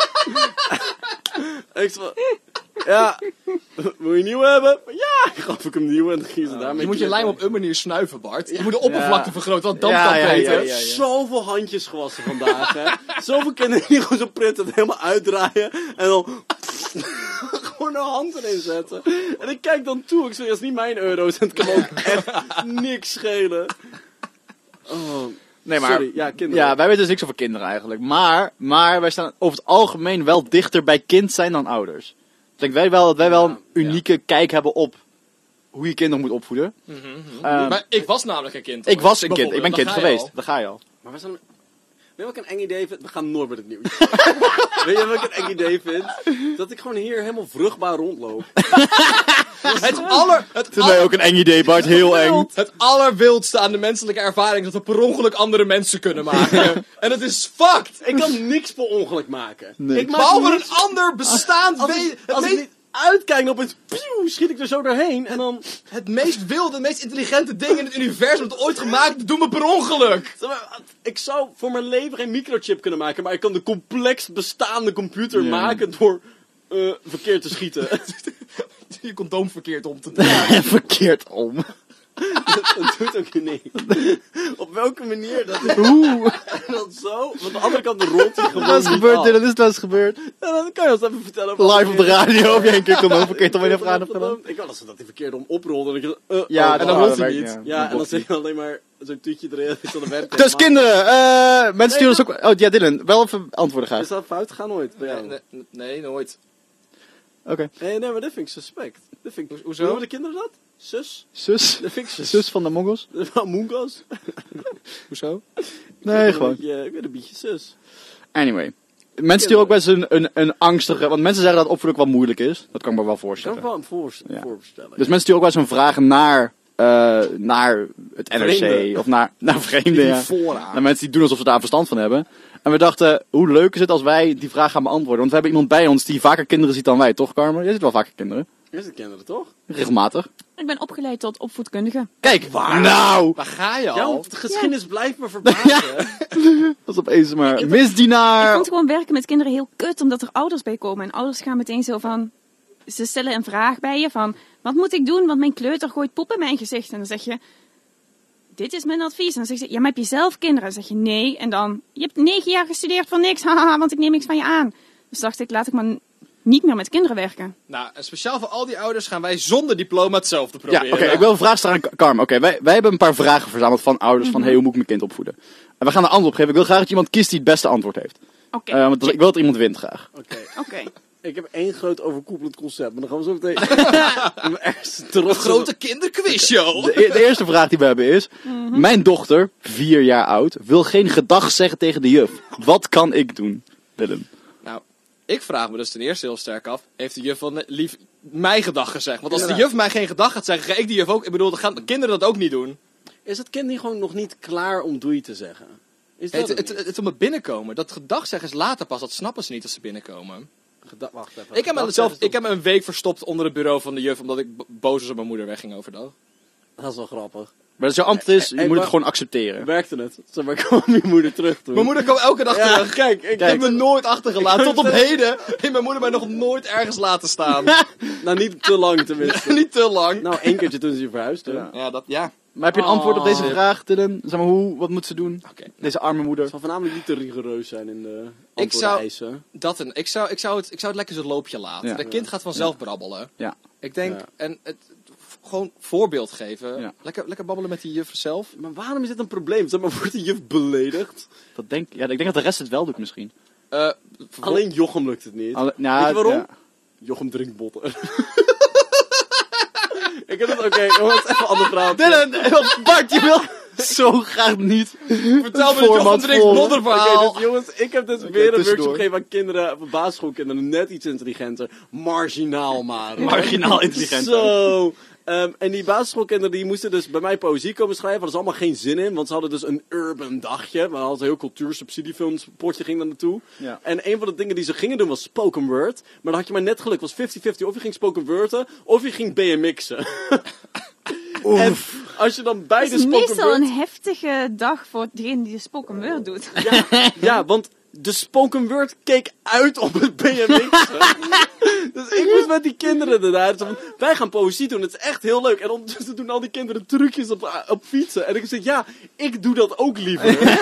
En ik zei, ja, wil je een nieuwe hebben? Ja, gaf ik hem nieuw en dan ging ze daarmee Je moet je knippen. lijm op een manier snuiven, Bart. Je moet de oppervlakte Ja. vergroten, want dan Ja, kan ja, het beter. ja, ja, ja. Zoveel handjes gewassen vandaag, hè. Zoveel kinderen die gewoon zo pritten het helemaal uitdraaien. En dan gewoon een hand erin zetten. En ik kijk dan toe. Ik zeg, dat is niet mijn euro's. En het kan me ook echt niks schelen. Oh, Nee, maar, sorry. Ja, kinderen. ja, wij weten dus niks over kinderen eigenlijk. Maar, maar wij staan over het algemeen wel dichter bij kind zijn dan ouders. Dus ik denk wij wel dat wij wel een unieke kijk hebben op hoe je kinderen moet opvoeden. Ehm, Maar ik was namelijk een kind. ik hoor. was een kind, ik ben Bijvoorbeeld, kind daar ga je geweest. al. Daar ga je al. Maar we zijn... Weet je wat ik een eng idee vind? We gaan nooit met het nieuws. Weet je wat ik een eng idee vind? Dat ik gewoon hier helemaal vruchtbaar rondloop. Het aller... Het Het is mij ook een eng idee, Bart. Heel eng. Het allerwildste aan de menselijke ervaring is dat we per ongeluk andere mensen kunnen maken. En het is fucked! Ik kan niks per ongeluk maken. Nee. Ik maak Behalve niks- een ander bestaand... Als, we- ik, het, als ik meest, niet uitkijk op het... Pieuw, schiet ik er zo doorheen. En dan... het meest wilde, het meest intelligente ding in het universum dat ooit gemaakt doen we per ongeluk. Zeg maar, Ik zou voor mijn leven geen microchip kunnen maken. Maar ik kan de complex bestaande computer Ja. maken door... eh, verkeerd te schieten. Je condoom verkeerd om te doen. Verkeerd om. Dat doet ook niet. Op welke manier dat is. Hoe? Dat zo. Van de andere kant rolt hij gewoon Wat is niet gebeurd, af. Dylan? Is het wel eens gebeurd? Ja, dan kan je ons even vertellen. over Live op de radio. Heb jij een keer condoom verkeerd om in de gedaan. gedaan? Ik wou dat ze dat hij verkeerd om oprolde. En, ik, uh, Ja, oh, en dan oh, rolt hij werkt, niet. Ja, en dan zie je alleen maar zo'n tuutje erin. Is dan een werk. Dus kinderen, eh mensen sturen ons ook... Oh, ja, Dylan, wel even antwoorden Is graag. dat fout? Ga nooit. bij jou. Nee, nee, nee, nooit. Oké. Nee, nee, maar dit vind ik suspect. Dit vind ik... Hoezo? Hoe noemen de kinderen dat? Zus? Zus? Dat vind ik zus. Zus van de Mongols? Amoongas? Hoezo? Nee, gewoon. Ja, ik ben een beetje zus. Anyway. Mensen sturen ook best een, een, een angstige... Want mensen zeggen dat opvoeden ook wel moeilijk is. Dat kan ik me wel Ik kan voorstellen. me wel een voorst- Ja. voorstellen. Dus mensen sturen ook wel eens een vraag naar uh, naar het N R C Vreemden. of naar, naar vreemden. Die Ja. vooraan. Naar mensen die doen alsof ze daar verstand van hebben. En we dachten, hoe leuk is het als wij die vraag gaan beantwoorden? Want we hebben iemand bij ons die vaker kinderen ziet dan wij, toch Carmen? Jij ziet wel vaker kinderen. Is het kinderen toch? Regelmatig. Ik ben opgeleid tot opvoedkundige. Kijk, nou! Waar ga je al? Jouw geschiedenis blijft me verbazen. Dat is opeens maar Ik- misdienaar. Ik vond gewoon werken met kinderen heel kut, omdat er ouders bij komen. En ouders gaan meteen zo van... Ze stellen een vraag bij je van... Wat moet ik doen, want mijn kleuter gooit poep in mijn gezicht. En dan zeg je... Dit is mijn advies. En dan zeg je... Ja, maar heb je zelf kinderen? En dan zeg je nee. En dan... Je hebt negen jaar gestudeerd voor niks. Haha, want ik neem niks van je aan. Dus dacht ik, laat ik maar niet meer met kinderen werken. Nou, en speciaal voor al die ouders gaan wij zonder diploma hetzelfde Ja, proberen. oké, ik wil een vraag stellen aan Carmen. Oké, wij, wij hebben een paar vragen verzameld van ouders van, hey, hoe moet ik mijn kind opvoeden? En we gaan er antwoord op geven. Ik wil graag dat iemand kiest die het beste antwoord heeft. Oké. Eh, want dat- ik wil dat er iemand wint graag. Oké, Oké. ik heb één groot overkoepelend concept, maar dan gaan we zo meteen... Ik ben ergens trots Een op- grote kinderquizshow. De, e- de eerste vraag die we hebben is... Mijn dochter, vier jaar oud, wil geen gedag zeggen tegen de juf. Wat kan ik doen? Willem. Nou, ik vraag me dus ten eerste heel sterk af. Heeft de juf wel ne- lief mij gedag gezegd? Want als de Inderdaad. juf mij geen gedag gaat zeggen, ga ik die juf ook... Ik bedoel, dan gaan de kinderen dat ook niet doen. Is het kind niet gewoon nog niet klaar om doei te zeggen? Is dat Het, het, het, niet? het, het om het binnenkomen. Dat gedag zeggen is later pas. Dat snappen ze niet als ze binnenkomen. Geda- Wacht even. Ik heb, Gedag mezelf, zeggen ik heb me een week verstopt onder het bureau van de juf. Omdat ik b- boos was op mijn moeder wegging overdag. Dat is wel grappig. Maar dus jouw antwoord is, je Hey, moet het maar- gewoon accepteren. Werkte het? Zeg maar, kwam je moeder terug toen? Mijn moeder kwam elke dag Ja, terug. kijk, ik Ik heb me nooit achtergelaten. Ik Tot op kan je heden heeft mijn moeder mij nog nooit ergens laten staan. Nou, niet te lang tenminste. Niet te lang. Nou, één keertje toen ze hier verhuisde. Ja. Ja, dat, ja. Maar heb je een antwoord op deze Oh. vraag, Dylan? Zeg maar, hoe, wat moet ze doen? Oké. Deze arme moeder. Het zal voornamelijk niet te rigoureus zijn in de Ik zou- eisen. Dat en, ik, zou, ik, zou het, ik zou het lekker zijn loopje laten. Ja. Dat kind gaat vanzelf brabbelen. Ja. Ik denk, Ja. en het, f- gewoon voorbeeld geven. Ja. Lekker, lekker babbelen met die juf zelf. Maar waarom is dit een probleem? Zeg maar, wordt de juf beledigd? Dat denk, ja, ik denk dat de rest het wel doet misschien. Eh, Alleen Jochem lukt het niet. Alle- ja, Weet je waarom? ja. Jochem drinkt botten. Ik heb het, oké, jongens, even een ander verhaal. Dylan, Bart, je wil zo graag niet. Vertel me dat Format Jochem drinkt vol. modderverhaal. Oké, dus jongens, ik heb dus weer een tussendoor. workshop gegeven aan kinderen, op basisschoolkinderen, net iets intelligenter. Marginaal maar. hoor. Marginaal intelligent. Zo. Ehm, en die basisschoolkinderen die moesten dus bij mij poëzie komen schrijven. Daar hadden ze allemaal geen zin in, want ze hadden dus een urban dagje. We hadden een heel cultuursubsidiefilms potje ging daar naartoe. Ja. En een van de dingen die ze gingen doen was spoken word. Maar dan had je maar net geluk. Het was vijftig vijftig. Of je ging spoken worden, of je ging B M X'en. En als je dan Het beide is spoken meestal word... een heftige dag voor degene die de spoken word doet. Ja, ja, want de spoken word keek uit op het B M X. Dus ik moest met die kinderen ernaar. Zo van, wij gaan poëzie doen, het is echt heel leuk. En ondertussen doen al die kinderen trucjes op, op fietsen. En ik zeg, ja, ik doe dat ook liever.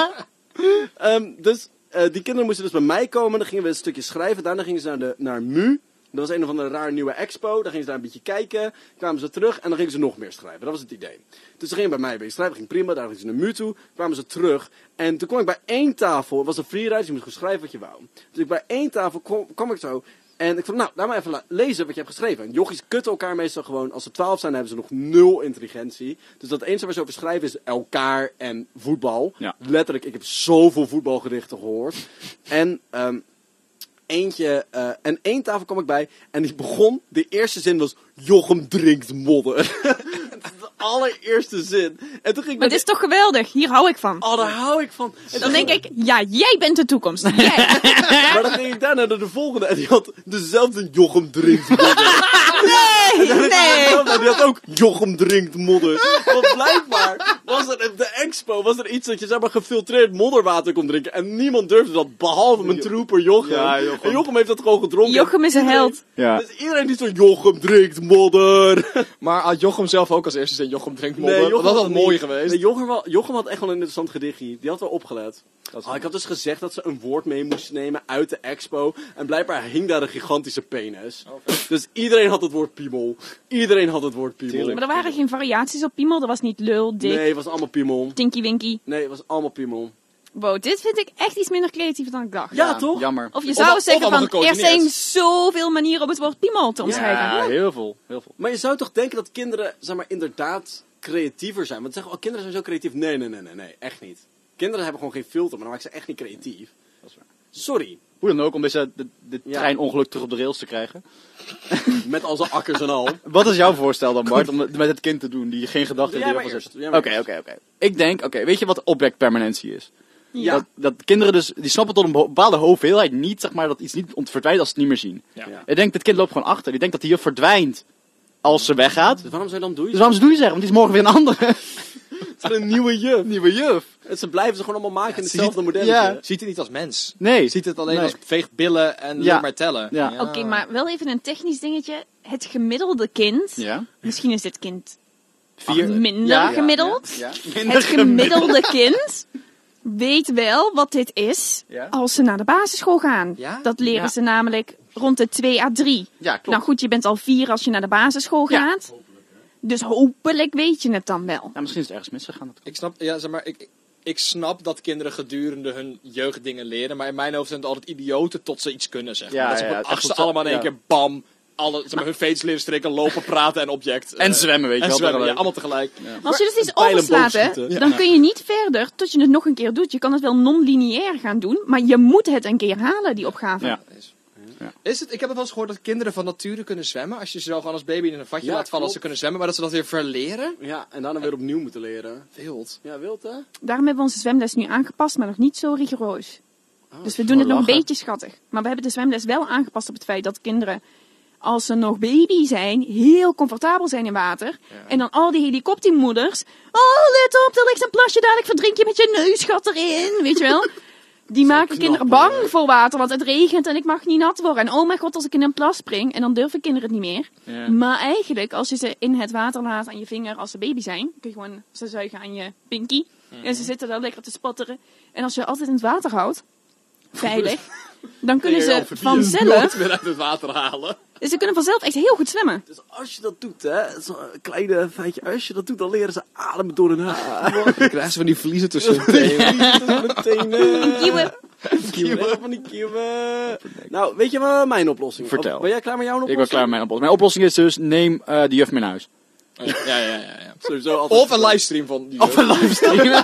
Ehm, dus eh, die kinderen moesten dus bij mij komen. Dan gingen we een stukje schrijven. Daarna gingen ze naar, de, naar M U. Dat was een of andere raar nieuwe expo. Dan gingen ze daar een beetje kijken. Kwamen ze terug en dan gingen ze nog meer schrijven. Dat was het idee. Dus ze gingen bij mij een beetje schrijven. Ging prima. Daar gingen ze naar M U toe. Kwamen ze terug. En toen kwam ik bij één tafel. Het was een freeride. Je moest gewoon schrijven wat je wou. Dus ik bij één tafel kwam, kwam ik zo. En ik vond, nou, laat maar even la- lezen wat je hebt geschreven. En jochies kutten elkaar meestal gewoon. Als ze twaalf zijn, dan hebben ze nog nul intelligentie. Dus dat enige waar ze over schrijven is elkaar en voetbal. Ja. Letterlijk, ik heb zoveel voetbalgedichten gehoord. En ehm, eentje, eh, en één tafel kwam ik bij. En die begon, de eerste zin was, Jochem drinkt modder. De allereerste zin. En toen ging ik Maar met dit is toch geweldig? Hier hou ik van. Oh, daar hou ik van. En Dan denk ik, ja, jij bent de toekomst. Jij. Maar dan ging ik daarna naar de volgende en die had dezelfde Jochem drinkt modder. Nee, nee. Maar die had ook Jochem drinkt modder. Want blijkbaar was er op de expo was er iets dat je zeg maar gefiltreerd modderwater kon drinken. En niemand durfde dat, behalve mijn trooper Jochem. Ja, Jochem. En Jochem heeft dat gewoon gedronken. Jochem is een held. Ja. Dus iedereen die zo Jochem drinkt modder. Maar had Jochem zelf ook als eerste zin Jochem drinkt modder? Jochem Want dat was had mooi niet. geweest. Nee, Jochem, wel, Jochem had echt wel een interessant gedichtje. Die had wel opgelet. Oh, ik had dus gezegd dat ze een woord mee moesten nemen uit de expo. En blijkbaar hing daar een gigantische penis. Dus iedereen had het woord piemel. Iedereen had het woord piemel. Tuurlijk. Maar er waren geen variaties op piemel. Er was niet lul, dik, Nee, het was allemaal piemel. tinky winky. Nee, het was allemaal piemel. Wow, dit vind ik echt iets minder creatief dan ik dacht. Ja, toch? Jammer. Of je Of- zou of zeggen allemaal van, er gecoördineerd. zijn zoveel manieren om het woord piemel te omschrijven. Ja, heel veel. Heel veel. Maar je zou toch denken dat kinderen, zeg maar, inderdaad creatiever zijn. Want ze zeggen, oh, kinderen zijn zo creatief. Nee, nee, nee, nee, nee, echt niet. Kinderen hebben gewoon geen filter, maar dan maken ze echt niet creatief. Dat is waar. Sorry. Hoe dan ook, om deze, dit, dit Ja. treinongeluk terug op de rails te krijgen. Met al zijn akkers en al. Wat is jouw voorstel dan, Bart, om het met het kind te doen die geen gedachten Doe in jij de maar wereld eerst, zet? doe jij maar Oké, eerst. oké, oké. Ik denk, oké, weet je wat objectpermanentie is? Ja. Dat, dat kinderen dus, die snappen tot een bepaalde hoeveelheid niet, zeg maar, dat iets niet ont- verdwijnt als ze het niet meer zien. Ja. Ja. Ik denk, dat kind loopt gewoon achter. Die denkt dat die juf verdwijnt als ze weggaat. Dus waarom zou je dan doen? Dus waarom ze doe je zeggen? Want die is morgen weer een andere. Het is een nieuwe juf. Nieuwe juf. En ze blijven ze gewoon allemaal maken in het hetzelfde ziet- model. ja. Ziet het niet als mens. Nee. Ziet het alleen Nee. als veegt billen en Ja. leer maar tellen. Ja. Oké, maar wel even een technisch dingetje. Het gemiddelde kind, Ja. misschien is dit kind Vier. minder Ja. gemiddeld. Ja. Het gemiddelde kind weet wel wat dit is Ja. als ze naar de basisschool gaan. Ja? Dat leren Ja. ze namelijk rond de twee à drie. Ja, klopt. Nou goed, je bent al vier als je naar de basisschool Ja. gaat. Dus hopelijk weet je het dan wel. Ja, misschien is het ergens misgegaan. Dat Ik snap, ja, zeg maar, ik, ik snap dat kinderen gedurende hun jeugd dingen leren, maar in mijn hoofd zijn het altijd idioten tot ze iets kunnen, zeg maar. Ja, dat ze op ja, het echt achtste tot ze- allemaal in één ja. keer bam, alle, zeg maar, hun faces leren strikken, lopen, praten en object. En eh, zwemmen, weet je en wel, zwemmen, ja, tegelijk. allemaal tegelijk. Maar als je dus iets pijlen overslaat, hè, boogschieten. dan kun je niet verder tot je het nog een keer doet. Je kan het wel non-lineair gaan doen, maar je moet het een keer halen, die opgave. Ja. Is. Ja. Is het, ik heb het wel eens gehoord dat kinderen van nature kunnen zwemmen. Als je ze zo gewoon als baby in een vatje Ja, laat vallen, dat klopt. ze kunnen zwemmen, maar dat ze dat weer verleren. Ja, en daarna weer opnieuw moeten leren. Wild. Ja, wild hè? Daarom hebben we onze zwemles nu aangepast, maar nog niet zo rigoureus. Oh, Dus we doen het nog een lachen. beetje schattig. Maar we hebben de zwemles wel aangepast op het feit dat kinderen, als ze nog baby zijn, heel comfortabel zijn in water. En dan al die helikoptermoeders. Oh, let op, er ligt een plasje, dadelijk verdrink je met je neusgat erin. Weet je wel? Die maken kinderen bang voor water, want het regent en ik mag niet nat worden. En oh mijn god, als ik in een plas spring, en dan durven kinderen het niet meer. Ja. Maar eigenlijk, als je ze in het water laat aan je vinger als ze baby zijn, kun je gewoon ze zuigen aan je pinky. En ze zitten daar lekker te spatteren. En als je altijd in het water houdt, veilig, dan kunnen ze Nooit vanzelf, weer uit het water halen. ze kunnen vanzelf echt heel goed zwemmen. Dus als je dat doet, hè, zo'n kleine feitje, als je dat doet, dan leren ze ademen door hun haar. Dan krijgen ze van die vliezen tussen hun Meteen, eh, Kieuwen. kieuwen van die kieuwen. Nou, weet je wat mijn oplossing is? Vertel. Of ben jij klaar met jouw oplossing? Ik ben klaar met mijn oplossing. Mijn oplossing is dus, neem eh de juf mee naar huis. Ja, ja, ja, ja, ja. Sowieso altijd. Of een livestream van die Of een livestream.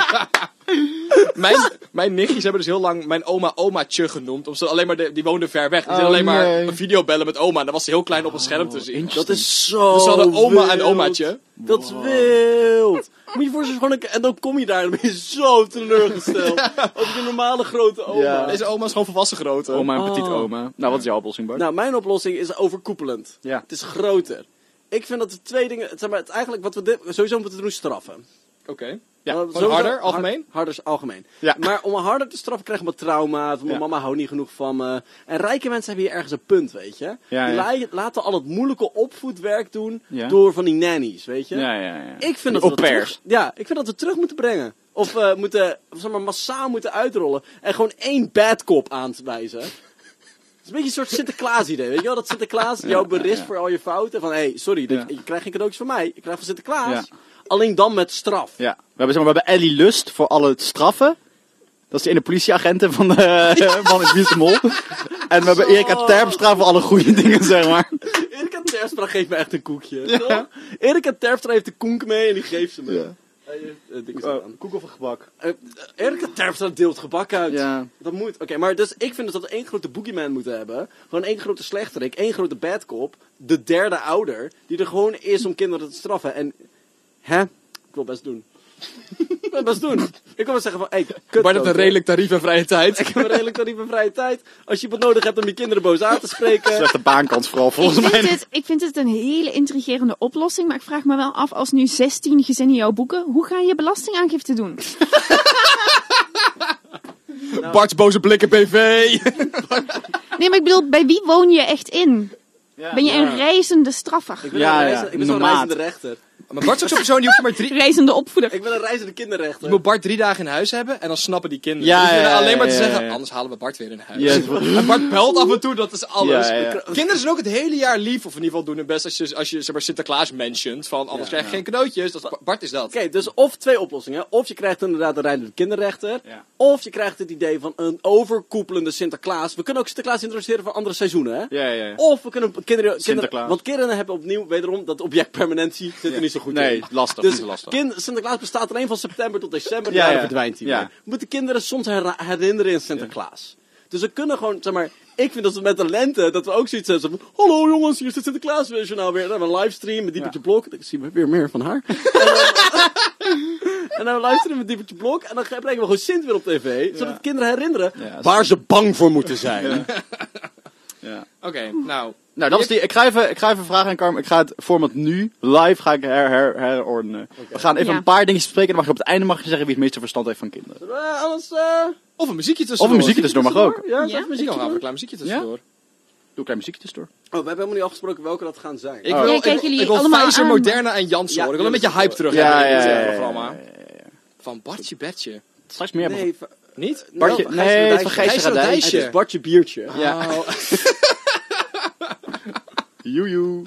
Mijn, mijn nichtjes hebben dus heel lang mijn oma omaatje genoemd. Omdat ze alleen maar de, die woonden ver weg. Die Oh, deden alleen maar nee. een videobellen met oma. En dan was ze heel klein op een scherm te zien. Dat is zo Dus ze hadden oma en wild. omaatje. Dat is wild. Moet je voorstellen, gewoon een, en dan kom je daar en dan ben je zo teleurgesteld. Over je normale grote oma. Ja. Deze oma is gewoon volwassen grootte. Oma en Oh. petit oma. Nou, wat is jouw oplossing, Bart? Nou, mijn oplossing is overkoepelend. Ja. Het is groter. Ik vind dat de twee dingen, zeg maar, het eigenlijk wat we dit, sowieso moeten doen is straffen. Oké. Ja, Maar gewoon sowieso- harder, algemeen? hard- harder is algemeen. Ja. Maar om harder te straffen krijg je wat trauma. Van mijn Ja. mama houdt niet genoeg van me. En rijke mensen hebben hier ergens een punt, weet je. Ja, Die ja. la- laten al het moeilijke opvoedwerk doen Ja. door van die nannies, weet je. Ja, ja, ja. Ik vind Die dat we au dat terug, pairs. ja, ik vind dat we terug moeten brengen. Of we moeten, of zeg maar, massaal moeten uitrollen. En gewoon één bad cop aanwijzen. Het is een beetje een soort Sinterklaas idee, weet je wel? Dat Sinterklaas jou berist voor al je fouten. Van, hé, hey, sorry, dat- Ja. je krijgt geen cadeautjes van mij. Je krijgt van Sinterklaas. Ja. Alleen dan met straf. Ja. We hebben, zeg maar, we hebben Ellie Lust voor alle straffen. Dat is de ene politieagenten van, de, van het Wie is de Mol. En we hebben Erika Terpstra voor alle goede dingen, zeg maar. Erika Terpstra geeft me echt een koekje. toch? Erika Terpstra heeft de koek mee en die geeft ze me. Ja. Hey, eh, dingen Oh, zo aan. koek of een gebak? Eh, Erika Terpstra deelt gebak uit. Ja. Dat moet. Oké, maar dus ik vind dus dat we één grote boogeyman moeten hebben. Gewoon één grote slechterik, één grote bad cop. De derde ouder. Die er gewoon is om kinderen te straffen. En, hè? Ik wil best doen. Ik wil best doen. Ik wil wel zeggen van, hey, kut. Maar dat een ook, redelijk tarief en vrije tijd. Ik heb een redelijk tarief en vrije tijd. Als je iemand nodig hebt om je kinderen boos aan te spreken. Slechte baankans vooral, Ik volgens vind, mij. het, ik vind het een hele intrigerende oplossing, maar ik vraag me wel af, als nu zestien gezinnen jou boeken, hoe ga je belastingaangifte doen? Bart's boze blikken B V. Nee, maar ik bedoel, bij wie woon je echt in? Ja. Ben je een reizende straffer? Ik ben Ja, een, ja, reizende, ik ben zo'n nomaat. reizende rechter. Maar Bart is ook zo'n persoon die hoeft maar drie... Reizende opvoeder. Ik ben een reizende kinderrechter. Je moet Bart drie dagen in huis hebben en dan snappen die kinderen. Ja, dus we ja, ja, alleen maar te ja, zeggen, ja. anders halen we Bart weer in huis. Ja, het wordt- En Bart belt af en toe, dat is alles. Ja, ja. Kinderen zijn ook het hele jaar lief, of in ieder geval doen hun best als je, als je zeg maar, Sinterklaas mentioned, van anders Ja, krijg je geen cadeautjes. Dat is, Bart is dat. Oké, dus of twee oplossingen. Of je krijgt inderdaad een rijdende kinderrechter. Ja. Of je krijgt het idee van een overkoepelende Sinterklaas. We kunnen ook Sinterklaas introduceren voor andere seizoenen, hè? Ja, ja, ja. Of we kunnen kinderen... kinderen Sinterklaas. want kinderen hebben opnieuw, wederom, dat objectpermanentie zit er niet zo goed Nee, in. lastig. Dus niet lastig. kind, Sinterklaas bestaat alleen van september tot december. Ja, Ja, ja. verdwijnt hij Ja. weer. We moeten kinderen soms her- herinneren in Sinterklaas. Dus Dus we kunnen gewoon, zeg maar... Ik vind dat we met de lente, dat we ook zoiets hebben van... Hallo jongens, hier is het Sinterklaasjournaal weer. En dan hebben we een livestream met Diepertje ja. Blok. Dan zien we weer meer van haar. en, dan, en dan luisteren we met Diepertje Blok. En dan brengen we gewoon Sint weer op tv. Zodat ja. kinderen herinneren ja, waar ze bang voor moeten zijn. Ja. ja. Oké, okay, nou... Nou, dat is die. Ik ga even, ik ga even vragen aan Carmen. Ik ga het format nu, live, ga ik her, her, herordenen. Okay. We gaan even ja. een paar dingetjes bespreken. En dan mag je op het einde mag je zeggen wie het meeste verstand heeft van kinderen. Uh, alles, uh... Of een muziekje tussendoor. Of een muziekje tussendoor mag ook. Ja, ja? muziekje gaan we een klein muziekje tussendoor. Ja? Doe een klein muziekje tussendoor. Oh, we hebben helemaal niet afgesproken welke dat gaan zijn. Ik wil, ja, kijk, ik, jullie ik wil allemaal Pfizer, aan. Moderna en Janssen hoor. Ik wil een beetje hype terug ja, hebben in ja, het ja, ja, programma. Ja, ja, ja, ja. Van Bartje Bertje. Straks meer nee, hebben. Niet? Bartje, no, nee, het is van Gijsje Radijsje. Het is Bartje Biertje. Ja. Oh. Joejoe.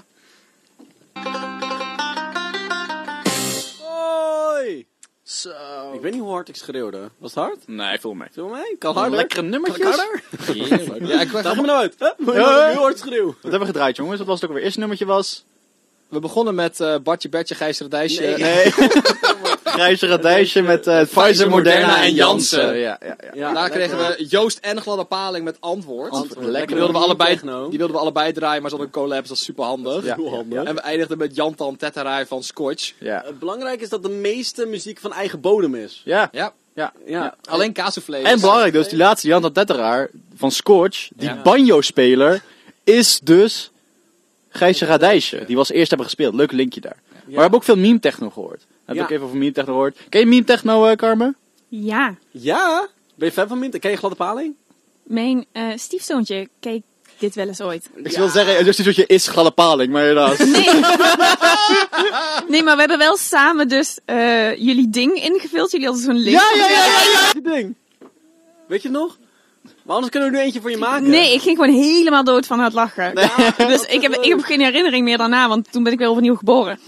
Hoi! Zo. Ik weet niet hoe hard ik schreeuwde. Was het hard? Nee, veel mee. Veel mee? Kan harder? Lekkere nummertjes. Kan harder? Heerlijk. Ja, ik Daar gaan we nou uit. Huh? Ja. Heel hard schreeuw. Wat hebben we gedraaid, jongens? Wat was het ook weer? Eerste nummertje was... We begonnen met uh, Bartje Bertje, Gijs Radijsje. Nee. nee. Gijsje Radijsje met uh, Pfizer, Moderna en Janssen. Ja, ja, ja. Ja, daar kregen we Joost en Gladde Paling met Antwoord. Antwoord. Die Lekker. wilden we allebei, die wilden we allebei draaien, maar ze hadden een collab, dat is super handig. Ja. Heel handig. En we eindigden met Jantan Tetterij van Scotch. Ja. Het belangrijk is dat de meeste muziek van eigen bodem is. Ja. Ja. Ja. Ja. Alleen kaasvlees. En belangrijk dus, die laatste Jan Tetteraar van Scorch, die Ja. banjo-speler, is dus Gijsje Radijsje. Die was eerst hebben gespeeld. Leuk linkje daar. Maar we hebben ook veel meme-techno gehoord. Heb Ja. ik even over meme-techno gehoord. Ken je meme-techno, uh, Carmen? Ja. Ja? Ben je fan van Mint? Ken je Gladde Paling? Mijn uh, stiefzoontje keek dit wel eens ooit. Ik wil zeggen, dus die is gladde paling, maar helaas. Nee. nee, maar we hebben wel samen dus uh, jullie ding ingevuld. Jullie hadden zo'n link. Ja, ja, ja, ja, ja. Die ding. Weet je het nog? Maar anders kunnen we er nu eentje voor je maken. Nee, ik ging gewoon helemaal dood van het lachen. Nee. Ja, dus ik heb, ik heb geen herinnering meer daarna, want toen ben ik weer overnieuw geboren.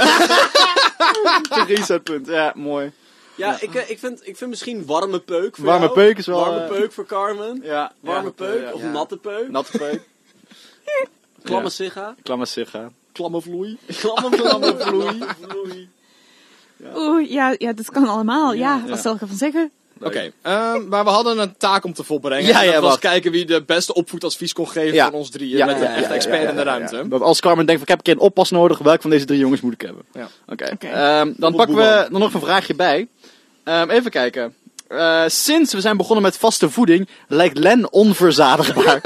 Resetpunt, ja, mooi. Ja, ik, ik, vind, ik vind misschien warme peuk voor Warme jou. peuk is wel... Warme uh, peuk voor Carmen. Ja. Warme ja, peuk ja, of ja. natte peuk. Natte peuk. Klamme Ja. sigga. Klamme sigga. Klamme vloei. Klamme, klamme vloei. vloei. Ja. Oeh, ja, ja, dat kan allemaal. Ja, Ja. wat zal ik ervan zeggen? Oké, okay, um, maar we hadden een taak om te volbrengen. Ja, en ja, dat was wacht. kijken wie de beste opvoedadvies kon geven Ja. van ons drieën. Ja, met ja, de ja, echte ja, expert ja, ja, in de ja, ruimte. ja. Dat als Carmen denkt, van, ik heb een keer een oppas nodig, welke van deze drie jongens moet ik hebben? Ja. Oké. Oké. Okay. Um, dan pakken we er nog een vraagje bij. Um, even kijken. Uh, sinds we zijn begonnen met vaste voeding, lijkt Len onverzadigbaar.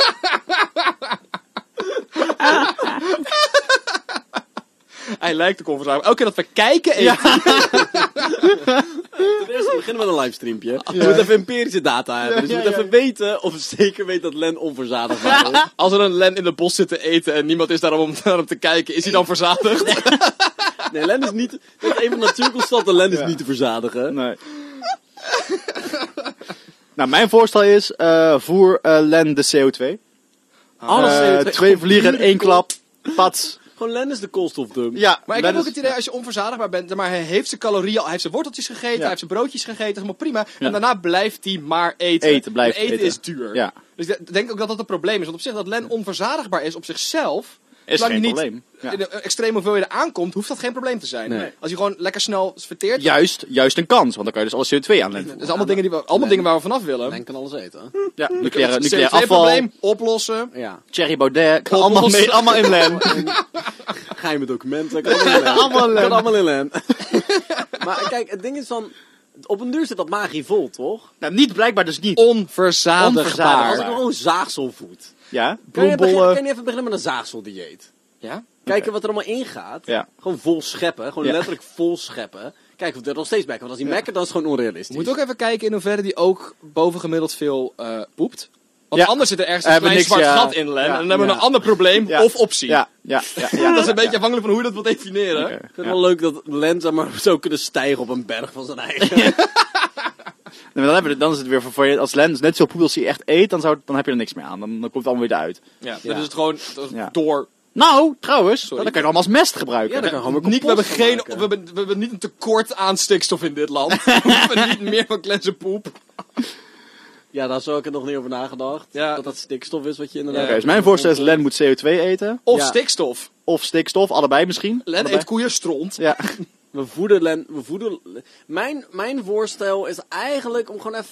Hij lijkt ook onverzadigbaar. Elke keer dat we kijken eten. Ja. Ten eerste beginnen we een livestreampje. Ja. We moeten even empirische data hebben. Dus we Ja, moeten ja, even weten of we zeker weten dat Len onverzadigbaar is. Als er een Len in de bos zit te eten en niemand is daar om naar hem te kijken, is hij dan verzadigd? Nee, nee Len is niet... Dat is een van de natuurconstanten. Len is Ja. niet te verzadigen. Nee. Nou, mijn voorstel is, uh, voer uh, Len de C O twee. Alles Uh, C O twee. twee vliegen in één klap. Pats. Gewoon Len is de koolstofdump. Ja, Maar ik Len heb ook is- het idee, als je onverzadigbaar bent, maar hij heeft zijn calorieën al, hij heeft zijn worteltjes gegeten, Ja. hij heeft zijn broodjes gegeten, dat is helemaal prima. Ja. En daarna blijft hij maar eten. Eten, blijft en eten, eten. is duur. Ja. Dus ik denk ook dat dat een probleem is. Want op zich dat Len onverzadigbaar is op zichzelf, Is zolang geen hij niet probleem. Ja. in de extreme hoeveelheden aankomt, hoeft dat geen probleem te zijn. Nee. Als hij gewoon lekker snel verteert, Juist, juist een kans, want dan kan je dus alle C O twee aanleggen. dat zijn allemaal, dingen, die we, allemaal Len- dingen waar we vanaf willen. Len kan alles eten. Ja, nucleaire, Het nucleair C O twee afval, probleem oplossen. Ja. Thierry Baudet, kan Oplossen. allemaal, mee, allemaal in Len. Geheime documenten. Kan allemaal in Len. Allemaal in Len. Kan allemaal in Len. Maar kijk, het ding is van... Op een duur zit dat magie vol, toch? Nou, niet blijkbaar dus niet. Onverzadigbaar. Onverzadigbaar. Als ik gewoon zaagsel voed. Ja, Kan je, beginnen, bloembollen. kan je even beginnen met een zaagseldieet? Ja? Kijken wat er allemaal ingaat. Ja. Gewoon vol scheppen. Gewoon Ja. letterlijk vol scheppen. Kijken of er nog steeds bij komt. Want als die mekken, dan is het gewoon onrealistisch. Je moet ook even kijken in hoeverre die ook bovengemiddeld veel uh, poept. Want Ja. anders zit er ergens een Hebben klein niks, zwart ja. gat in, Len. Ja. En dan hebben we Ja. een ander probleem Ja. of optie. Ja, ja, ja. ja. Dat is een beetje afhankelijk van hoe je dat wilt definiëren. Oké. Ik vind het Ja. wel leuk dat Len zeg maar, zou kunnen stijgen op een berg van zijn eigen. Nee, maar dan, hebben we, dan is het weer voor, voor je, als Len net zo poep als hij echt eet, dan, zou, dan heb je er niks meer aan. Dan, dan komt het allemaal weer uit. Ja, Ja. dan is het gewoon dat is Ja. door. Nou, trouwens, Sorry. dan kan je het allemaal als mest gebruiken. Ja, dan kan je gewoon weer Nick, we hebben, compost van geen, we, maken. hebben, we hebben niet een tekort aan stikstof in dit land. We hebben niet meer van Glense poep. Ja, daar zou ik er nog niet over nagedacht. Ja. Dat dat stikstof is wat je inderdaad... Oké, dus mijn voorstel is Len moet C O twee eten. Of Ja. stikstof. Of stikstof, allebei misschien. Len Allebei. eet koeien stront. Ja. We voeden Len... We voeden... Mijn, mijn voorstel is eigenlijk om gewoon even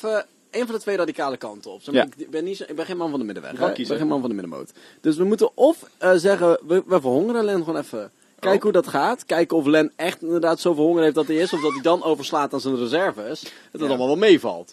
een van de twee radicale kanten op. Zeg Ja. maar, ik, ben niet zo, ik ben geen man van de middenweg. Je Hè? kan Ik ben kiezen. geen man van de middenmoot. Dus we moeten of uh, zeggen, we, we verhongeren Len gewoon even. Kijken Oh. hoe dat gaat. Kijken of Len echt inderdaad zoveel honger heeft dat hij is. Of dat hij dan overslaat aan zijn reserves. Dat het Ja. allemaal wel meevalt.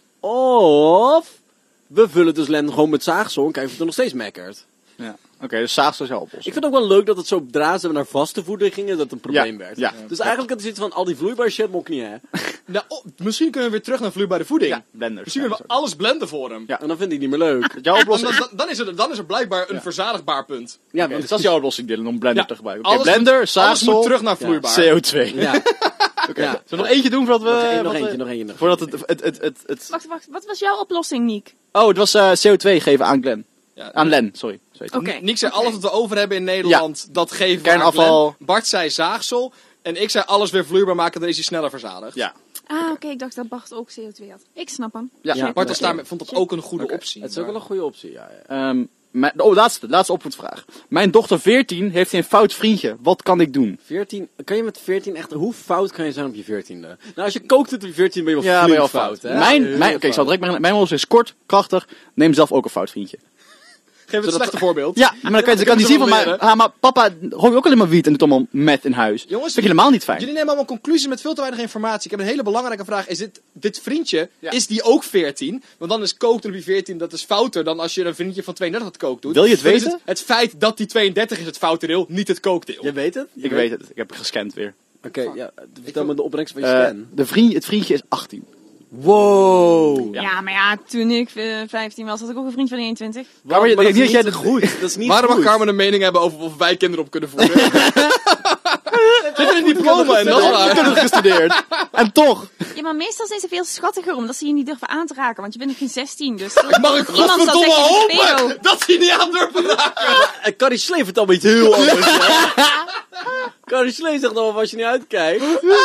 Of we vullen dus Len gewoon met zaagsel en kijken of het er nog steeds mekkert. Ja. Oké, dus zaagsel is jouw oplossing. Ik vind het ook wel leuk dat het zo zodra ze naar vaste voeding gingen, dat het een probleem Ja, werd. ja. Dus eigenlijk had het zoiets van, al die vloeibare shit mocht niet, hè. Nou, oh, misschien kunnen we weer terug naar vloeibare voeding. Ja, blenders. Misschien kunnen we alles blenden voor hem. Ja. En dan vind ik het niet meer leuk. Jouw En oplossing... dan, dan, dan, is er, dan is er blijkbaar een verzadigbaar punt. Ja, Oké, want dus dat is jouw oplossing, Dylan, om blender Ja, te gebruiken. Oké, alles blender, moet, alles zaagsel, moet terug naar vloeibaar. C O twee. Ja. Oké. Ja. Zullen we nog eentje doen voordat we... Nog één, nog wat, eentje, eh, nog eentje. nog Voordat eentje. het... het, het, het, het... Wacht, wacht. Wat was jouw oplossing, Niek? Oh, het was eh, C O twee geven aan Glenn. Ja, Aan Len, sorry. sorry. Oké. Nick zei Oké. alles wat we over hebben in Nederland, dat geven we Kernafval. aan Glenn. Bart zei zaagsel. En ik zei alles weer vloeibaar maken, dan is hij sneller verzadigd. Ja. Ah, oké. Ik dacht dat Bart ook C O twee had. Ik snap hem. Ja. Ja. Bart was daar, vond dat ook een goede Oké. optie. Het is ook wel een goede optie, ja. ja. Ehm, mijn, oh, laatste, laatste opvoedvraag. Mijn dochter veertien heeft een fout vriendje. Wat kan ik doen? veertien, kan je met veertien echt, hoe fout kan je zijn op je veertiende? Nou, als je kookt het op je veertien ben je wel Ja, flink ben je al fout, fout. hè? Mijn, Heel mijn, Oké, ik zal fout. direct mijn, mijn oplossing is kort, krachtig. Neem zelf ook een fout vriendje. Geef het een slechte voorbeeld. Ja, maar dan kan je, dan kan die zien van, maar, ah, maar papa gooit ook alleen maar wiet en doet allemaal meth in huis. Jongens, vind ik helemaal niet fijn. Jullie nemen allemaal conclusies met veel te weinig informatie. Ik heb een hele belangrijke vraag. Is dit, dit vriendje, Ja. is die ook veertien? Want dan is koken op je veertien, dat is fouter dan als je een vriendje van tweeëndertig dat kook doet. Wil je het Dan is weten? Het, het feit dat die tweeëndertig is het foute deel, niet het kookdeel. Je weet het? Ik weet het, ik heb gescand weer. Oké, ja, vertel me de opbrengst van je Eh, scan. de vriend, het vriendje is achttien. Wow! Ja. maar ja, toen ik eh, vijftien was, had ik ook een vriend van eenentwintig. Maar je- dat niet is dat jij niet dat- goed. Dat is niet Waarom mag goed. Carmen een mening hebben over of wij kinderen op kunnen voeden? Ze hebben een diploma en dat is Ik waar. heb het gestudeerd. En toch. Ja, maar meestal zijn ze veel schattiger omdat ze je niet durven aan te raken. Want je bent nog geen zestien, dus... Mag ik Iemand zal godverdomme zeggen, je bent hopen pedo. dat hij niet aan durft te raken? En Carrie Slee vertelt me iets heel anders. hè. Carrie Slee zegt dan, als je niet uitkijkt,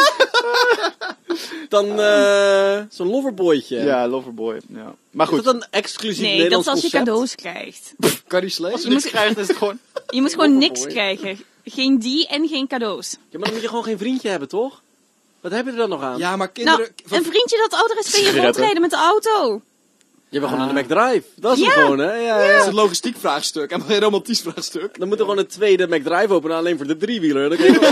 dan eh zo'n loverboytje. Ja, loverboy. Ja. Maar Is goed. dat een exclusief Nee, dat Nederlands is als je concept? cadeaus krijgt. Carrie Slee? Als je niks krijgt, is het gewoon... Je moet gewoon niks Loverboy. krijgen. Geen die en geen cadeaus. Ja, maar dan moet je gewoon geen vriendje hebben, toch? Wat heb je er dan nog aan? Ja, maar kinderen... Nou, een vriendje dat ouder is, kun je Sigaretten. rondrijden met de auto. Je bent gewoon aan de McDrive. Dat is Ja. het gewoon, hè? Ja, Dat ja. is een logistiek vraagstuk en geen romantisch vraagstuk. Dan moet er gewoon een tweede McDrive openen, alleen voor de driewieler. Dan kun je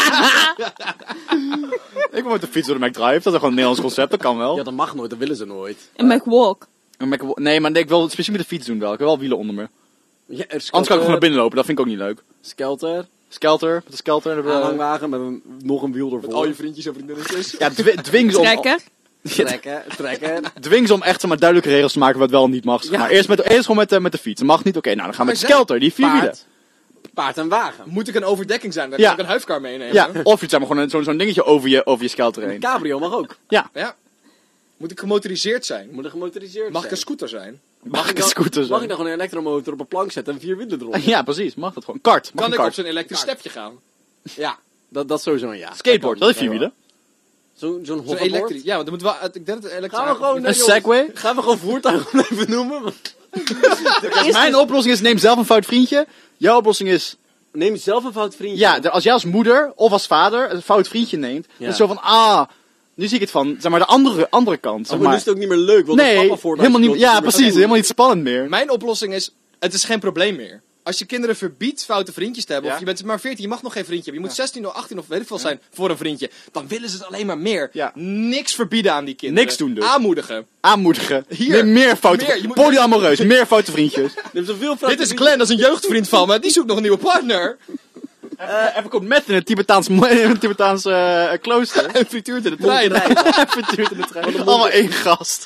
gewoon- Ik wil met de fiets door de McDrive. Dat is gewoon een Nederlands concept. Dat kan wel. Ja, dat mag nooit, dat willen ze nooit. Een McWalk. Een Mac- Nee, maar nee, ik wil het specifiek met de fiets doen wel. Ik wil wel wielen onder me. Ja, er is Anders kan ik gewoon naar skelter, binnen lopen. Dat vind ik ook niet leuk. Skelter, Skelter. Met de skelter. een aanhangwagen met een, nog een wiel ervoor. Met al je vriendjes en vriendinnetjes. Ja, dwi- dwing ze om... Trekker. trekken, trekken. Dwing ze om echt zeg maar, duidelijke regels te maken wat wel en niet mag. zeg Ja. Maar eerst, met, eerst gewoon met, de- met de fiets. Dat mag niet. Oké, nou dan gaan we met de Maar skelter. Die vier wielen. Paard. Paard en wagen. Moet ik een overdekking zijn? Dan Ja. kan ik een huifkar meenemen. Ja, of je zeg maar gewoon een- zo'n zo'n dingetje over je, over je skelter heen. Cabrio mag ook. Ja, Ja. Moet ik gemotoriseerd zijn? Moet er gemotoriseerd Mag ik een zijn. scooter zijn? mag ik dan- een scooter Mag ik zijn? dan gewoon een elektromotor op een plank zetten en vier wielen erop? Ja, precies. Mag dat gewoon. Kart. Mag Kan een ik op kart. zo'n elektrisch stepje gaan? Ja, dat, dat sowieso een ja. Skateboard. Dat is vier wielen. Zo'n zo'n Zo'n hoverboard. elektrisch. Ja, want dan moeten we. Ik denk dat het elektrisch. Gaan we gewoon... Een eh, jongens, Segway. Gaan we gewoon voertuigen even noemen? Want- Mijn oplossing is neem zelf een fout vriendje. Jouw oplossing is... Neem zelf een fout vriendje. Ja, de- als jij als moeder of als vader een fout vriendje neemt. Dan is het zo van... Ah, nu zie ik het van zeg maar, de andere, andere kant. Zeg Oh, maar nu maar. is het ook niet meer leuk. Want Nee, papa voor helemaal niet, ja, precies. Helemaal niet spannend meer. Mijn oplossing is: het is geen probleem meer. Als je kinderen verbiedt foute vriendjes te hebben, Ja. of je bent maar veertien, je mag nog geen vriendje hebben. Je moet zestien of achttien of weet ik veel zijn voor een vriendje. Dan willen ze het alleen maar meer. Ja. Niks verbieden aan die kinderen. Niks doen dus. Aanmoedigen. Aanmoedigen. Hier. Neem meer foute Meer, je moet- Polyamoreus, meer foute vriendjes. Neem zoveel fout Dit is Glenn, dat is een jeugdvriend van me. Die zoekt nog een nieuwe partner. Uh, even komt met in het Tibetaans, in het Tibetaans eh, klooster. En frituurt in de trein. Vertuurd in de trein. Allemaal één gast.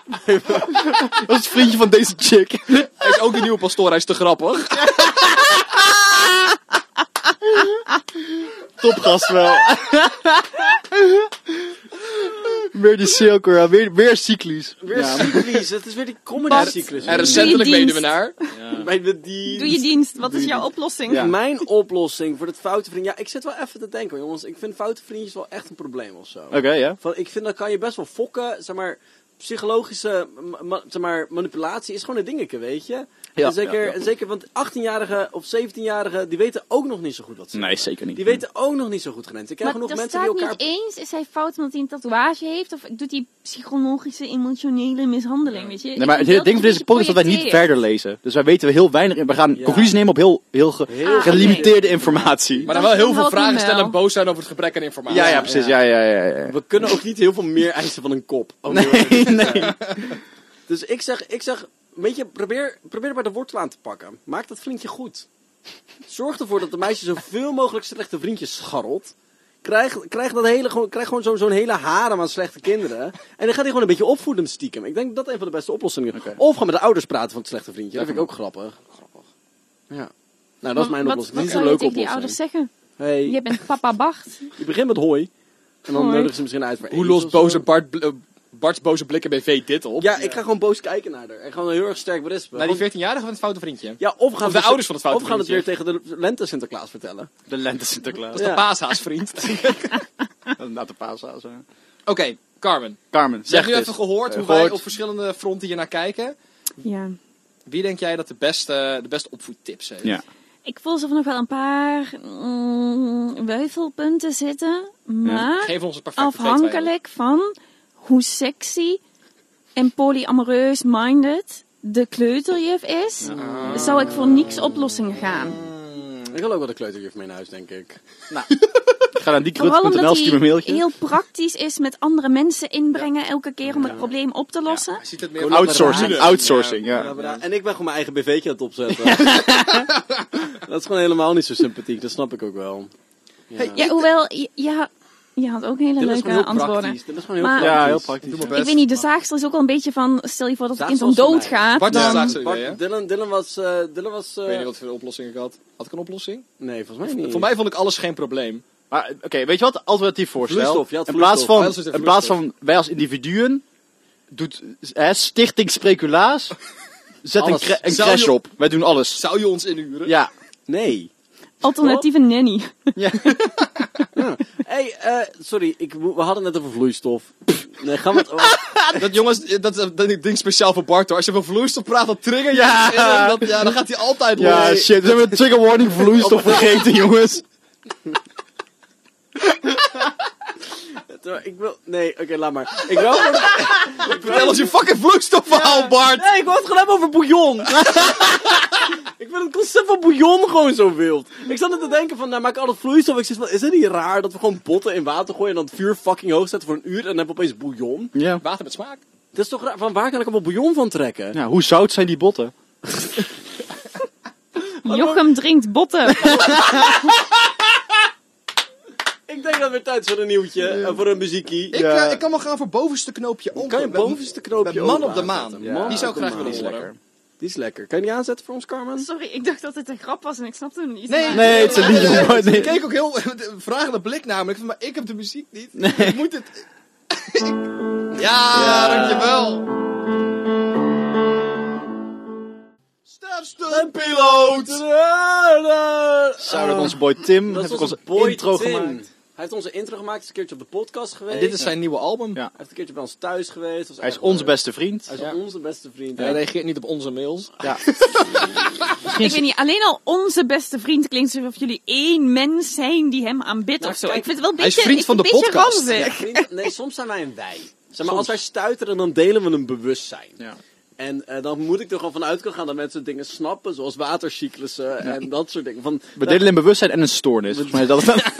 Dat is het vriendje van deze chick. Hij is ook de nieuwe pastoor, hij is te grappig. Topgast wel. Weer die cirkel, weer, weer cyclisch. Weer Ja. cyclisch. Het is weer die comedy-cyclus. En recentelijk Doe je dienst. weduwenaar. Bij de die... Doe je dienst. Wat is jouw oplossing? Ja. Mijn oplossing voor het foute vriend... Ja, ik zit wel even te denken, jongens. Ik vind foute vriendjes wel echt een probleem of zo. Oké, ja. Van, ik vind dat kan je best wel fokken, zeg maar... psychologische ma- zeg maar, manipulatie is gewoon een dingetje, weet je. Ja, en zeker, ja, ja. en zeker, want achttienjarigen of zeventienjarigen, die weten ook nog niet zo goed wat ze Nee, doen. zeker niet. Die weten ook nog niet zo goed grenzen. Ik ken Maar genoeg er mensen staat die elkaar... niet eens, is hij fout omdat hij een tatoeage heeft? Of doet hij psychologische, emotionele mishandeling, weet je? Nee, maar het hele ding van deze podcast is dat wij niet verder lezen. Dus wij weten heel weinig. We gaan Ja. conclusies nemen op heel, heel, ge- Heel Ah, gelimiteerde informatie. Maar dan wel heel Dan veel helpt vragen hem stellen en wel. boos zijn over het gebrek aan informatie. Ja, ja, precies. Ja, ja, ja, ja. We kunnen ook niet heel veel meer eisen van een kop. Oh, Nee, nee. Dus ik zeg, ik zeg weet je, probeer, probeer bij de wortel aan te pakken. Maak dat vriendje goed. Zorg ervoor dat de meisje zoveel mogelijk slechte vriendjes scharrelt. Krijg, krijg, dat hele, gewoon, krijg gewoon zo'n zo'n hele harem aan slechte kinderen. En dan gaat hij gewoon een beetje opvoeden stiekem. Ik denk dat dat een van de beste oplossingen is. Oké. Of gewoon met de ouders praten van het slechte vriendje. Dat vind ik ook grappig. Grappig. Ja. Nou, dat is mijn wat, oplossing. Wat Dit is zou een je leuke tegen die ouders oplossing. zeggen? Hey, Je bent papa Bart. je begint met hoi. En dan Hoi. nodigen ze misschien uit voor Hoe eten lost of zo. boze Bart, uh, Bart's boze blikken B V dit op? Ja, ik ga gewoon boos kijken naar haar. En gewoon heel erg sterk berispen. Naar die Gewoon- veertienjarige van het foute vriendje? Ja, of we gaan Of de het- ouders van het foute Of we gaan het weer vriendje. tegen de lente Sinterklaas vertellen. De lente Sinterklaas. Dat is Ja. de paashaasvriend. Dat is inderdaad de paashaas. hè. Oké, Carmen. Carmen, Je zeg hebt nu het even eens. gehoord Eh, hoe gehoord. wij op verschillende fronten hier naar kijken. Ja. Wie denk jij dat de beste, de beste opvoedtips heeft? Ja. Ik voel ze nog wel een paar mm, wuivelpunten zitten. Maar Geef ons een perfecte twee, twee. afhankelijk van hoe sexy en polyamoreus minded de kleuterjuf is, zou ik voor niks oplossingen gaan. Ik wil ook wel de kleuterjuf mee naar huis, denk ik. Ik ga naar die Vooral krut punt n l omdat stuur een hij mailtje. heel praktisch is met andere mensen inbrengen elke keer om het probleem op te lossen. Hij ziet het meer Gewoon Outsourcing, Ja. outsourcing, Ja, ja. maar daar- en ik ben gewoon mijn eigen B V'tje aan het opzetten. Dat is gewoon helemaal niet zo sympathiek, dat snap ik ook wel. Ja. Ja, hoewel, je, je, had, je had ook hele Dit is leuke gewoon heel antwoorden. praktisch. Dit is gewoon heel Maar- praktisch. Ja, heel praktisch. Doe maar ja. best. Ik weet niet, de zaagster is ook wel een beetje van, stel je voor dat het kind Zaagster om was dood voor mij. gaat. Bart is dan- zaagster. Bart- idee, hè? Dylan, Dylan was... eh, Dylan was eh, Ik weet niet wat voor oplossing ik had. Had ik een oplossing? Nee, volgens mij niet. Voor mij vond ik alles geen probleem. Maar oké, weet je wat? Alternatief voorstel. Vloeistof, je had in plaats vloeistof. van, Wij als in plaats vloeistof. van wij als individuen doet hè, Stichting Spreculaas zet een, Alles. cra- een Zou crash je- op. Wij doen alles. Zou je ons inhuren? Ja. Nee. Alternatieve nanny. hey, eh, sorry, ik, we hadden het over vloeistof. Nee, gaan we het... oh, Dat jongens, dat is een ding speciaal voor Bart hoor. Als je van vloeistof praat, dan trigger je Ja. iets in hem. Dat, ja, dan gaat hij altijd los. Ja, shit. We hebben een trigger warning vloeistof vergeten, jongens. ik wil... Nee, oké, laat maar. Ik wil gewoon... Vertel ons je fucking vloeistofverhaal, Bart. Nee, ik wil het gewoon hebben over bouillon. Ik vind het concept van bouillon gewoon zo wild. Ik zat net te denken van, nou maak ik altijd vloeistof. Ik zeg van, is het niet raar dat we gewoon botten in water gooien en dan het vuur fucking hoog zetten voor een uur en dan hebben we opeens bouillon? Ja. Water met smaak. Dat is toch raar? Van waar kan ik allemaal bouillon van trekken? Ja, hoe zout zijn die botten? Jochem drinkt botten. Ik denk dat het weer tijd is voor een nieuwtje en voor een muziekie. Ik, Ja. eh, ik kan wel gaan voor bovenste knoopje open. Kan je Met- bovenste knoopje met Man open op de Maan. aanzetten? Ja. Man Die zou op ik de graag willen Maan. Die is horen. lekker. Die is lekker. Kan je die aanzetten voor ons, Carmen? Sorry, ik dacht dat het een grap was en ik snapte hem niet. Nee, Maar- Nee, het is een liedje. hoor. Ik Nee. keek ook heel een vragende blik namelijk, van, maar ik heb de muziek niet. Ik moet het... ja, Ja. dankjewel. Sterfste piloot. Shout-out onze boy Tim. Dat Heb is ik onze onze boy intro Tim. gemaakt. Hij heeft onze intro gemaakt, is een keertje op de podcast geweest. En dit is zijn nieuwe album. Ja. Hij heeft een keertje bij ons thuis geweest. Was Hij is echt onze leuk. beste vriend. Hij is Ja. onze beste vriend. Hij reageert niet op onze mails. Ja. Ik weet niet, alleen al onze beste vriend klinkt alsof jullie één mens zijn die hem aanbidt Nou, of zo. kijk, ik vind het wel een hij is beetje, vriend ik van vind de het een beetje podcast. ranzig. Vriend- nee, soms zijn wij een wij. Zeg maar, als wij stuiteren, dan delen we een bewustzijn. Ja. En eh, dan moet ik er gewoon vanuit kunnen gaan dat mensen dingen snappen, zoals watercyclussen en dat soort dingen. Van, We delen een bewustzijn en een stoornis. Volgens mij is dat het.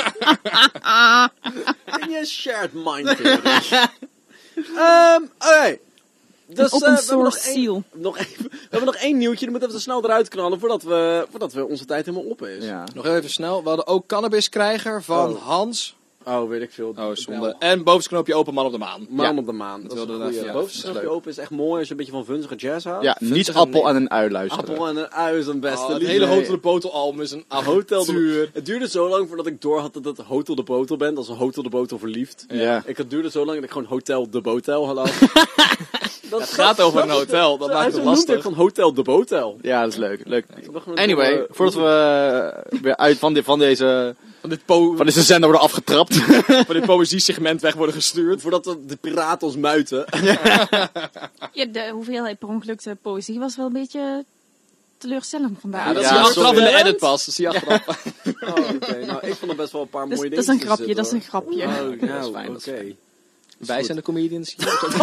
Ken je shared mind theory? Ehm, Oké. Dus, Een eh, open we hebben nog source één- ziel. Nog even, we hebben nog één nieuwtje, dat moeten we even snel eruit knallen voordat we, voordat we onze tijd helemaal op is. Ja. Nog heel even snel. We hadden ook cannabiskrijger van Oh. Hans. Oh, weet ik veel. Oh, zonde. En bovenste knoopje open Man op de Maan. Maan Ja. op de maan. Dat is wilde een ik goeie. even- ja, Bovenste dat is knopje leuk. open is echt mooi als je een beetje van vunzige jazz houdt. Ja, Vind niet ze appel een- en een ui luisteren. Appel en een ui is een beste Oh, het lied. hele Nee. Hotel de Botel album is een Hotel de, avontuur. het duurde zo lang voordat ik door had dat het Hotel de Botel bent, als een Hotel de Botel verliefd. Ja. Ik, het duurde zo lang dat ik gewoon Hotel de Botel had. Dat Het gaat over een hotel, dat maakt het Hij noemt lastig. ook van Hotel de Botel. Ja, dat is leuk. leuk. Ik ben gewoon Anyway, door- voordat we eh, weer uit van, de, van deze Van dit, po- Van is de zender worden afgetrapt. van dit poëzie-segment weg worden gestuurd. Voordat de, de piraten ons muiten. Ja, de hoeveelheid per ongeluk de poëzie was wel een beetje teleurstellend vandaag. Ja, dat Ja, zie je achteraf in de sorry. edit pas. Dat zie je achteraf. Oh, oké. Nou, ik vond er best wel een paar Dus, mooie dat is dingen. een grapje, dat is een grapje. Oh, dat is nou, fijn, oké. dat is fijn. Wij zijn de comedians.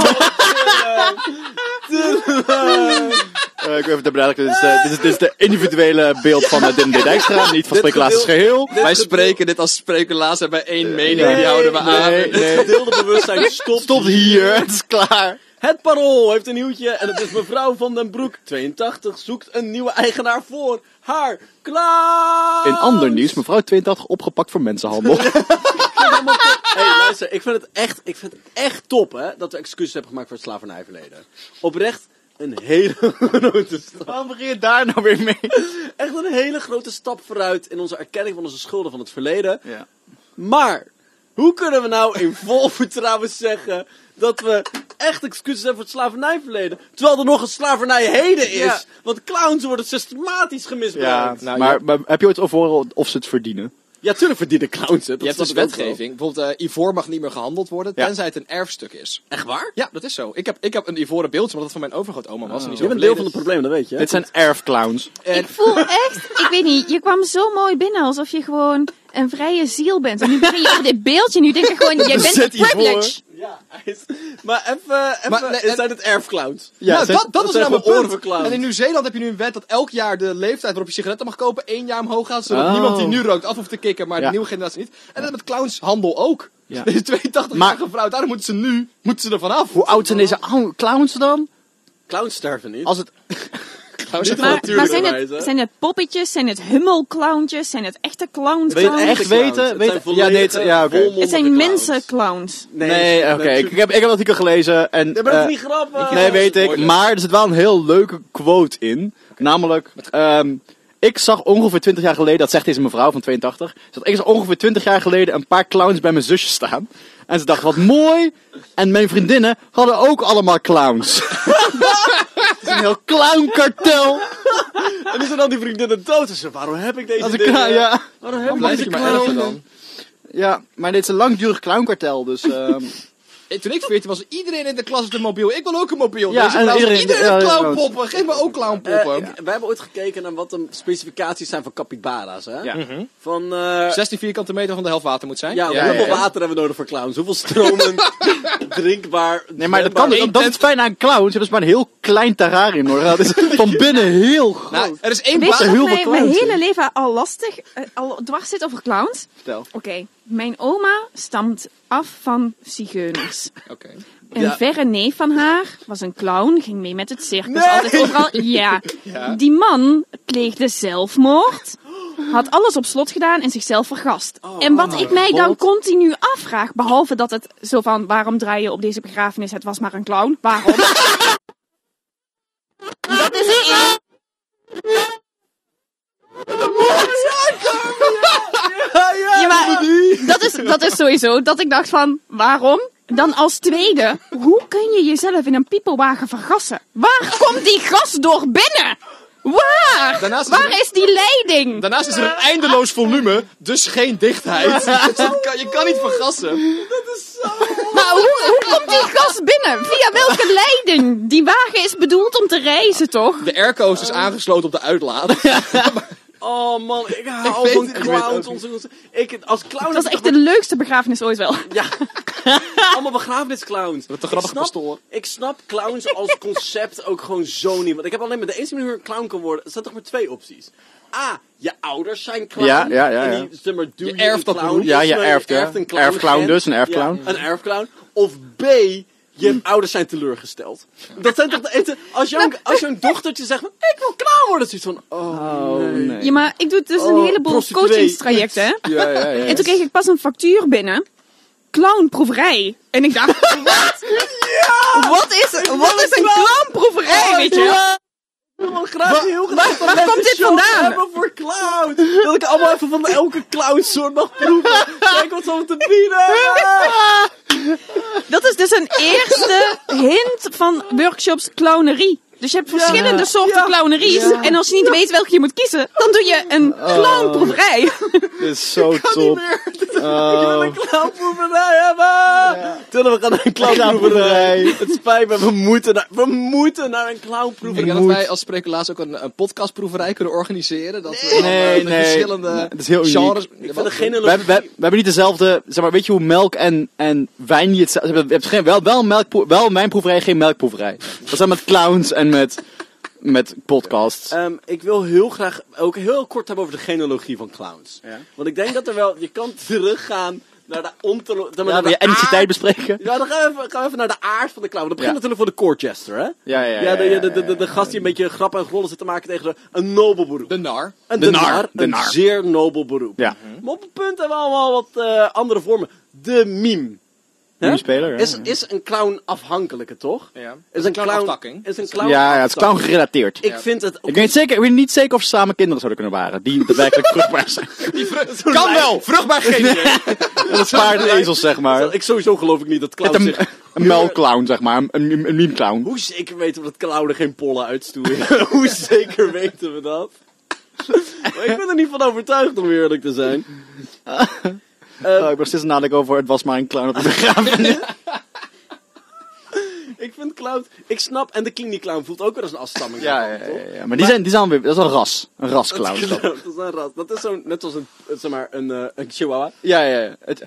Uh, ik wil even te benadrukken, dit is de, dit is, dit is de individuele beeld van uh, Dim D. Dijkstra, niet van Dit Speculaties gedeelte- Geheel. Wij spreken dit als speculaas en bij één mening, nee, die houden we aan. nee. Het gedeelde bewustzijn stopt, Stop hier, het is klaar. Het Parool heeft een nieuwtje en het is mevrouw Van den Broek, tweeëntachtig, zoekt een nieuwe eigenaar voor haar clown. In ander nieuws, mevrouw tweeëntachtig opgepakt voor mensenhandel. Hey, luister, ik vind het echt, ik vind het echt top, hè, dat we excuses hebben gemaakt voor het slavernijverleden. Oprecht een hele grote stap. Waarom begin je daar nou weer mee? Echt een hele grote stap vooruit in onze erkenning van onze schulden van het verleden. Ja. Maar, hoe kunnen we nou in vol vertrouwen zeggen dat we echt excuses hebben voor het slavernijverleden, terwijl er nog een slavernijheden is? Ja. Want clowns worden systematisch Ja, gemisbruikt. Nou, maar, je- maar heb je ooit over horen of ze het verdienen? Ja, tuurlijk verdienen clowns het. Je hebt dus wetgeving. Bijvoorbeeld, uh, ivoor mag niet meer gehandeld worden, Ja. tenzij het een erfstuk is. Echt waar? Ja, dat is zo. Ik heb, ik heb een ivoren beeldje, omdat dat van mijn overgrootoma was. En die is Je bent deel van overleden. het probleem, dat weet je. hè? Dit zijn erfclowns. En- Ik voel echt, ik weet niet, je kwam zo mooi binnen alsof je gewoon een vrije ziel bent. En nu begin je over dit beeldje en nu denk ik gewoon, jij bent Zet hiervoor. privileged. Ja, hij is- maar even, even Maar, nee, het zijn het erfclowns. Ja, nou, ze- dat, dat dat is zijn nou mijn gewoon punt. oorverclowns. En in Nieuw-Zeeland heb je nu een wet dat elk jaar de leeftijd waarop je sigaretten mag kopen één jaar omhoog gaat, zodat Oh. niemand die nu rookt af hoeft te kicken, maar Ja. de nieuwe generatie niet. En dat met clownshandel ook. Ja. Deze tweeëntachtig-jarige Maar- vrouw, daarom moeten ze nu moeten ze er vanaf. Hoe oud zijn deze oude clowns dan? Clowns sterven niet. Als het... Clowns Niet zijn Maar, van maar natuurlijke zijn, wijze. het, zijn het poppetjes, zijn het hummelclowntjes, zijn het echte clowns? Wil je clowns? het echt echte clowns? weten? Het Weet- zijn ja, nee, het- volledige, ja, oké. volmondige Het zijn clowns. mensenclowns. Nee, oké. Ik, ik, heb, ik heb het artikel gelezen en... Ja, maar dat eh, is niet grappig. nee, weet ik. Spoiler. Maar er zit wel een heel leuke quote in. Namelijk... ehm, ik zag ongeveer twintig jaar geleden, dat zegt deze mevrouw van tweeëntachtig, dat ik zag ongeveer twintig jaar geleden een paar clowns bij mijn zusje staan. En ze dacht, wat mooi. En mijn vriendinnen hadden ook allemaal clowns. Het is een heel clownkartel. En is er dan die vriendinnen dood? En ze, waarom heb ik deze Als ik, dingen? ja, Waarom heb ik Blijf deze je maar erven clown? dan. ja, maar dit is een langdurig clownkartel, dus... ehm, Eh, Toen ik veertien was, iedereen in de klas had een mobiel. Ik wil ook een mobiel. Ja, Deze en vrouw zegt, iedereen- iedereen ja, heeft ja, clownpoppen. Geef me ook clownpoppen. Eh, wij hebben ooit gekeken naar wat de specificaties zijn van capybara's, hè? ja. Van, eh zestien vierkante meter van de helft water moet zijn. ja, Ja, hoeveel ja, ja. water hebben we nodig voor clowns? Hoeveel stromen drinkbaar? Nee, maar dat kan zwembaar- dat, dat is het fijne aan clowns. Je hebt dus maar een heel klein terrarium nodig. Het is van binnen heel groot. Nou, er is één Weet je baan. heel wat veel mijn, mijn clowns, hele leven al lastig, eh, al dwars zit over clowns? Vertel. Oké, mijn oma stamt af van zigeuners. Oké. Een Ja. verre neef van haar was een clown, ging mee met het circus, Nee! altijd overal. Ja. Ja. Die man pleegde zelfmoord, had alles op slot gedaan en zichzelf vergast. en wat ik mij dan God. continu afvraag, behalve dat het zo van, waarom draai je op deze begrafenis, het was maar een clown, waarom? Dat is het. Ja, maar dat is, dat is sowieso dat ik dacht van, waarom? Dan als tweede, hoe kun je jezelf in een piepelwagen vergassen? Waar komt die gas door binnen? Waar? Daarnaast is Waar er- is die leiding? Daarnaast is er een eindeloos volume, dus geen dichtheid. Dus dat kan, je kan niet vergassen. Maar hoe, hoe komt die gas binnen? Via welke leiding? Die wagen is bedoeld om te reizen, toch? De airco is dus aangesloten op de uitlaat. Oh man, ik hou weet van het, ik weet het clowns. ook Onze, onze- ik, als clown Dat was heb echt ik de leukste begrafenis ooit wel. Ja, allemaal begrafenisclowns. Wat een Ik grappige snap- pastoor. Ik snap clowns als concept ook gewoon zo niet. Want ik heb alleen maar de enige manier hoe je een clown kan worden. Er zijn toch maar twee opties. A, je ouders zijn clown. Ja, ja, ja, ja. En die, zeg maar, doe Je je erft een dat clown. beroep. Ja, je Dus, erft, uh, ja. een Erfclown gen. dus, een erfclown. Ja, een erfclown. Of B, je ouders zijn teleurgesteld. Dat zijn toch de eten. Als jouw als jouw dochtertje zegt van, ik wil clown worden. Dan zoiets van, oh, Oh, nee. nee. Ja, maar ik doe dus een Oh, heleboel prostituee. coachingstrajecten, hè? Ja, ja, ja. En toen kreeg ik pas een factuur binnen. Clownproeverij. En ik dacht, wat? Wat is, wat is een clownproeverij, weet je? Ik wil graag heel graag waar dat komt mensen dit shows vandaan? hebben voor clowns. Dat ik allemaal even van elke clownsoort mag proeven. Kijk wat ze hebben te bieden. Dat is dus een eerste hint van workshops clownerie. Dus je hebt verschillende Ja. soorten Ja. clowneries. Ja. En als je niet weet welke je moet kiezen, dan doe je een clownproeverij. Dit is zo Kan top. niet meer. Ik wil Oh. een clownproeverij hebben. Tillen, we gaan naar een clownproeverij. Het spijt me, we moeten naar, we moeten naar een Ik clownproeverij. denk dat wij als Spreekulaas ook een, een podcastproeverij kunnen organiseren. Dat we dan, Nee, eh, de nee. verschillende Het is heel uniek. genres... Ik vind Wat? er geen We hebben, we, we hebben niet dezelfde, zeg maar, weet je hoe melk en, en wijn niet hetzelfde hebben? Je hebt geen, wel, wel, melkproe, wel mijn proeverij, geen melkproeverij. Dat zijn met clowns en met, met podcasts. Ehm, ik wil heel graag ook heel kort hebben over de genealogie van clowns. Ja. Want ik denk dat er wel, je kan teruggaan naar de ontolo... Ja, wil je etniciteit bespreken? Ja, dan gaan we, even, gaan we even naar de aard van de clown. Dat begint Ja. natuurlijk voor de courtjester, hè? Ja, ja, ja. Ja, de, ja, de, de, de, ja, de gast die een beetje grap en grollen zit te maken tegen de, een nobel beroep. De nar. Een de de nar, nar, de een nar. zeer nobel beroep. Ja. Maar op het punt hebben we allemaal wat eh, andere vormen. De meme. Hè? Meme-speler, ja. Is, is een clown afhankelijke, toch? Ja. Is een clown aftakking. Is een clown Ja, ja, het is clown aftakking. gerelateerd. Ik vind het... Ik weet, zeker, ik weet niet zeker of ze samen kinderen zouden kunnen baren. Die daadwerkelijk vruchtbaar zijn. Kan wel! Vruchtbaar geen idee. Dat is paard en ezels, zeg maar. Ik sowieso geloof ik niet dat Met clowns een, zich... een melkclown, zeg maar. Een, een, een meme-clown. Hoe zeker weten we dat clownen geen pollen uitstoeien? Hoe zeker weten we dat? Maar ik ben er niet van overtuigd om eerlijk te zijn. Eh, Oh, ik ben steeds aan het nadenken over het was maar een clown op de begrafenis. ik vind clowns... Ik snap... En de kliniekclown voelt ook weer als een afstamming. Ja, daarvan, ja, toch? ja, ja. Maar die zijn, die zijn weer, dat is een ras. Een ras Dat clown. is, is dat. dat is een ras. Dat is zo'n... Net als een... Zeg maar, een, eh, een chihuahua. Ja, ja, ja. Het,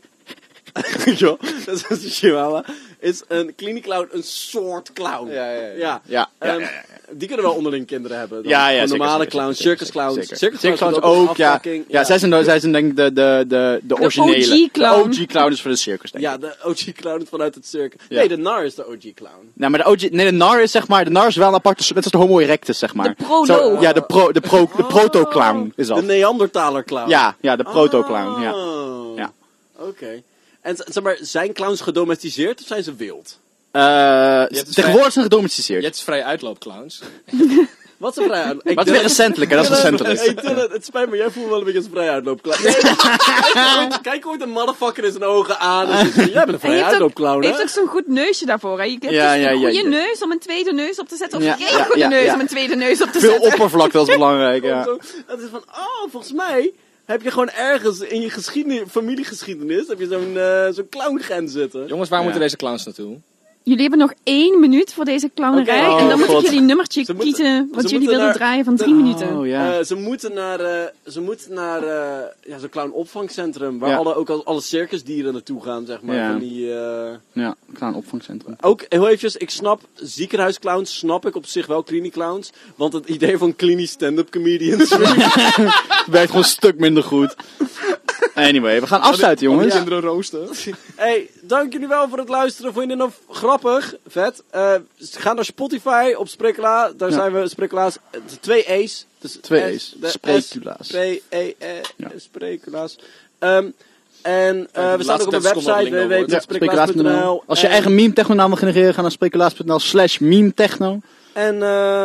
Ja, dat is een chihuahua. Is een kliniekclown een soort clown. Ja, ja, ja. Ja. Ja, ja, Ehm, ja, ja. Die kunnen wel onderling kinderen hebben. Dan Ja, ja, gewoon zeker, normale zeker, clowns, zeker, circus clowns. zeker. Circus Circus clowns clowns doen ook, ja. aftakking. Ja, zij zijn, zij zijn denk ik de, de, de, de originele. O G clown. De O G clown is voor de circus, denk ik. Ja, de O G clown vanuit het circus. Ja. Nee, de nar is de O G clown. Nou, maar de O G, nee, de nar is zeg maar, de nar is wel een aparte, net als de homo erectus, zeg maar. De proloog. Zo, ja, de pro, de pro, de proto-clown is De dat. Neandertaler clown. Ja, ja, de proto-clown, ja. Oh. Ja. Oké. En z- zeg maar, zijn clowns gedomesticeerd of zijn ze wild? Eh, dus tegenwoordig zijn Je gedomesticeerd. hebt vrij uitloopclowns. Wat is een vrij uitloop? Wat is weer recentelijk, hè? Dat is recentelijk. Hey, Dylan, het spijt me, jij voelt wel een beetje als een vrij uitloopclown. Nee, kijk, ooit, kijk ooit een motherfucker in zijn ogen aan en ze zeggen, jij bent een Hij vrij heeft ook, uitloopclown, hè? heeft ook zo'n goed neusje daarvoor. Hè? Je hebt Ja, dus ja, een ja, goede ja. neus om een tweede neus op te zetten. Of Ja, geen ja, goede ja, neus ja. om een tweede neus op te Veel zetten. oppervlakte, dat is belangrijk, ja. Zo, het is van, oh, volgens mij heb je gewoon ergens in je geschiedenis, familiegeschiedenis, heb je zo'n eh zo'n clown-gen zitten. Jongens, waar Ja. moeten deze clowns naartoe? Jullie hebben nog één minuut voor deze clownerij. Oké. en dan Oh, moet ik God. jullie een nummertje Ze moeten- kiezen wat ze jullie moeten willen naar- draaien van drie minuten. Oh, ja. Eh, ze moeten naar, eh, ze moeten naar eh, ja, zo'n clown-opvangcentrum, waar Ja. alle, ook al- alle circusdieren naartoe gaan, zeg maar. Ja. Van die, eh, Ja, clown opvangcentrum. Ook, heel eventjes, ik snap ziekenhuisclowns, snap ik op zich wel, kliniekclowns. Want het idee van klinisch stand-up comedians. Het werkt gewoon een stuk minder goed. Anyway, we gaan afsluiten, jongens. Kinderen roosten. Hey, dank jullie wel voor het luisteren. Vond je dit nou grappig? Vet. Eh, ga naar Spotify op Sprekula. Daar Ja. zijn we, Sprekula's. Het is twee E's. Dus Twee S- E's. de Sprekula's. S P E E Ja. Sprekula's. Ehm, en eh, we staan laatste ook op een tijd seconden website, lingo w w w wordt. punt sprekulaas punt n l. Als je En- eigen meme techno naam wil genereren, ga naar sprekulaas punt n l slash meme techno. En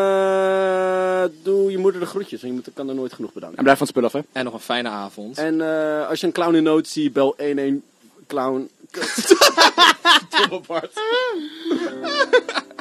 eh, doe je moeder de groetjes, want je moet, kan er nooit genoeg bedanken. En blijf van het spul af, hè. En nog een fijne avond. En eh, als je een clown in nood ziet, bel één één clown. Tom apart.